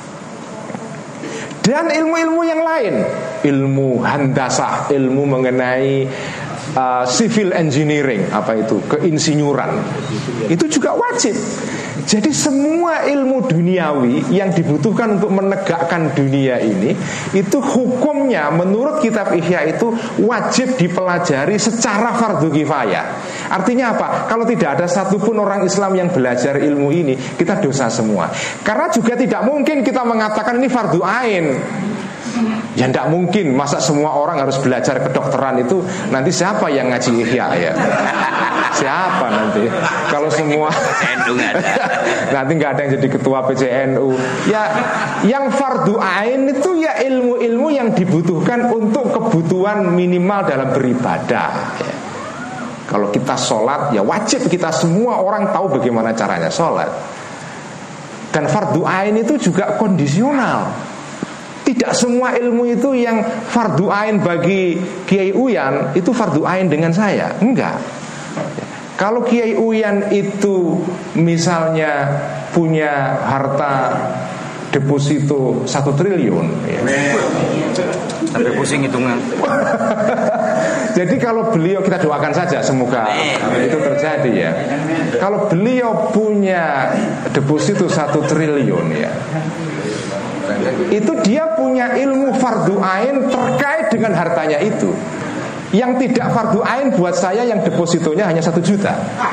Dan ilmu-ilmu yang lain, ilmu handasah, ilmu mengenai uh, civil engineering, apa itu, keinsinyuran, itu juga wajib. Jadi semua ilmu duniawi yang dibutuhkan untuk menegakkan dunia ini, itu hukumnya menurut kitab Ihya itu wajib dipelajari secara fardu kifayah. Artinya apa? Kalau tidak ada satupun orang Islam yang belajar ilmu ini, kita dosa semua. Karena juga tidak mungkin kita mengatakan ini fardu ain. Ya tidak mungkin, masa semua orang harus belajar kedokteran itu. Nanti siapa yang ngaji Ihya ya? Siapa nanti? Kalau semua nanti nggak ada yang jadi ketua P C N U. Ya, yang fardu ain itu ya ilmu-ilmu yang dibutuhkan untuk kebutuhan minimal dalam beribadah ya. Kalau kita sholat, ya wajib kita semua orang tahu bagaimana caranya sholat. Dan fardu ain itu juga kondisional. Tidak semua ilmu itu yang fardu ain bagi Kiai Uyan itu fardu ain dengan saya. Enggak. Kalau Kiai Uyan itu misalnya punya harta deposito satu triliun ya. Sampai pusing hitungan. Jadi kalau beliau, kita doakan saja semoga itu terjadi ya. Kalau beliau punya deposito satu triliun ya, itu dia punya ilmu fardu ain terkait dengan hartanya itu. Yang tidak fardu ain buat saya yang depositonya hanya satu juta.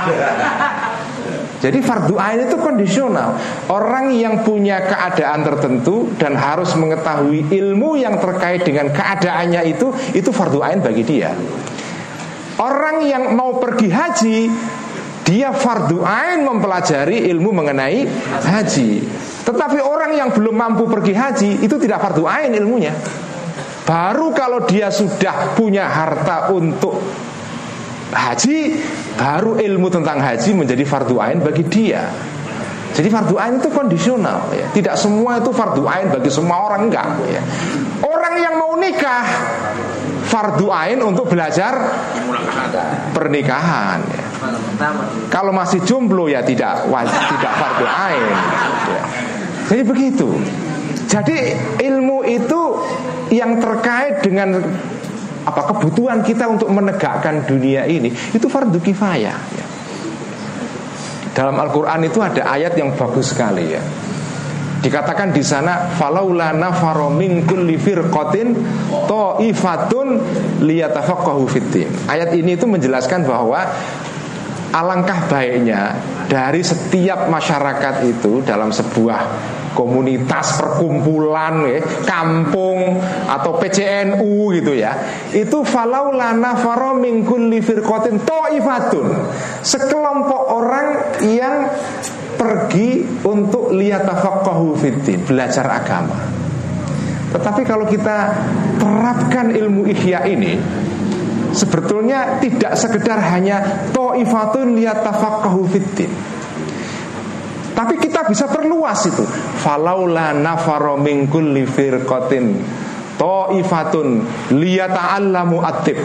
Jadi fardu ain itu kondisional. Orang yang punya keadaan tertentu dan harus mengetahui ilmu yang terkait dengan keadaannya itu, itu fardu ain bagi dia. Orang yang mau pergi haji, dia fardu ain mempelajari ilmu mengenai haji. Tetapi orang yang belum mampu pergi haji, itu tidak fardu ain ilmunya. Baru kalau dia sudah punya harta untuk haji, baru ilmu tentang haji menjadi fardu ain bagi dia. Jadi fardu ain itu kondisional ya. Tidak semua itu fardu ain bagi semua orang, enggak ya. Orang yang mau nikah, fardu ain untuk belajar pernikahan ya. Kalau masih jomblo ya tidak wajib, tidak fardu ain ya. Jadi begitu. Jadi ilmu itu yang terkait dengan apa kebutuhan kita untuk menegakkan dunia ini itu fardu kifayah ya. Dalam Al-Quran itu ada ayat yang bagus sekali ya. Dikatakan di sana falaula nafara min kulli firqatin ta'ifatun liyatafaqahu fiddin. Ayat ini itu menjelaskan bahwa alangkah baiknya dari setiap masyarakat itu dalam sebuah komunitas perkumpulan ya, kampung atau P C N U gitu ya. Itu falaula nafara min kulli firqatin ta'ifatun. Sekelompok orang yang pergi untuk liyatafaqahu fiddin, belajar agama. Tetapi kalau kita terapkan ilmu ihya ini, sebetulnya tidak sekedar hanya ta'ifatun liyatafaqahu fiddin, tapi kita bisa perluas itu. Falaula nafara min kulli firqatin ta'ifatun liyata'allamu at-tib.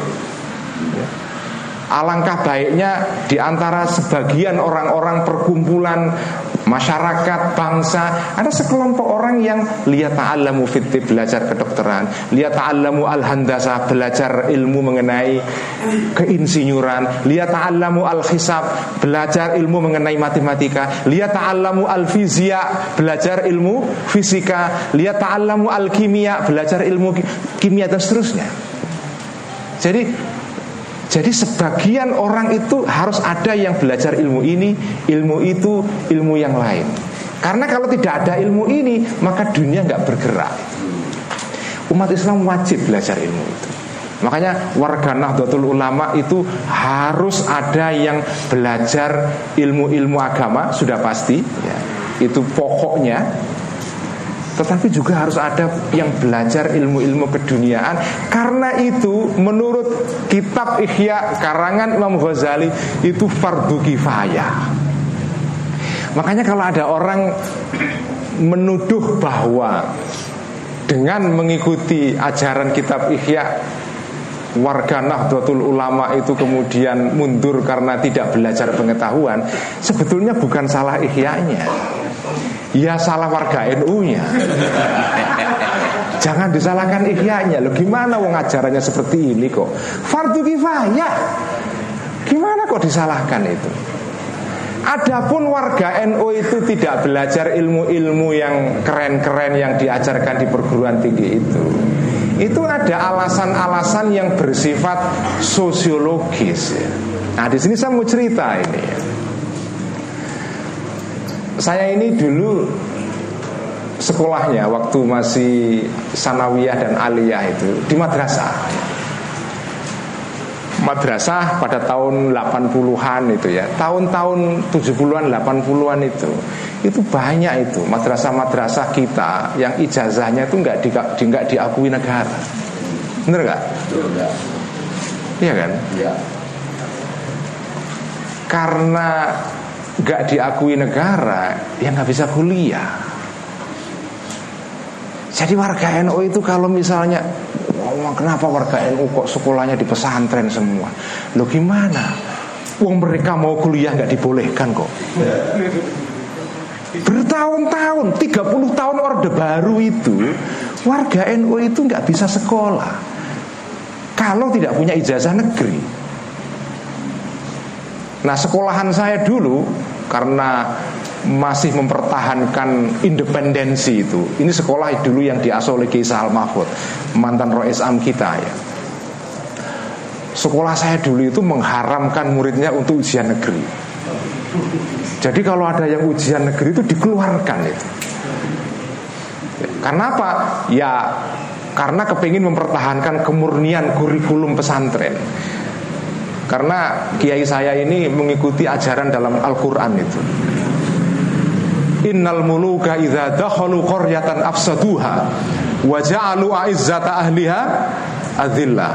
Alangkah baiknya di antara sebagian orang-orang perkumpulan masyarakat bangsa ada sekelompok orang yang liyata'allamu fittib, belajar kedokteran, liyata'allamu al-handasah, belajar ilmu mengenai keinsinyuran, liyata'allamu al-hisab, belajar ilmu mengenai matematika, liyata'allamu al-fizia, belajar ilmu fisika, liyata'allamu al-kimia, belajar ilmu kimia dan seterusnya. Jadi Jadi sebagian orang itu harus ada yang belajar ilmu ini, ilmu itu, ilmu yang lain. Karena kalau tidak ada ilmu ini, maka dunia nggak bergerak. Umat Islam wajib belajar ilmu itu. Makanya warga Nahdlatul Ulama itu harus ada yang belajar ilmu-ilmu agama, sudah pasti ya. Itu pokoknya. Tetapi juga harus ada yang belajar ilmu-ilmu keduniaan. Karena itu menurut kitab Ihya karangan Imam Ghazali itu fardu kifayah. Makanya kalau ada orang menuduh bahwa dengan mengikuti ajaran kitab Ihya warga Nahdlatul Ulama itu kemudian mundur karena tidak belajar pengetahuan, sebetulnya bukan salah Ihya-nya, ya salah warga N U-nya. Jangan disalahkan Ihya-nya. Loh gimana wong ajarannya seperti ini kok fardu kifayah? Gimana kok disalahkan itu? Adapun warga N U itu tidak belajar ilmu-ilmu yang keren-keren yang diajarkan di perguruan tinggi itu. Itu ada alasan-alasan yang bersifat sosiologis ya. Nah di sini saya mau cerita ini. Saya ini dulu sekolahnya waktu masih sanawiyah dan aliyah itu di madrasah. Madrasah pada tahun delapan puluhan itu ya. Tahun-tahun tujuh puluhan, delapan puluhan itu. Itu banyak itu madrasah-madrasah kita yang ijazahnya itu enggak di, enggak diakui negara. Bener enggak? Iya kan? Iya. Karena enggak diakui negara, ya enggak bisa kuliah. Jadi warga N U itu kalau misalnya, oh, kenapa warga N U kok sekolahnya di pesantren semua? Loh gimana? Wong mereka mau kuliah nggak dibolehkan kok. Bertahun-tahun, tiga puluh tahun Orde Baru itu warga N U itu nggak bisa sekolah kalau tidak punya ijazah negeri. Nah sekolahan saya dulu karena masih mempertahankan independensi itu. Ini sekolah dulu yang diasuh oleh Kiai Sahal Mahfud, mantan Rois Am kita ya. Sekolah saya dulu itu mengharamkan muridnya untuk ujian negeri. Jadi kalau ada yang ujian negeri itu dikeluarkan itu. Karena apa? Ya karena kepingin mempertahankan kemurnian kurikulum pesantren. Karena kiai saya ini mengikuti ajaran dalam Al-Quran itu. Innal muluka idza dakhalu qaryatan afsaduha wa ja'alu a'izzata ahliha adzillah.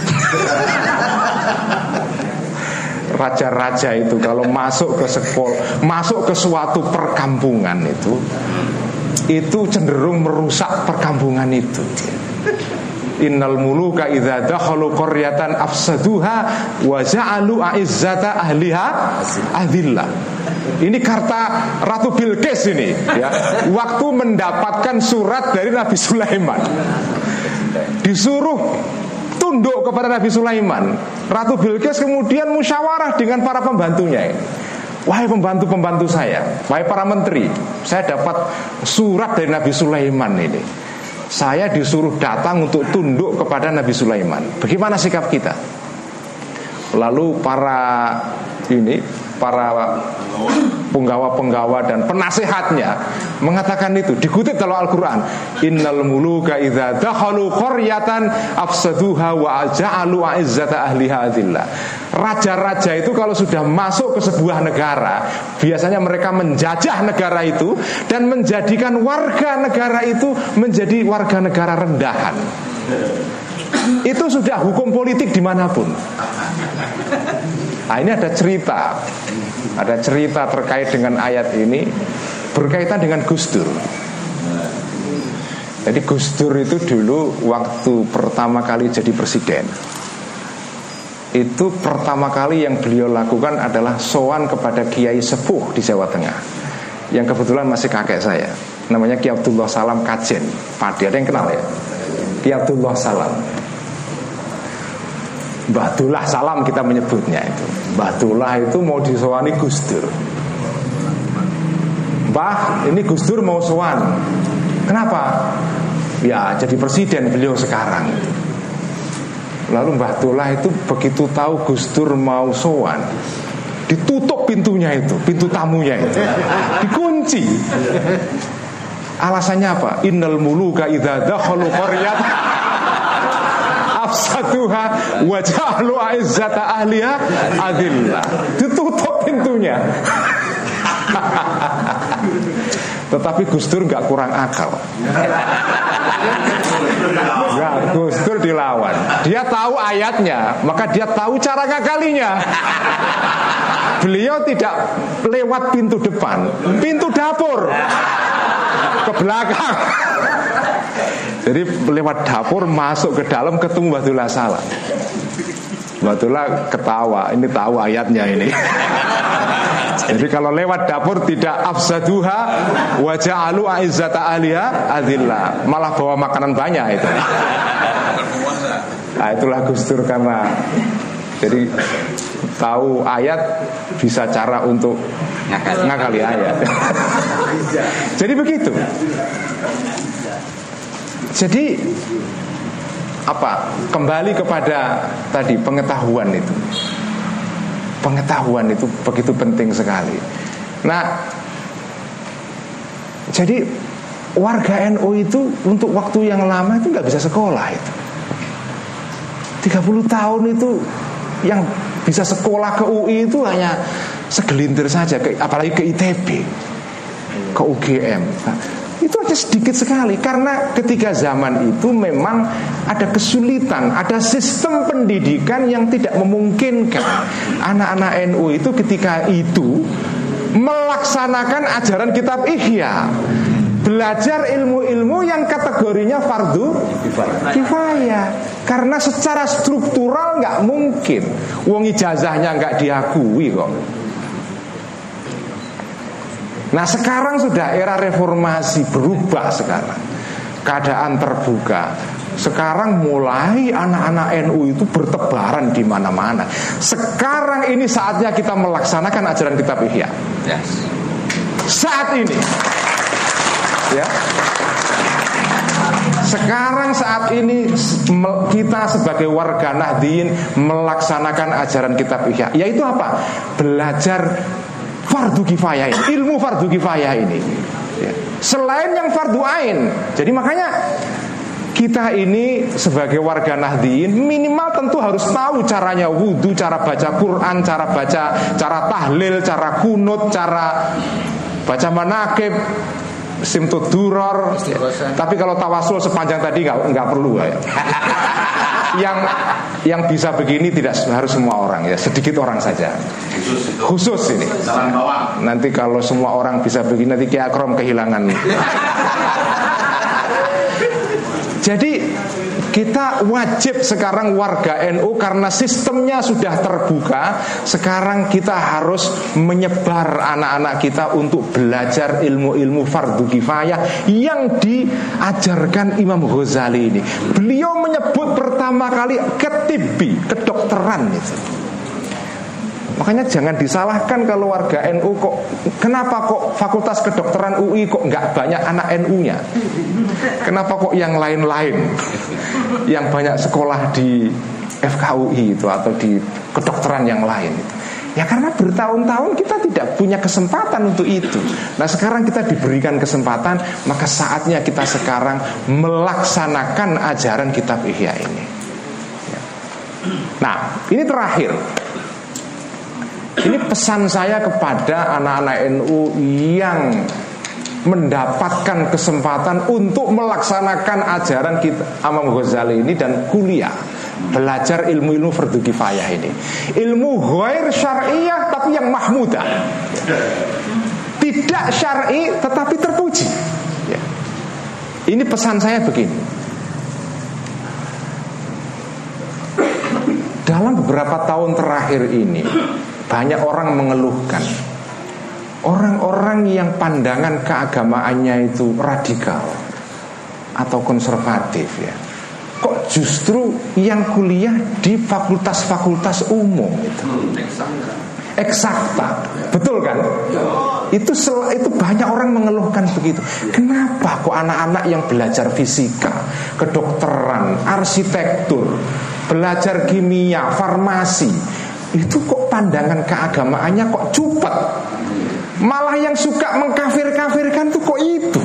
Raja-raja itu kalau masuk ke sekolah, masuk ke suatu perkampungan itu, itu cenderung merusak perkampungan itu. Innal muluka idza dakhalu qaryatan afsaduha wa ja'alu a'izzata ahliha adillah. Ini kata Ratu Bilqis ini ya, waktu mendapatkan surat dari Nabi Sulaiman, disuruh tunduk kepada Nabi Sulaiman. Ratu Bilqis kemudian musyawarah dengan para pembantunya. Wahai pembantu-pembantu saya, wahai para menteri, saya dapat surat dari Nabi Sulaiman ini. Saya disuruh datang untuk tunduk kepada Nabi Sulaiman. Bagaimana sikap kita? Lalu para ini, para penggawa-penggawa dan penasehatnya mengatakan itu, dikutip dalam Al-Quran, innal muluka idza dakhalu qaryatan afsaduha wa ja'alu a'izzata ahliha adillah. Raja-raja itu kalau sudah masuk ke sebuah negara, biasanya mereka menjajah negara itu dan menjadikan warga negara itu menjadi warga negara rendahan. Itu sudah hukum politik dimanapun. Nah, ini ada cerita, ada cerita terkait dengan ayat ini berkaitan dengan Gus Dur. Jadi Gus Dur itu dulu waktu pertama kali jadi presiden, itu pertama kali yang beliau lakukan adalah sowan kepada Kiai Sepuh di Jawa Tengah, yang kebetulan masih kakek saya, namanya Ki Abdullah Salam Kajen Padi. Ada yang kenal ya? Ki Abdullah Salam, Mbah Dullah Salam kita menyebutnya itu. Mbah Dullah itu mau disowani Gus Dur. Mbah, ini Gus Dur mau sowan. Kenapa? Ya jadi presiden beliau sekarang. Lalu Mbah Dullah itu begitu tahu Gus Dur mau sowan, ditutup pintunya itu, pintu tamunya itu, dikunci. Alasannya apa? Innal muluka idza dakhalu qaryatan afsaduha wa ja'alu a'izzata ahliha adillah. Ditutup pintunya. Tetapi Gus Dur gak kurang akal. Gak, Gus Dur dilawan. Dia tahu ayatnya, maka dia tahu cara ngakalinya. Beliau tidak lewat pintu depan, pintu dapur, ke belakang. Jadi lewat dapur masuk ke dalam, ketemu Mbah Dullah Salam. Mbah Dullah ketawa, ini tahu ayatnya ini. Jadi kalau lewat dapur tidak afsaduha wa ja'alu a'izzata ahliha adillah, malah bawa makanan banyak itu. Nah, itulah Gus Dur karena jadi tahu ayat bisa cara untuk ngakali ayat. Jadi begitu. Jadi apa? Kembali kepada tadi pengetahuan itu. Pengetahuan itu begitu penting sekali. Nah, jadi warga N U itu untuk waktu yang lama itu nggak bisa sekolah itu. tiga puluh tahun itu yang bisa sekolah ke U I itu hanya segelintir saja, ke, apalagi ke I T B, ke U G M. Nah, itu aja sedikit sekali. Karena ketika zaman itu memang ada kesulitan, ada sistem pendidikan yang tidak memungkinkan anak-anak N U itu ketika itu melaksanakan ajaran kitab Ihya, belajar ilmu-ilmu yang kategorinya fardu kifayah. Karena secara struktural nggak mungkin, wong ijazahnya nggak diakui kok. Nah sekarang sudah era reformasi, berubah sekarang, keadaan terbuka. Sekarang mulai anak-anak N U itu bertebaran di mana-mana. Sekarang ini saatnya kita melaksanakan ajaran kitab Ihya. Yes. Saat ini, ya. Sekarang saat ini kita sebagai warga Nahdliyin melaksanakan ajaran kitab Ihya. Yaitu apa? Belajar fardu kifayah ini, ilmu fardu kifayah ini, ya. Selain yang fardu ain. Jadi makanya kita ini sebagai warga Nahdliyin minimal tentu harus tahu caranya wudu, cara baca Quran, cara baca, cara tahlil, cara kunut, cara baca manaqib, simtud duror. Ya. Tapi kalau tawasul sepanjang tadi nggak nggak perlu ya. Yang yang bisa begini tidak harus semua orang ya, sedikit orang saja. Khusus ini. Nanti kalau semua orang bisa begini nanti Ki Akrom kehilangan. Jadi kita wajib sekarang warga N U, karena sistemnya sudah terbuka. Sekarang kita harus menyebar anak-anak kita untuk belajar ilmu-ilmu fardu kifayah yang diajarkan Imam Ghazali ini. Beliau menyebut pertama kali ketibi, kedokteran itu. Makanya jangan disalahkan kalau warga N U kok, kenapa kok fakultas kedokteran U I kok nggak banyak anak N U-nya? Kenapa kok yang lain-lain, yang banyak sekolah di F K U I itu atau di kedokteran yang lain? Ya karena bertahun-tahun kita tidak punya kesempatan untuk itu. Nah sekarang kita diberikan kesempatan, maka saatnya kita sekarang melaksanakan ajaran kitab Ihya ini. Nah ini terakhir. Ini pesan saya kepada anak-anak N U yang mendapatkan kesempatan untuk melaksanakan ajaran kita Imam Ghazali ini dan kuliah belajar ilmu-ilmu fardu kifayah ini. Ilmu ghair syar'iyah tapi yang mahmudah. Tidak syar'i tetapi terpuji. Ya. Ini pesan saya begini. Dalam beberapa tahun terakhir ini banyak orang mengeluhkan, orang-orang yang pandangan keagamaannya itu radikal atau konservatif ya, kok justru yang kuliah di fakultas-fakultas umum itu eksakta, betul kan? Itu itu banyak orang mengeluhkan begitu. Kenapa kok anak-anak yang belajar fisika, kedokteran, arsitektur, belajar kimia, farmasi, itu kok pandangan keagamaannya kok cupet? Malah yang suka mengkafir-kafirkan tuh kok itu.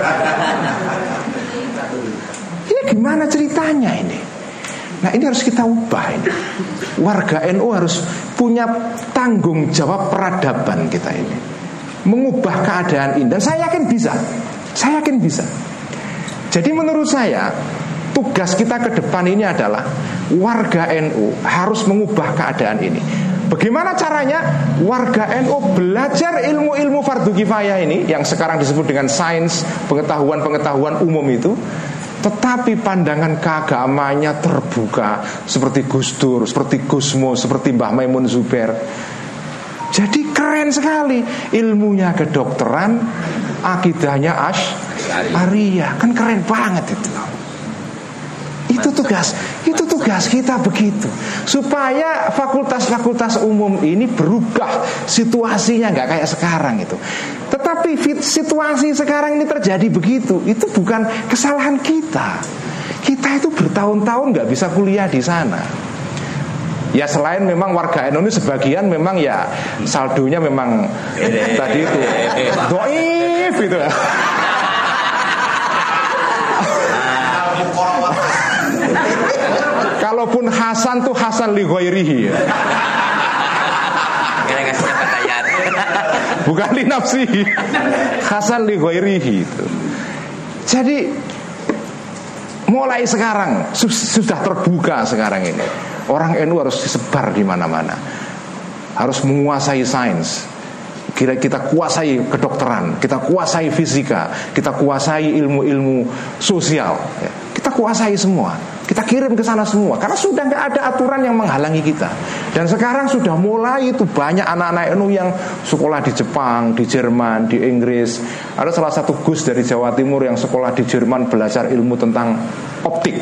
Ini gimana ceritanya ini? Nah ini harus kita ubah ini. Warga N U harus punya tanggung jawab peradaban kita ini, mengubah keadaan ini. Dan saya yakin bisa. Saya yakin bisa. Jadi menurut saya tugas kita ke depan ini adalah warga N U harus mengubah keadaan ini. Bagaimana caranya? Warga N U belajar ilmu-ilmu fardu kifayah ini yang sekarang disebut dengan sains, pengetahuan-pengetahuan umum itu, tetapi pandangan keagamaannya terbuka, seperti Gus Dur, seperti Gusmo, seperti Mbah Maimun Zubair. Jadi keren sekali. Ilmunya kedokteran, akidahnya Asy'ariyah. Kan keren banget itu. Itu tugas, itu tugas kita begitu, supaya fakultas-fakultas umum ini berubah situasinya, nggak kayak sekarang itu. Tetapi situasi sekarang ini terjadi begitu, itu bukan kesalahan kita. Kita itu bertahun-tahun nggak bisa kuliah di sana. Ya selain memang warga N U ini sebagian memang ya saldonya memang tadi itu doif gitu. Kalaupun Hasan tuh Hasan li ghairihi ya. Bukan li nafsihi. Hasan li ghairihi itu. Jadi mulai sekarang sudah terbuka sekarang ini. Orang N U harus disebar di mana-mana. Harus menguasai sains. Kita, kita kuasai kedokteran, kita kuasai fisika, kita kuasai ilmu-ilmu sosial ya. Kita kuasai semua. Kita kirim ke sana semua, karena sudah nggak ada aturan yang menghalangi kita. Dan sekarang sudah mulai itu banyak anak-anak N U yang sekolah di Jepang, di Jerman, di Inggris. Ada salah satu Gus dari Jawa Timur yang sekolah di Jerman belajar ilmu tentang optik,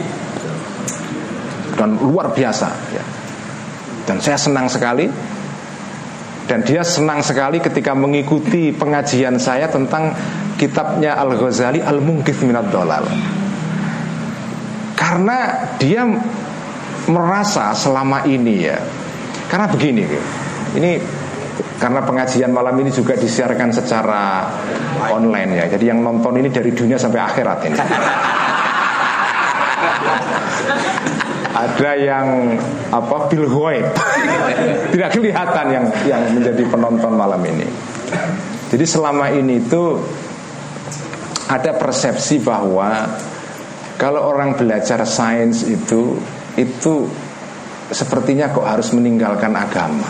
dan luar biasa ya. Dan saya senang sekali. Dan dia senang sekali ketika mengikuti pengajian saya tentang kitabnya Al-Ghazali Al-Munqidh Minad Dhalal. Karena dia merasa selama ini ya, karena begini, ini karena pengajian malam ini juga disiarkan secara online ya, jadi yang nonton ini dari dunia sampai akhirat ini. Ada yang apa bil ghaib, tidak kelihatan yang yang menjadi penonton malam ini. Jadi selama ini itu ada persepsi bahwa kalau orang belajar sains itu itu sepertinya kok harus meninggalkan agama.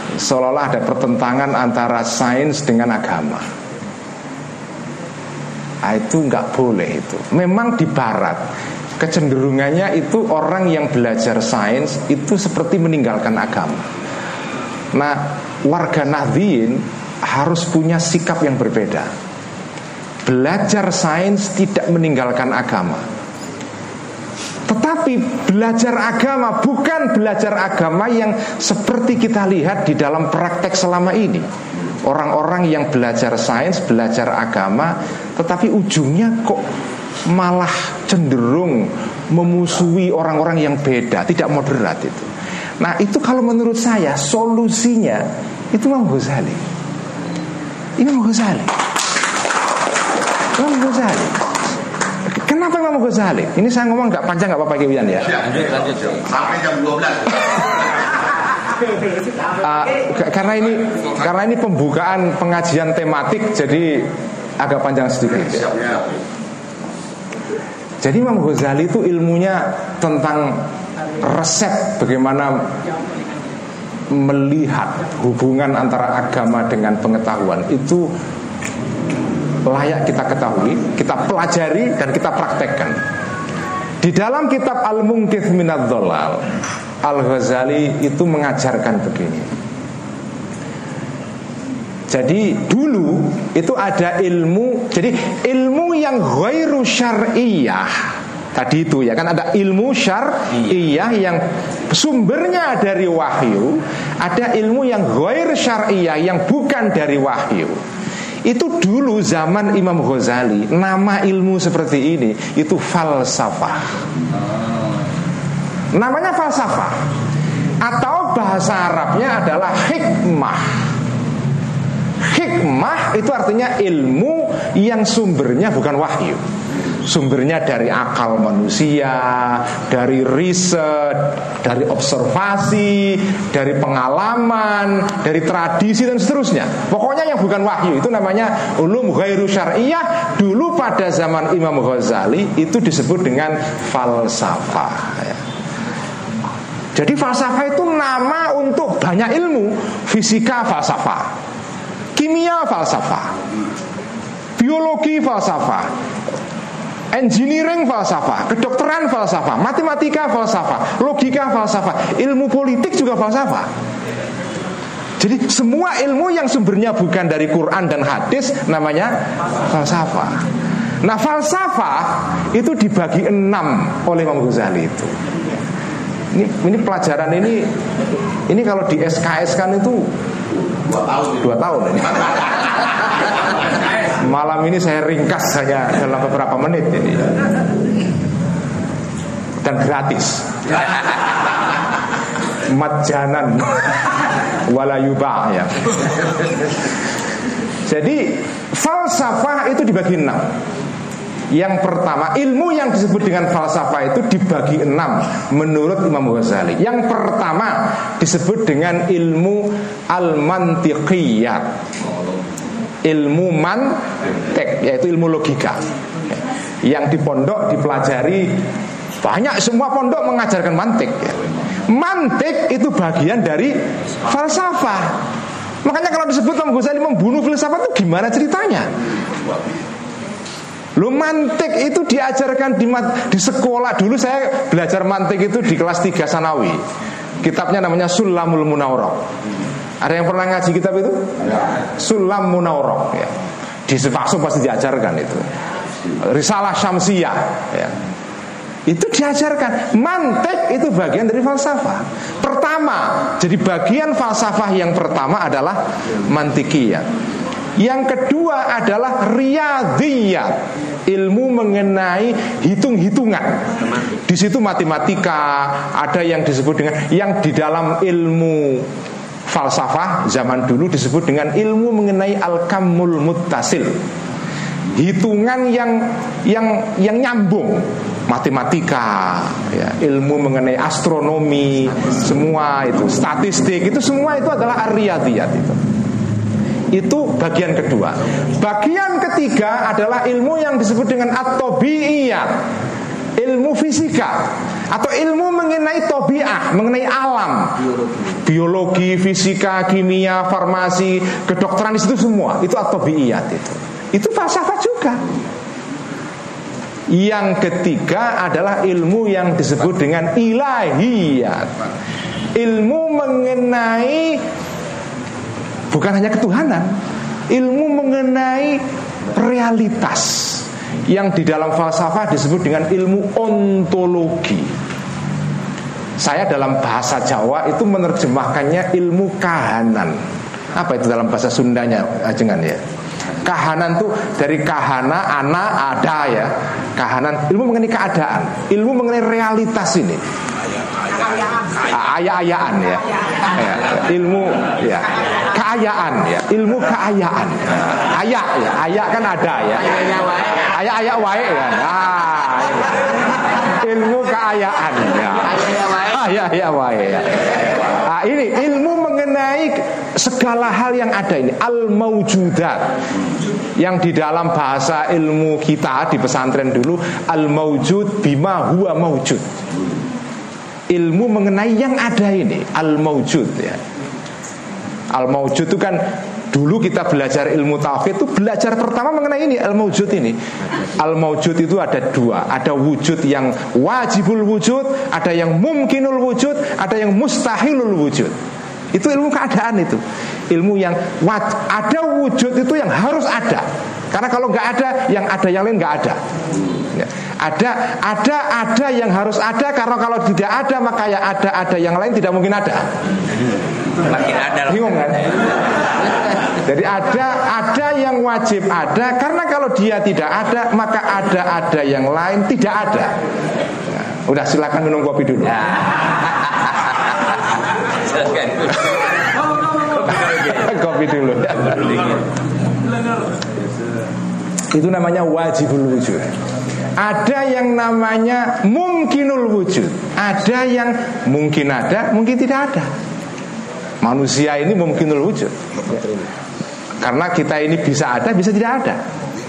Seolah-olah ada pertentangan antara sains dengan agama. Nah, itu nggak boleh itu. Memang di Barat kecenderungannya itu orang yang belajar sains itu seperti meninggalkan agama. Nah, warga Nahdliyin harus punya sikap yang berbeda. Belajar sains tidak meninggalkan agama, tetapi belajar agama bukan belajar agama yang seperti kita lihat di dalam praktek selama ini. Orang-orang yang belajar sains, belajar agama, tetapi ujungnya kok malah cenderung memusuhi orang-orang yang beda, tidak moderat itu. Nah, itu kalau menurut saya solusinya itu Imam Ghazali. Imam Ghazali. Imam Ghazali. Kenapa Imam Ghazali? Ini saya ngomong nggak panjang nggak apa-apa Wian ya. Lanjut, lanjut. Sampai jam dua belas. Uh, karena ini karena ini pembukaan pengajian tematik, jadi agak panjang sedikit ya. Jadi Imam Ghazali itu ilmunya tentang resep bagaimana melihat hubungan antara agama dengan pengetahuan itu layak kita ketahui, kita pelajari dan kita praktekkan. Di dalam kitab Al-Munqidh Minadh Dhalal, Al-Ghazali itu mengajarkan begini. Jadi dulu itu ada ilmu, jadi ilmu yang ghairu syar'iyah. Tadi itu ya kan ada ilmu syar'iyah yang sumbernya dari wahyu, ada ilmu yang ghair syar'iyah yang bukan dari wahyu. Itu dulu zaman Imam Ghazali, nama ilmu seperti ini itu falsafah. Namanya falsafah. Atau bahasa Arabnya adalah hikmah. Hikmah itu artinya ilmu yang sumbernya bukan wahyu. Sumbernya dari akal manusia, dari riset, dari observasi, dari pengalaman, dari tradisi dan seterusnya. Pokoknya yang bukan wahyu itu namanya ulum ghairu syar'iyah. Dulu pada zaman Imam Ghazali itu disebut dengan falsafah ya. Jadi falsafah itu nama untuk banyak ilmu. Fisika falsafah, kimia falsafah, biologi falsafah, engineering falsafah, kedokteran falsafah, matematika falsafah, logika falsafah, ilmu politik juga falsafah. Jadi semua ilmu yang sumbernya bukan dari Quran dan hadis namanya falsafah. Nah, falsafah itu dibagi enam oleh Imam Ghazali itu. Ini, ini pelajaran ini, ini kalau di S K S kan itu dua tahun, dua tahun ini. Malam ini saya ringkas hanya dalam beberapa menit ini. Dan gratis. Majanan wala yuba ya. Jadi falsafah itu dibagi enam. Yang pertama, ilmu yang disebut dengan falsafah itu dibagi enam menurut Imam Ghazali. Yang pertama disebut dengan ilmu al-mantiqiyat, ilmu mantik, yaitu ilmu logika. Yang di pondok dipelajari banyak, semua pondok mengajarkan mantik ya. Mantik itu bagian dari falsafah. Makanya kalau disebut Imam Ghazali membunuh filsafat itu gimana ceritanya? Lo mantik itu diajarkan di, di sekolah. Dulu saya belajar mantik itu di kelas tiga Sanawi. Kitabnya namanya Sulamul Munawwarah. Ada yang pernah ngaji kitab itu? Sulam Munawwarah ya. Di Sepaksum pasti diajarkan itu. Risalah Syamsiyah ya. Itu diajarkan. Mantik itu bagian dari falsafah. Pertama, jadi bagian falsafah yang pertama adalah mantikiyah. Yang kedua adalah riyadhiyat, ilmu mengenai hitung-hitungan. Di situ matematika, ada yang disebut dengan, yang di dalam ilmu falsafah zaman dulu disebut dengan ilmu mengenai al-kamul muttasil, hitungan yang yang yang nyambung. Matematika, ya, ilmu mengenai astronomi, semua itu, statistik, itu semua itu adalah ar-riyadhiyat itu. Itu bagian kedua. Bagian ketiga adalah ilmu yang disebut dengan at-tabi'iyat, ilmu fisika atau ilmu mengenai tabi'ah, mengenai alam, biologi, fisika, kimia, farmasi, kedokteran, itu semua. Itu at-tabi'iyat itu. Itu falsafah juga. Yang ketiga adalah ilmu yang disebut dengan ilahiyat. Ilmu mengenai bukan hanya ketuhanan, ilmu mengenai realitas yang di dalam falsafah disebut dengan ilmu ontologi. Saya dalam bahasa Jawa itu menerjemahkannya ilmu kahanan. Apa itu dalam bahasa Sundanya, ajengan ya? Kahanan tuh dari kahana, ana, ada ya. Kahanan, ilmu mengenai keadaan, ilmu mengenai realitas ini. Ayah-ayaan ya. ya. Ilmu ya. Keayaan ya, ilmu keayaan. Ayak ya, ayak kan ada ya. Ayak-ayak wae ya. Nah, ilmu keayaan ya. Ayak-ayak wae ya. Nah, ini ilmu mengenai segala hal yang ada ini, al-maujudat. Yang di dalam bahasa ilmu kita di pesantren dulu, al-maujud bima huwa maujud. Ilmu mengenai yang ada ini, al-maujud ya. Al-maujud itu kan dulu kita belajar ilmu tauhid itu belajar pertama mengenai ini, al-maujud ini. Al-maujud itu ada dua, ada wujud yang wajibul wujud, ada yang mungkinul wujud, ada yang mustahilul wujud. Itu ilmu keadaan itu. Ilmu yang waj- ada wujud itu yang harus ada. Karena kalau nggak ada, yang ada yang lain nggak ada. Ya. Ada, ada, ada yang harus ada. Karena kalau tidak ada maka yang ada, ada yang lain tidak mungkin ada. Makin ada. Bingung kan? Jadi ada, ada yang wajib ada. Karena kalau dia tidak ada maka ada, ada yang lain tidak ada. Nah, udah silakan minum kopi dulu. Ya. Kopi dulu. Itu namanya wajibul wujud. Ada yang namanya mungkinul wujud. Ada yang mungkin ada, mungkin tidak ada. Manusia ini mungkinul wujud. Karena kita ini bisa ada, bisa tidak ada.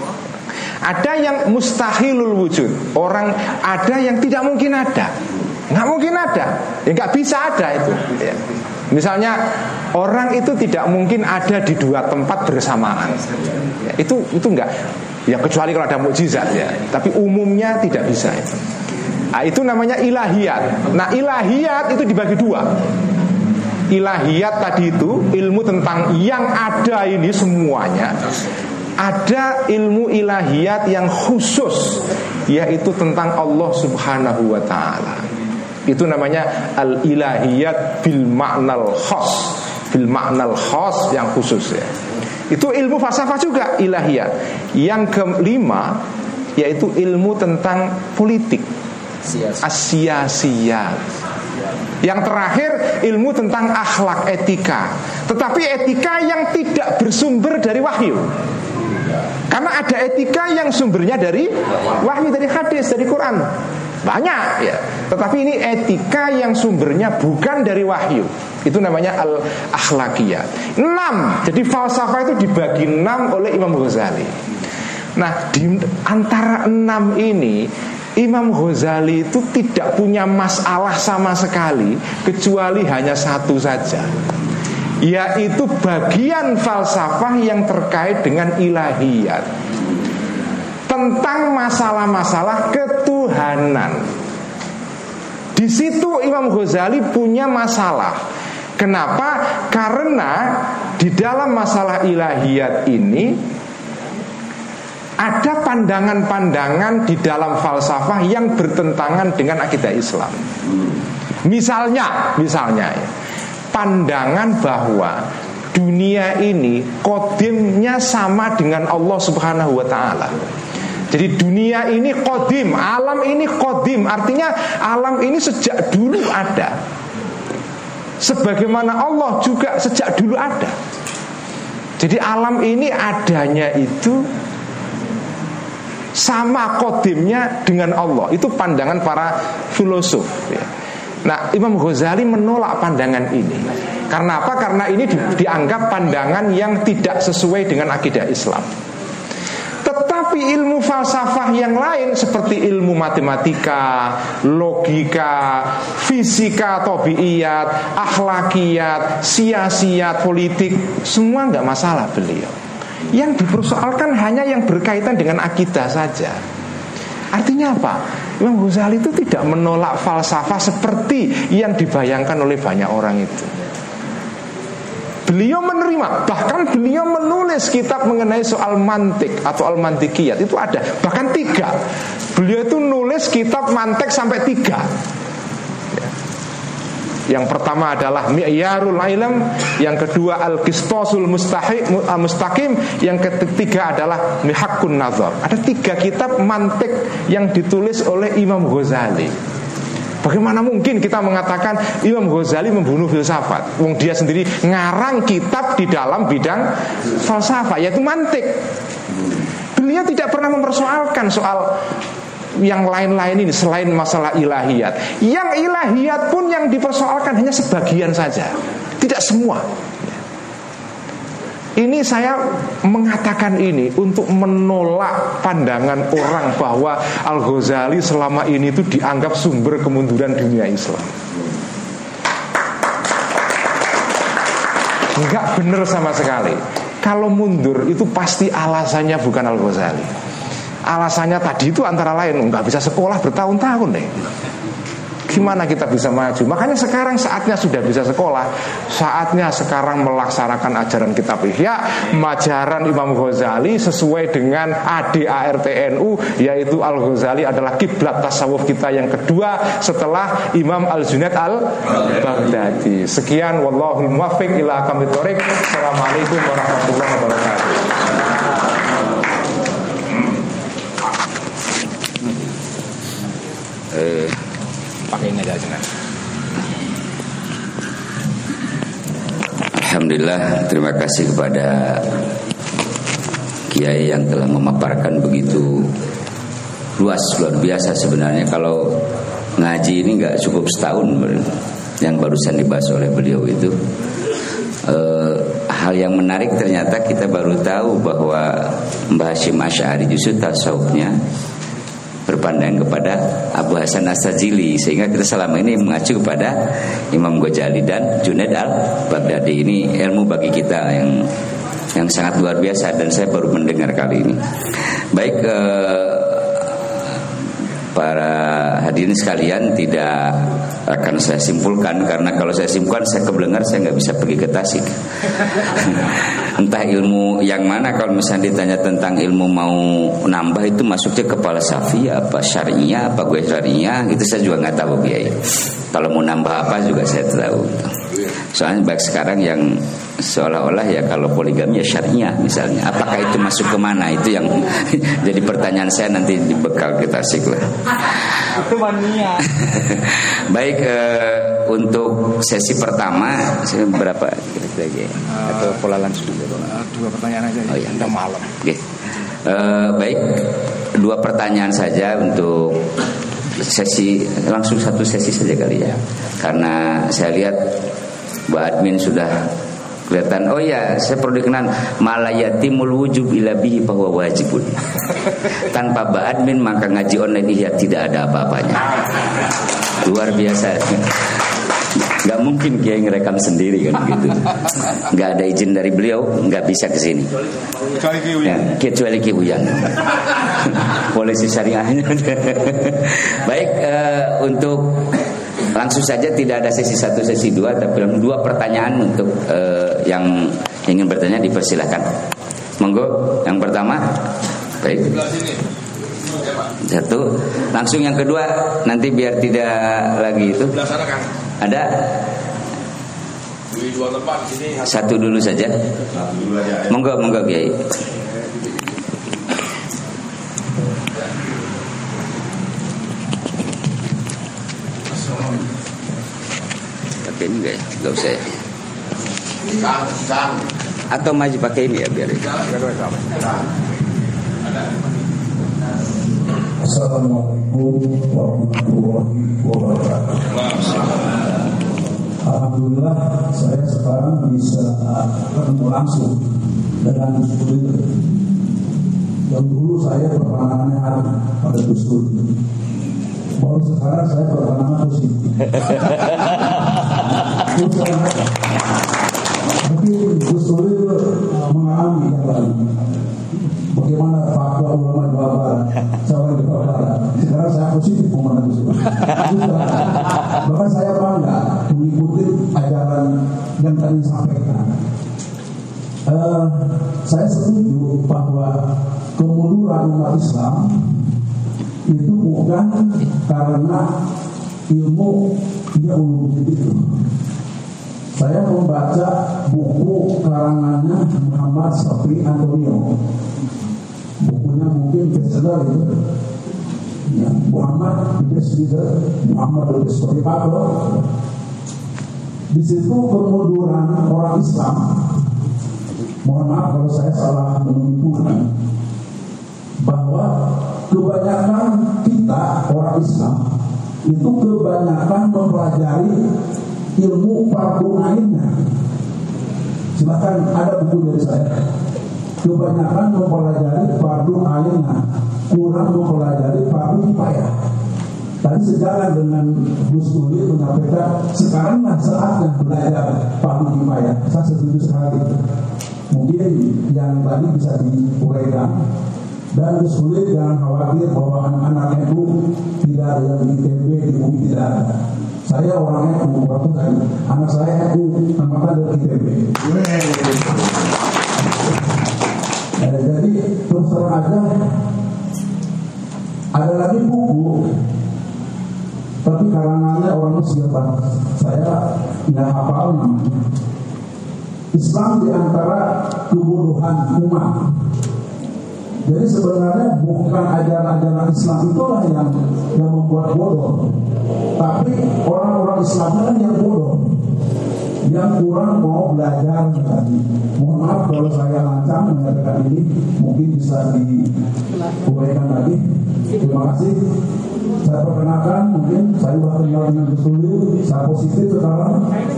Ada yang mustahilul wujud. Orang ada yang tidak mungkin ada. Nggak mungkin ada, ya nggak bisa ada itu. Ya. Misalnya orang itu tidak mungkin ada di dua tempat bersamaan. Ya, itu itu nggak. Ya kecuali kalau ada mukjizat ya. Tapi umumnya tidak bisa. Itu. Nah, itu namanya ilahiyat. Nah ilahiyat itu dibagi dua. Ilahiyat tadi itu ilmu tentang yang ada ini semuanya. Ada ilmu ilahiyat yang khusus, yaitu tentang Allah Subhanahu wa ta'ala. Itu namanya al-ilahiyat bil ma'nal khas. Bil ma'nal khas yang khusus ya. Itu ilmu falsafah juga, ilahiyat. Yang kelima yaitu ilmu tentang politik, as-siyasiyat. Yang terakhir ilmu tentang akhlak, etika. Tetapi etika yang tidak bersumber dari wahyu. Karena ada etika yang sumbernya dari wahyu, dari hadis, dari Quran. Banyak ya. Tetapi ini etika yang sumbernya bukan dari wahyu. Itu namanya al-akhlakiyat. Enam. Jadi falsafah itu dibagi enam oleh Imam Ghazali. Nah di antara enam ini Imam Ghazali itu tidak punya masalah sama sekali, kecuali hanya satu saja, yaitu bagian falsafah yang terkait dengan ilahiyat, tentang masalah-masalah ketuhanan. Di situ Imam Ghazali punya masalah. Kenapa? Karena di dalam masalah ilahiyat ini ada pandangan-pandangan di dalam falsafah yang bertentangan dengan akidah Islam. Misalnya, misalnya pandangan bahwa dunia ini kodimnya sama dengan Allah Subhanahu wa ta'ala. Jadi dunia ini kodim, alam ini kodim. Artinya alam ini sejak dulu ada, sebagaimana Allah juga sejak dulu ada. Jadi alam ini adanya itu sama kodimnya dengan Allah. Itu pandangan para filosof ya. Nah Imam Ghazali menolak pandangan ini. Karena apa? Karena ini di, dianggap pandangan yang tidak sesuai dengan akidah Islam. Tetapi ilmu falsafah yang lain seperti ilmu matematika, logika, fisika, tabiiyat, akhlakiyat, siasiyat, politik, semua nggak masalah beliau. Yang dipersoalkan hanya yang berkaitan dengan akidah saja. Artinya apa? Imam Ghazali itu tidak menolak falsafah seperti yang dibayangkan oleh banyak orang itu. Beliau menerima, bahkan beliau menulis kitab mengenai soal mantik atau al-mantikiyat. Itu ada, bahkan tiga. Beliau itu nulis kitab mantik sampai tiga. Yang pertama adalah Mi'yarul Ilm, yang kedua Al-Qistasul Mustaqim, yang ketiga adalah Mihaqqun Nazar. Ada tiga kitab mantik yang ditulis oleh Imam Ghazali. Bagaimana mungkin kita mengatakan Imam Ghazali membunuh filsafat? Wong dia sendiri ngarang kitab di dalam bidang falsafah, yaitu mantik. Beliau tidak pernah mempersoalkan soal yang lain-lain ini selain masalah ilahiyat. Yang ilahiyat pun yang dipersoalkan hanya sebagian saja, tidak semua. Ini saya mengatakan ini untuk menolak pandangan orang bahwa Al-Ghazali selama ini itu dianggap sumber kemunduran dunia Islam. Enggak benar sama sekali. Kalau mundur itu pasti alasannya bukan Al-Ghazali. Alasannya tadi itu antara lain nggak bisa sekolah bertahun-tahun deh. Gimana kita bisa maju? Makanya sekarang saatnya sudah bisa sekolah. Saatnya sekarang melaksanakan ajaran kitab Ihya, ajaran Imam Ghazali sesuai dengan A D A R T N U, yaitu Al-Ghazali adalah kiblat tasawuf kita yang kedua setelah Imam Al-Junaid Al-Baghdadi. Sekian, wallahul muwaffiq ila aqwamit thoriq. Assalamualaikum warahmatullahi wabarakatuh. Eh pakai ini aja. Alhamdulillah, terima kasih kepada Kiai yang telah memaparkan begitu luas, luar biasa sebenarnya. Kalau ngaji ini nggak cukup setahun yang barusan dibahas oleh beliau itu. E, hal yang menarik ternyata kita baru tahu bahwa Mbah Hasyim Asy'ari justru tasawufnya berpandangan kepada Abu Hasan As-Sajili, sehingga kita selama ini mengacu kepada Imam Ghazali dan Junaid Al-Baghdadi. Ini ilmu bagi kita yang yang sangat luar biasa dan saya baru mendengar kali ini. Baik, eh, para hadirin sekalian, tidak akan saya simpulkan karena kalau saya simpulkan saya kebelengar, saya nggak bisa pergi ke Tasik. Entah ilmu yang mana, kalau misalnya ditanya tentang ilmu mau nambah itu masuknya kepala safi apa syariah apa gue syariah itu saya juga nggak tahu biaya. Kalau mau nambah apa juga saya tahu. Soalnya baik sekarang yang seolah-olah ya kalau poligami ya syariah misalnya, apakah itu masuk kemana, itu yang jadi pertanyaan saya nanti di bekal kita Tasik lah. Itu mania. Baik, eh, untuk sesi pertama berapa kira-kira uh, atau pola langsung? Uh, dua pertanyaan aja. Oh iya, udah malam. Oke. Okay. Uh, baik, dua pertanyaan saja untuk sesi, langsung satu sesi saja kali ya. Karena saya lihat Mbak Admin sudah kelihatan. Oh ya, saya perlu dikenal, malayatimul wujub ila bihi bahwa wajibun. Tanpa Mbak Admin maka ngaji online ya tidak ada apa-apanya. Luar biasa. Gak mungkin Kiai ngerekam sendiri kan gitu. Gak ada izin dari beliau, gak bisa kesini. Kecuali Ki Uyan. Polisi syariahnya. Baik, uh, untuk langsung saja, tidak ada sesi satu, sesi dua, tapi dua pertanyaan untuk uh, yang ingin bertanya dipersilahkan. Monggo, yang pertama. Baik. Satu, langsung yang kedua, nanti biar tidak lagi itu. Ada? Satu dulu saja. Monggo, monggo Kiai. Pakai ini enggak ya? Enggak usah ya? Atau maju pakai ini ya biar itu. Assalamualaikum warahmatullahi wabarakatuh. Alhamdulillah saya sekarang bisa ketemu langsung dengan Gus Dur. Yang dulu saya berpandangannya hari pada Gus Dur. Baru sekarang saya berpandangan Gus Dur. Tapi Gus Dur mengalami yang lain. Bagaimana fatwa ulama di Barat, Jawa di Barat. tadi disampaikan. Uh, saya setuju bahwa kemunduran umat Islam itu bukan karena ilmu dia ulum itu. Saya membaca buku karangannya Muhammad Safi Antonio. Bukunya mungkin bestseller itu. Ya, Muhammad bestseller, Muhammad seperti apa? Di situ kemunduran orang Islam. Mohon maaf kalau saya salah menyimpulkan bahwa kebanyakan kita orang Islam itu kebanyakan mempelajari ilmu fardu ainnya. Silakan ada buku dari saya. Kebanyakan mempelajari fardu ainnya, kurang mempelajari fardu kifayah. Tadi sejalan dengan Gus Uli menyampaikan sekaranglah saatnya belajar fardu kifayah. Saya setuju sekali. Mungkin yang tadi bisa diuraikan. Dan Gus Uli jangan khawatir bahwa anak-anak itu tidak ada yang di T V, di U I tidak ada. Saya orangnya U, waktu tadi anak saya U, namanya dari I T B. Nah, jadi terus terang aja, ada lagi buku, tapi karangannya orang Muslim, saya nggak hafal namanya. Islam di antara kebodohan umat. Jadi sebenarnya bukan ajaran-ajaran Islam itulah yang yang membuat bodoh, tapi orang-orang Islam kan yang bodoh, yang kurang mau belajar tadi. Mohon maaf kalau saya lancang mengatakan ini, mungkin bisa diuraikan lagi. Terima kasih. Saya perkenalkan, mungkin saya sudah kenal dengan Gus Uli, saya positif sekarang.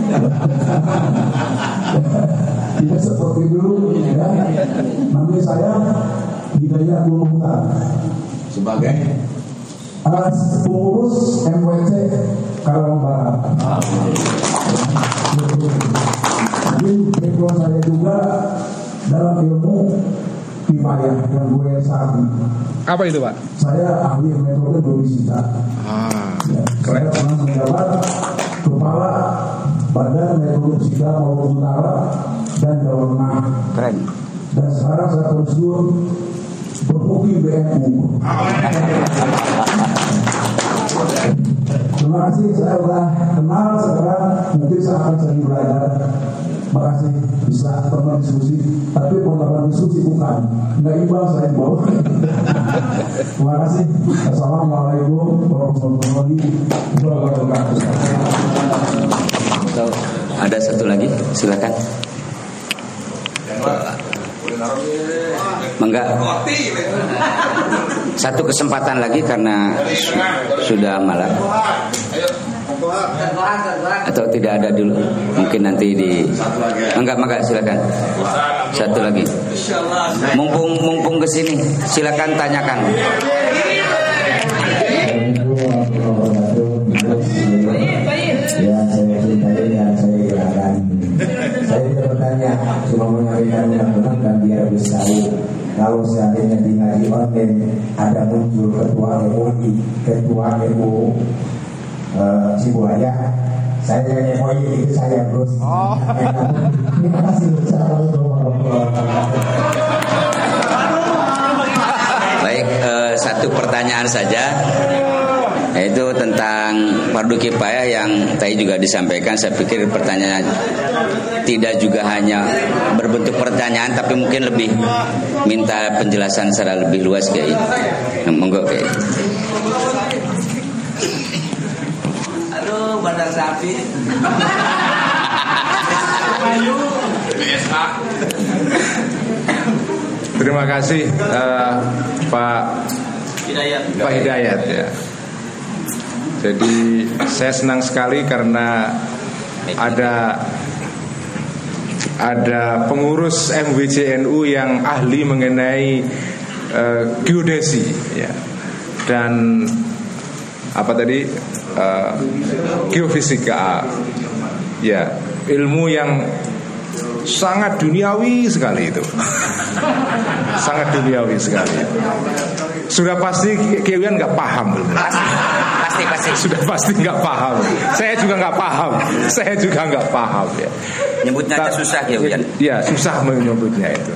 Tidak seperti dulu, ya. Nama saya Hidayat Nurul Huda sebagai uh, pengurus M W C Karawang Barat. Jadi background saya juga dalam ilmu kifayah yang gue saat ini. Apa itu, Pak? Saya ahli metode geofisika. Ah, ya, saya pernah menjabat kepala Badan Metode Fisika Maluku Utara dan Jawa Tengah. Keren. Dan sekarang saya terus berhubungi B N U. Terima kasih, saya sudah kenal sekarang, mungkin saya akan sering belajar. Terima kasih bisa pernah diskusi, tapi pengalaman diskusi bukan nggak imbang saya bawa. Terima kasih. Assalamualaikum warahmatullahi wabarakatuh. Ada satu lagi, silakan. Enggak. Satu kesempatan lagi karena sudah malam. Atau tidak ada dulu? Mungkin nanti di. Enggak, maka silakan. Satu lagi. Mumpung mumpung ke sini, silakan tanyakan. Ya, saya cintai dan saya gerakan. Saya tidak bertanya, cuma menyampaikan undang-undang dan biar bisa tahu. Kalau seandainya di ngaji online ada muncul ketua M U I, ketua M U uh, Cibuaya, saya yang M U I itu saya bros. Oh. Terima kasih. Assalamualaikum warahmatullahi wabarakatuh. Baik, eh, satu pertanyaan saja, yaitu tentang fardu kifayah yang tadi juga disampaikan. Saya pikir pertanyaan tidak juga hanya berbentuk pertanyaan, tapi mungkin lebih minta penjelasan secara lebih luas, Kiai. Monggo, Kiai. Aduh, bandar sapi. Terima kasih uh, Pak Hidayat. Pak Hidayat ya. Jadi saya senang sekali karena ada ada pengurus M W C N U yang ahli mengenai uh, geodesi ya. Dan apa tadi uh, geofisika ya, ilmu yang sangat duniawi sekali itu. Sangat duniawi sekali. Sudah pasti Kewian nggak paham. Pasti pasti sudah pasti nggak paham. Saya juga nggak paham. Saya juga nggak paham ya. Nyebutnya aja susah ya Uyan. Ya susah menyebutnya itu.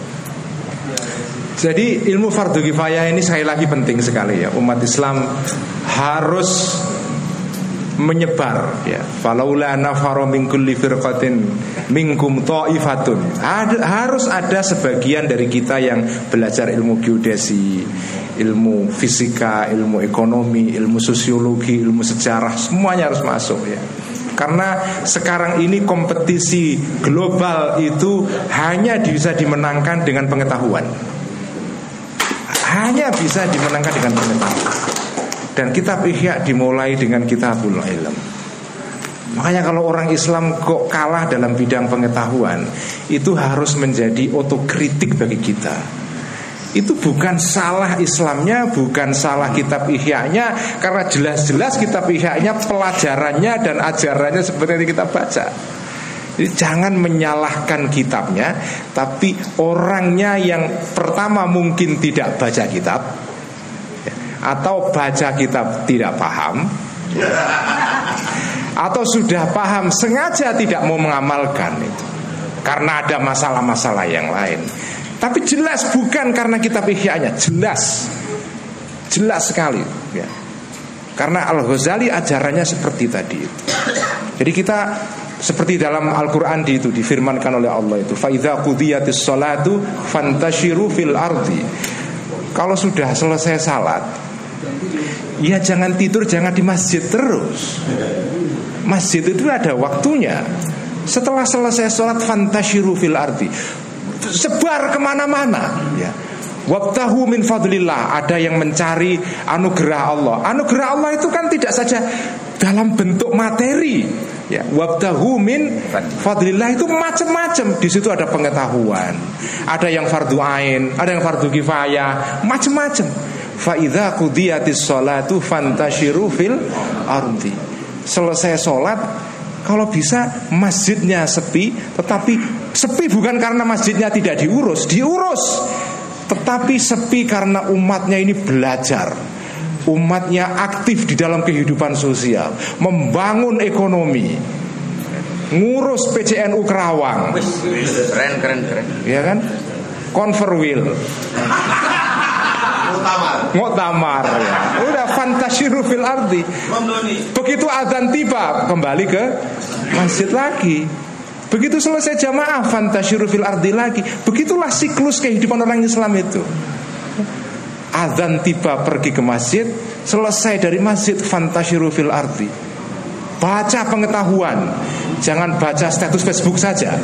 Jadi ilmu fardu kifayah ini sekali lagi penting sekali ya. Umat Islam harus menyebar ya. Falaula nafara min kulli firqatin minkum ta'ifatun. Ada, harus ada sebagian dari kita yang belajar ilmu geodesi, ilmu fisika, ilmu ekonomi, ilmu sosiologi, ilmu sejarah, semuanya harus masuk ya. Karena sekarang ini kompetisi global itu hanya bisa dimenangkan dengan pengetahuan. Hanya bisa dimenangkan dengan pengetahuan. Dan kitab Ihya dimulai dengan Kitabul Ilm. Makanya kalau orang Islam kok kalah dalam bidang pengetahuan, itu harus menjadi otokritik bagi kita. Itu bukan salah Islamnya, bukan salah kitab Ihya-nya, karena jelas-jelas kitab Ihya-nya pelajarannya dan ajarannya seperti yang kita baca. Jadi jangan menyalahkan kitabnya, tapi orangnya yang pertama mungkin tidak baca kitab, atau baca kitab tidak paham, atau sudah paham sengaja tidak mau mengamalkan itu karena ada masalah-masalah yang lain. Tapi jelas bukan karena kitab Ihya-nya, jelas jelas sekali ya. Karena Al-Ghazali ajarannya seperti tadi itu. Jadi kita seperti dalam Al-Quran di itu difirmankan oleh Allah itu, fa idza qudiyatis sholatu fantashiru fil ardi. Kalau sudah selesai salat, ya jangan tidur, jangan di masjid terus. Masjid itu ada waktunya. Setelah selesai sholat, fantashiru fil ardi, sebar kemana-mana ya. Wabtahu min fadlillah. Ada yang mencari anugerah Allah. Anugerah Allah itu kan tidak saja dalam bentuk materi ya. Wabtahu min fadlillah itu macam-macam. Di situ ada pengetahuan, ada yang fardu ain, ada yang fardu kifayah, macam-macam. Fa idza qudiyatis sholatu fantashiru fil ardi. Selesai sholat, kalau bisa masjidnya sepi. Tetapi sepi bukan karena masjidnya tidak diurus, diurus, tetapi sepi karena umatnya ini belajar, umatnya aktif di dalam kehidupan sosial, membangun ekonomi, ngurus P C N U Kerawang. Keren keren keren. Ya kan? Converwil, Muktamar ya. Udah fantasyiru fil ardi. Begitu azan tiba, kembali ke masjid lagi. Begitu selesai jamaah, fantasyiru fil ardi lagi. Begitulah siklus kehidupan orang Islam itu. Azan tiba, pergi ke masjid. Selesai dari masjid, fantasyiru fil ardi. Baca pengetahuan, jangan baca status Facebook saja.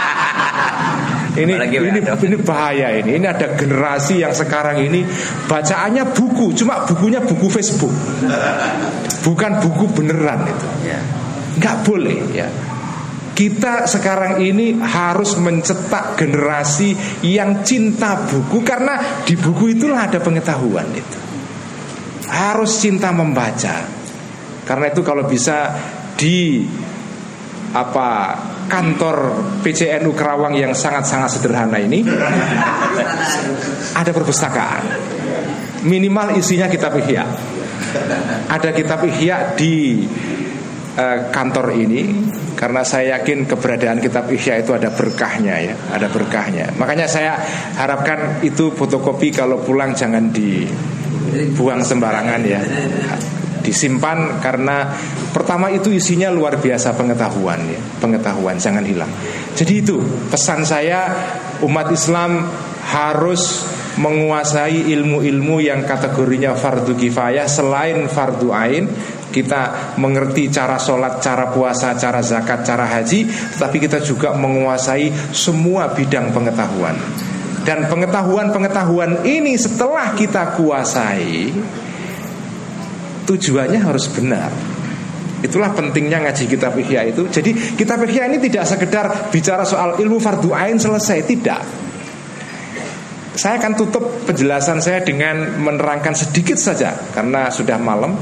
Ini ini ini bahaya ini. Ini ada generasi yang sekarang ini bacaannya buku, cuma bukunya buku Facebook, bukan buku beneran itu. Nggak boleh ya. Kita sekarang ini harus mencetak generasi yang cinta buku, karena di buku itulah ada pengetahuan itu. Harus cinta membaca. Karena itu kalau bisa di apa kantor P C N U Kerawang yang sangat-sangat sederhana ini ada perpustakaan. Minimal isinya kitab Ihya. Ada kitab Ihya di uh, kantor ini. Karena saya yakin keberadaan kitab Ihya itu ada berkahnya ya, ada berkahnya. Makanya saya harapkan itu fotokopi kalau pulang jangan dibuang sembarangan ya, disimpan, karena pertama itu isinya luar biasa pengetahuan ya, pengetahuan jangan hilang. Jadi itu pesan saya, umat Islam harus menguasai ilmu-ilmu yang kategorinya fardu kifayah selain fardu ain. Kita mengerti cara sholat, cara puasa, cara zakat, cara haji, tetapi kita juga menguasai semua bidang pengetahuan. Dan pengetahuan-pengetahuan ini setelah kita kuasai, tujuannya harus benar. Itulah pentingnya ngaji kitab Ihya itu. Jadi kitab Ihya ini tidak sekedar bicara soal ilmu fardu ain selesai, tidak. Saya akan tutup penjelasan saya dengan menerangkan sedikit saja karena sudah malam.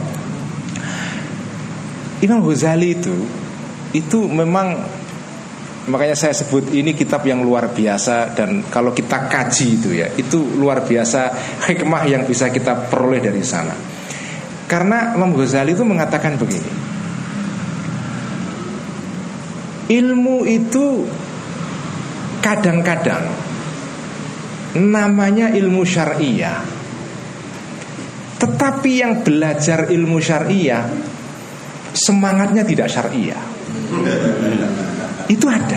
Imam Ghazali itu Itu memang, makanya saya sebut ini kitab yang luar biasa. Dan kalau kita kaji itu ya, itu luar biasa hikmah yang bisa kita peroleh dari sana. Karena Imam Ghazali itu mengatakan begini, ilmu itu kadang-kadang namanya ilmu syariah, tetapi yang belajar ilmu syariah semangatnya tidak syariah. Itu ada.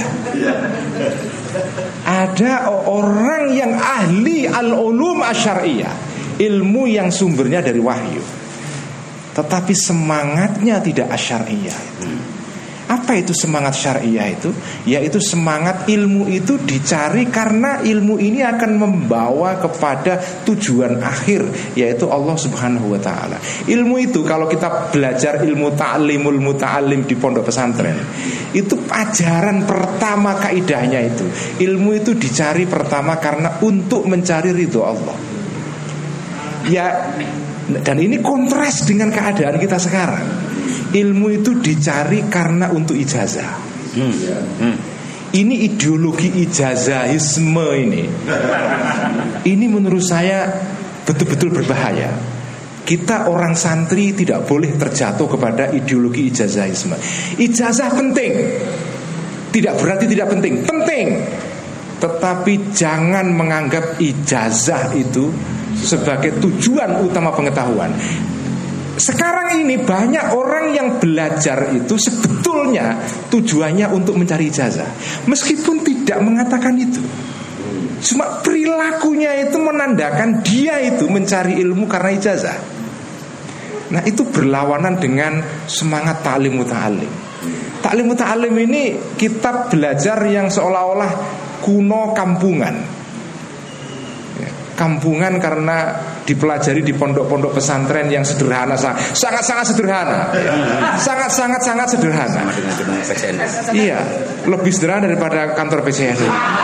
Ada orang yang ahli al-ulum asy-syar'iyyah, ilmu yang sumbernya dari wahyu, tetapi semangatnya tidak asy-syar'iyyah. Apa itu semangat syariah itu? Yaitu semangat ilmu itu dicari karena ilmu ini akan membawa kepada tujuan akhir, yaitu Allah Subhanahu wa ta'ala. Ilmu itu kalau kita belajar ilmu ta'limul muta'allim di pondok pesantren, itu ajaran pertama kaidahnya itu, ilmu itu dicari pertama karena untuk mencari ridho Allah. Ya, dan ini kontras dengan keadaan kita sekarang. Ilmu itu dicari karena untuk ijazah. hmm. Hmm. Ini ideologi ijazahisme ini. Ini menurut saya betul-betul berbahaya. Kita orang santri tidak boleh terjatuh kepada ideologi ijazahisme. Ijazah penting, tidak berarti tidak penting, penting. Tetapi jangan menganggap ijazah itu sebagai tujuan utama pengetahuan. Sekarang ini banyak orang yang belajar itu sebetulnya tujuannya untuk mencari ijazah, meskipun tidak mengatakan itu. Cuma perilakunya itu menandakan dia itu mencari ilmu karena ijazah. Nah, itu berlawanan dengan semangat ta'lim muta'allim. Ta'lim muta'allim ini kitab belajar yang seolah-olah kuno, kampungan. Kampungan karena dipelajari di pondok-pondok pesantren yang sederhana, sangat-sangat sederhana, sangat-sangat-sangat sederhana. Iya, lebih sederhana daripada kantor P C S.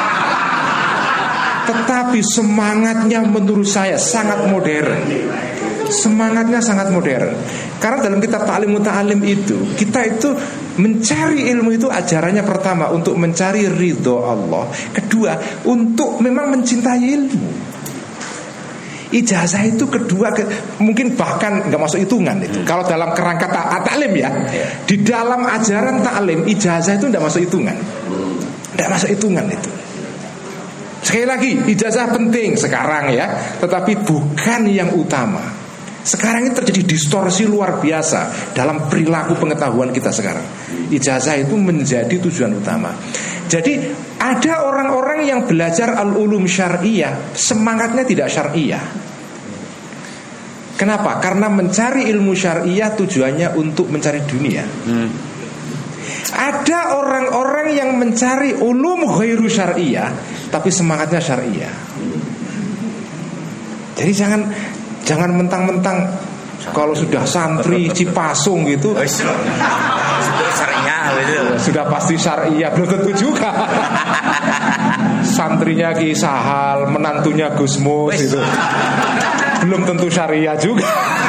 Tetapi semangatnya menurut saya sangat modern. Semangatnya sangat modern. Karena dalam kitab Ta'lim Muta'alim itu, kita itu mencari ilmu itu ajarannya pertama untuk mencari ridho Allah, kedua untuk memang mencintai ilmu. Ijazah itu kedua, ke, mungkin bahkan nggak masuk hitungan itu. Hmm. Kalau dalam kerangka ta- taklim ya, yeah. Di dalam ajaran taklim ijazah itu nggak masuk hitungan, nggak masuk hitungan itu. Sekali lagi, ijazah penting sekarang ya, tetapi bukan yang utama. Sekarang ini terjadi distorsi luar biasa dalam perilaku pengetahuan kita sekarang. Ijazah itu menjadi tujuan utama. Jadi ada orang-orang yang belajar al-ulum syariah, semangatnya tidak syariah. Kenapa? Karena mencari ilmu syariah tujuannya untuk mencari dunia. hmm. Ada orang-orang yang mencari ulum ghairu syariah, tapi semangatnya syariah. Jadi jangan Jangan mentang-mentang kalau sudah santri Cipasung gitu syariah gitu. Sudah pasti syariah, belum tentu juga. Santrinya Ki Sahal, menantunya Gus Mus itu belum tentu syariah juga.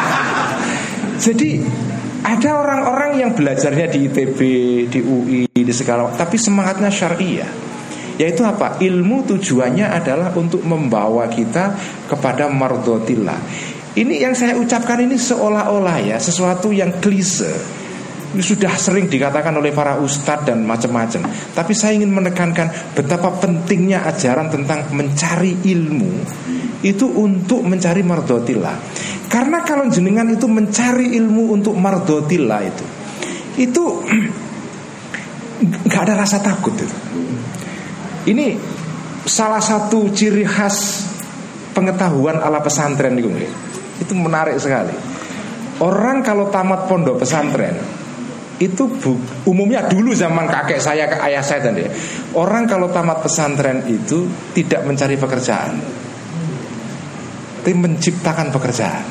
Jadi ada orang-orang yang belajarnya di I T B, di U I, di segala, tapi semangatnya syariah. Yaitu apa? Ilmu tujuannya adalah untuk membawa kita kepada mardhatillah. Ini yang saya ucapkan ini seolah-olah ya sesuatu yang klise. Ini sudah sering dikatakan oleh para ustadz dan macam-macam. Tapi saya ingin menekankan betapa pentingnya ajaran tentang mencari ilmu itu untuk mencari mardhatillah. Karena kalau jenengan itu mencari ilmu untuk mardhatillah itu, itu nggak ada rasa takut itu. Ini salah satu ciri khas pengetahuan ala pesantren itu, itu menarik sekali. Orang kalau tamat pondok pesantren itu bu, umumnya dulu zaman kakek saya, ke ayah saya tadi, orang kalau tamat pesantren itu tidak mencari pekerjaan, tapi menciptakan pekerjaan.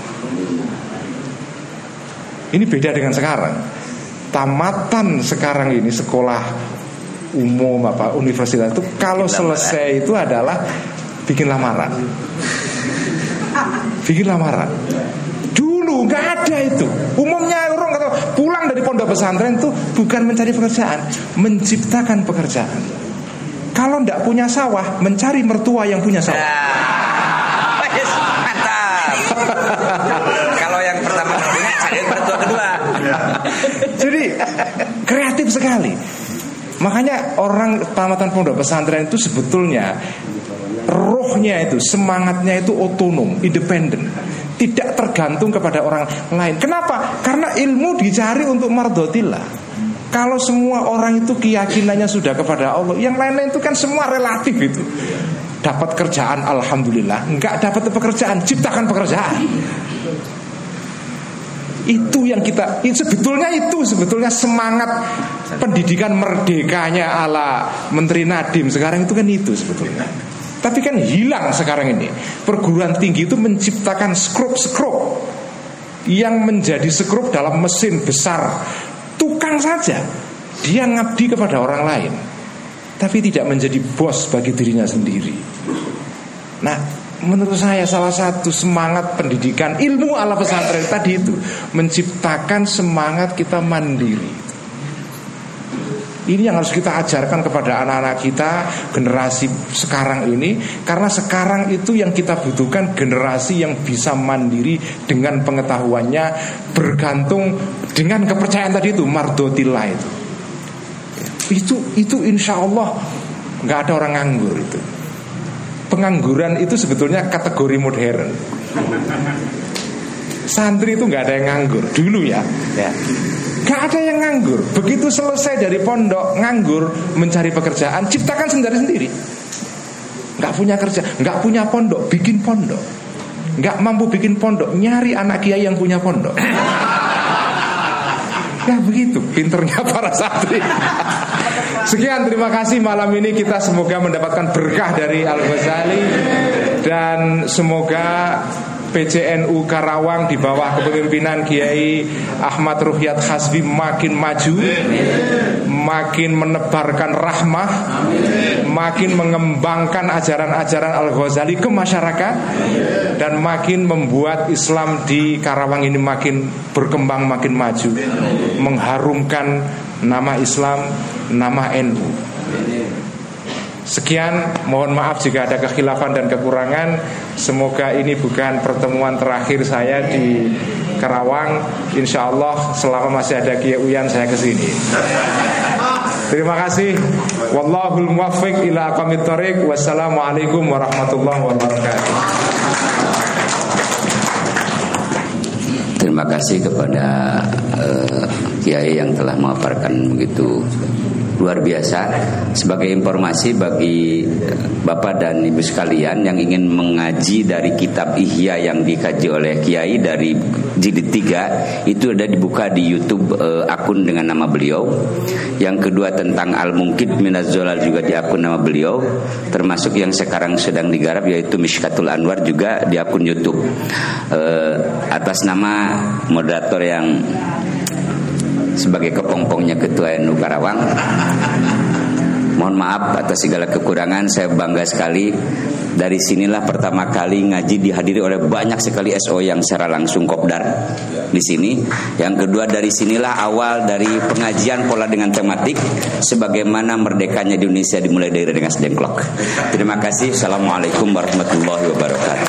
Ini beda dengan sekarang. Tamatan sekarang ini sekolah umum apa universitas itu kalau selesai itu adalah bikin lamaran, bikin lamaran. Dulu nggak ada itu. Umumnya orang kata pulang dari pondok pesantren itu bukan mencari pekerjaan, menciptakan pekerjaan. Kalau nggak punya sawah, mencari mertua yang punya sawah. Mantap. Kalau yang pertama punya, cari mertua kedua. Jadi kreatif sekali. Makanya orang tamatan pondok pesantren itu sebetulnya rohnya itu, semangatnya itu otonom, independen, tidak tergantung kepada orang lain. Kenapa? Karena ilmu dicari untuk mardotillah. Kalau semua orang itu keyakinannya sudah kepada Allah, yang lain-lain itu kan semua relatif itu. Dapat kerjaan alhamdulillah, enggak dapat pekerjaan, ciptakan pekerjaan. Itu yang kita, itu sebetulnya itu sebetulnya semangat pendidikan merdekanya ala Menteri Nadiem sekarang itu kan itu sebetulnya. Tapi kan hilang sekarang ini. Perguruan tinggi itu menciptakan skrup-skrup yang menjadi skrup dalam mesin besar, tukang saja. Dia ngabdi kepada orang lain, tapi tidak menjadi bos bagi dirinya sendiri. Nah, menurut saya salah satu semangat pendidikan ilmu ala pesantren tadi itu menciptakan semangat kita mandiri. Ini yang harus kita ajarkan kepada anak-anak kita, generasi sekarang ini. Karena sekarang itu yang kita butuhkan generasi yang bisa mandiri dengan pengetahuannya, bergantung dengan kepercayaan tadi itu, mardotillah itu. Itu, itu insya Allah gak ada orang nganggur itu. Pengangguran itu sebetulnya kategori modern. Santri itu gak ada yang nganggur dulu ya, ya. Gak ada yang nganggur. Begitu selesai dari pondok, nganggur, mencari pekerjaan, ciptakan sendiri-sendiri. Gak punya kerja, gak punya pondok, bikin pondok. Gak mampu bikin pondok, nyari anak kiai yang punya pondok. Ya begitu pinternya para santri. Sekian, terima kasih malam ini. Kita semoga mendapatkan berkah dari Al-Ghazali. Dan semoga P C N U Karawang di bawah kepemimpinan Kiai Ahmad Ruhyat Hasbi makin maju, makin menebarkan rahmah, makin mengembangkan ajaran-ajaran Al-Ghazali ke masyarakat, dan makin membuat Islam di Karawang ini makin berkembang, makin maju, mengharumkan nama Islam, nama N U. Sekian, mohon maaf jika ada kekhilafan dan kekurangan. Semoga ini bukan pertemuan terakhir saya di Karawang. Insya Allah selama masih ada Kiai Uyan saya kesini. Terima kasih. Wallahul muwaffiq ila aqwamit thoriq. Wassalamualaikum warahmatullahi wabarakatuh. Terima kasih kepada uh, Kiai yang telah memaparkan begitu luar biasa. Sebagai informasi bagi Bapak dan Ibu sekalian yang ingin mengaji dari kitab Ihya yang dikaji oleh Kiai dari jilid tiga, itu ada dibuka di YouTube uh, akun dengan nama beliau. Yang kedua tentang Al-Munqidh Minaz Zalal juga di akun nama beliau, termasuk yang sekarang sedang digarap yaitu Mishkatul Anwar juga di akun YouTube. Uh, atas nama moderator yang sebagai kepompongnya Ketua N U Karawang, mohon maaf atas segala kekurangan. Saya bangga sekali. Dari sinilah pertama kali ngaji dihadiri oleh banyak sekali S O yang secara langsung kopdar di sini. Yang kedua, dari sinilah awal dari pengajian pola dengan tematik sebagaimana merdekanya di Indonesia dimulai dari Rengas Dengklok. Terima kasih. Assalamualaikum warahmatullahi wabarakatuh.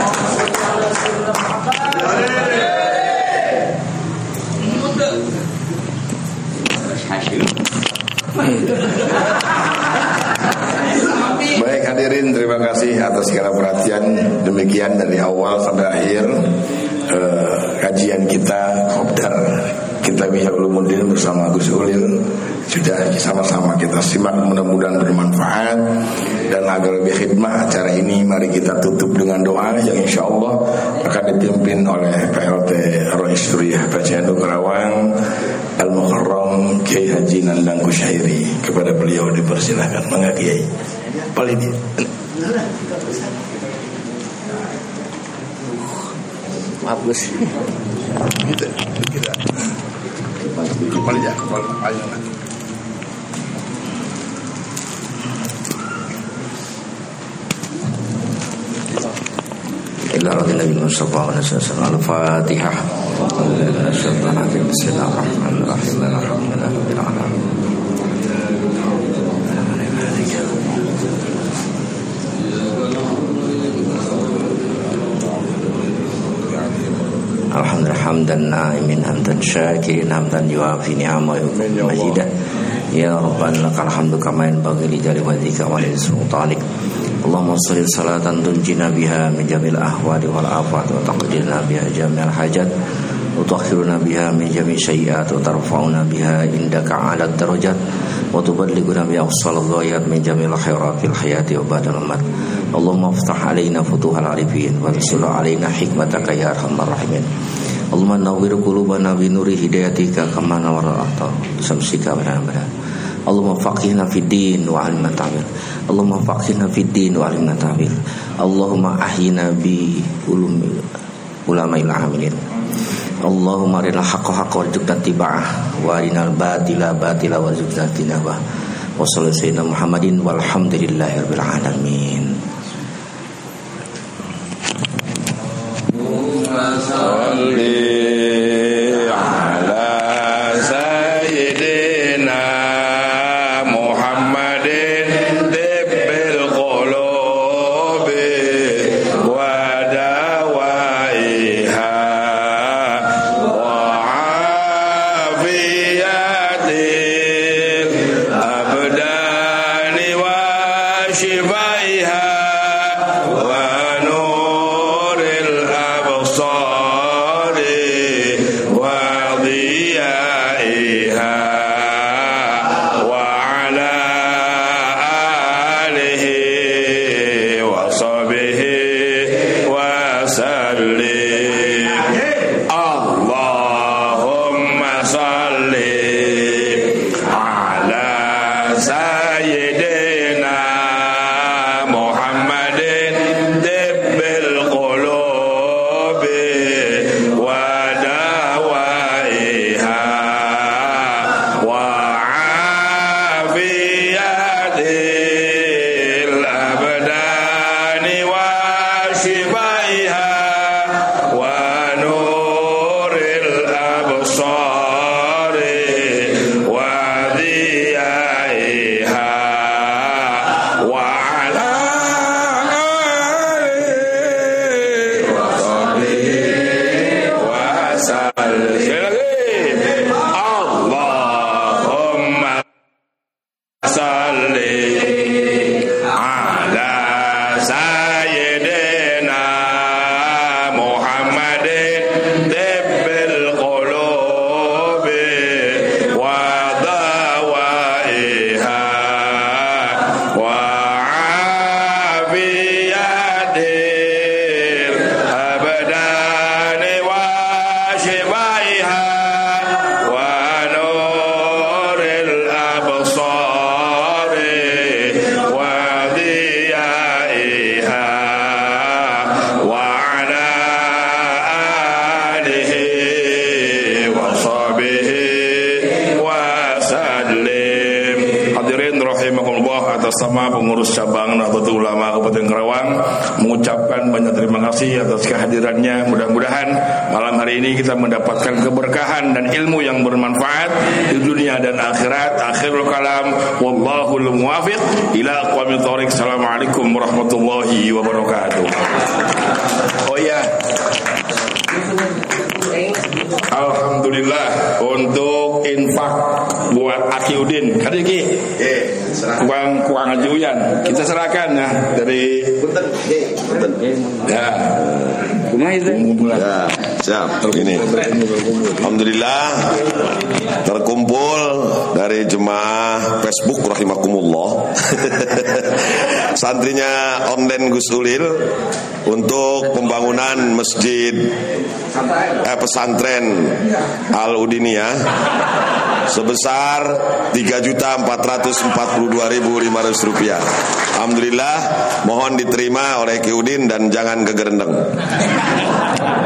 Baik hadirin, terima kasih atas segala perhatian. Demikian dari awal sampai akhir eh, kajian kita Kopdar Kitab Ihya Ulumuddin bersama Gus Ulil. Sudah sama-sama kita simak, mudah-mudahan bermanfaat. Dan agar lebih khidmah acara ini, mari kita tutup dengan doa yang insya Allah akan dipimpin oleh P L T Rais Suriah P C N U Karawang Al-Mukarram Kiai Haji Nandang Kusyairi. Kepada beliau dipersilahkan. Mangga Kiai. Paling ini. Maaf Gus. Kita kita kembali ya, kembali ayo. إلى رضي النبي صلى الله عليه وسلم. الفاتحة. بسم الله الرحمن الرحيم. الحمد لله رب العالمين. الحمد لله حمدا نائمين حمدا شاكرين حمدا يوافي نعمه ومجيدا Ya Rabbana lakal hamdu kama yanbaghi li jalali wajhika wa li sultanik. Allahumma shalli salatan tunjina biha min jamil ahwali wal afat wa taqdirna biha jamil hajat wa tuakhiruna biha min jami' sayyi'at wa tarfa'una biha indaka 'ala darajat wa tuballighuna biha afshalal ghayat min jamil khairat fil hayati wa ba'dal mamat. Allahumma iftah 'alaina futuhal 'arifin wa bisul 'alaina hikmataka ya arhamar rahimin. Allahumma nawwir qulubana bi nuri hidayatika kama nawwara al-ata samsika wa nabara. Allahumma faqihna fid din wa 'allimna ta'wil. Allahumma faqihna fid din wa 'allimna ta'wil. Allahumma ahyina bi ulumil ulama'il amilin. Allahumma arina haqqa haqqa warzuqna tiba'ah wa arinal batila batila warzuqna tinabah. Wa sallallahu sayyidina Muhammadin walhamdulillahirabbil alamin. Salli ala sayyidina Muhammadin tibbil qulubi wa dawaiha wa afiyatil abdani wa shifaiha wa nuril absari wa dhiyaiha wa ala alihi wa sahbihi wa sallim. Allahumma salli ala sayyidina Muhammadin tibbil qulubi wa dawaiha wa afiyatil abdani wa shifaiha wa nuril absari wa dhiyaiha wa ala alihi wa sahbihi wa sallim. Allahumma salli ala sayyidina Muhammadin tibbil qulubi wa dawaiha wa afiyatil abdani wa shifaiha wa nuril absari wa dhiyaiha wa ala alihi wa sahbihi wa sallim. Hadirin rahimakumullah, atas nama pengurus cabang Nahdlatul Ulama Kabupaten Karawang mengucapkan banyak terima kasih atas kehadirannya. Mudah-mudahan malam hari ini kita mendapatkan keberkahan dan ilmu yang bermanfaat di dunia dan akhirat. Akhirul kalam, wallahul muwafiq ila aqwamit thoriq. Assalamualaikum warahmatullahi wabarakatuh. Oh ya, alhamdulillah untuk infak buat Aki Udin. Kali Ki, uang uang ajuyan kita serahkan ya dari ya. Ya, siap. Ini. Alhamdulillah terkumpul dari jemaah Facebook rahimakumullah. Santrinya online Gus Ulil untuk pembangunan masjid eh, pesantren Al Udiniyah sebesar tiga juta empat ratus empat puluh dua ribu lima ratus rupiah. Alhamdulillah, mohon diterima oleh Ki Udin dan jangan kegerendeng.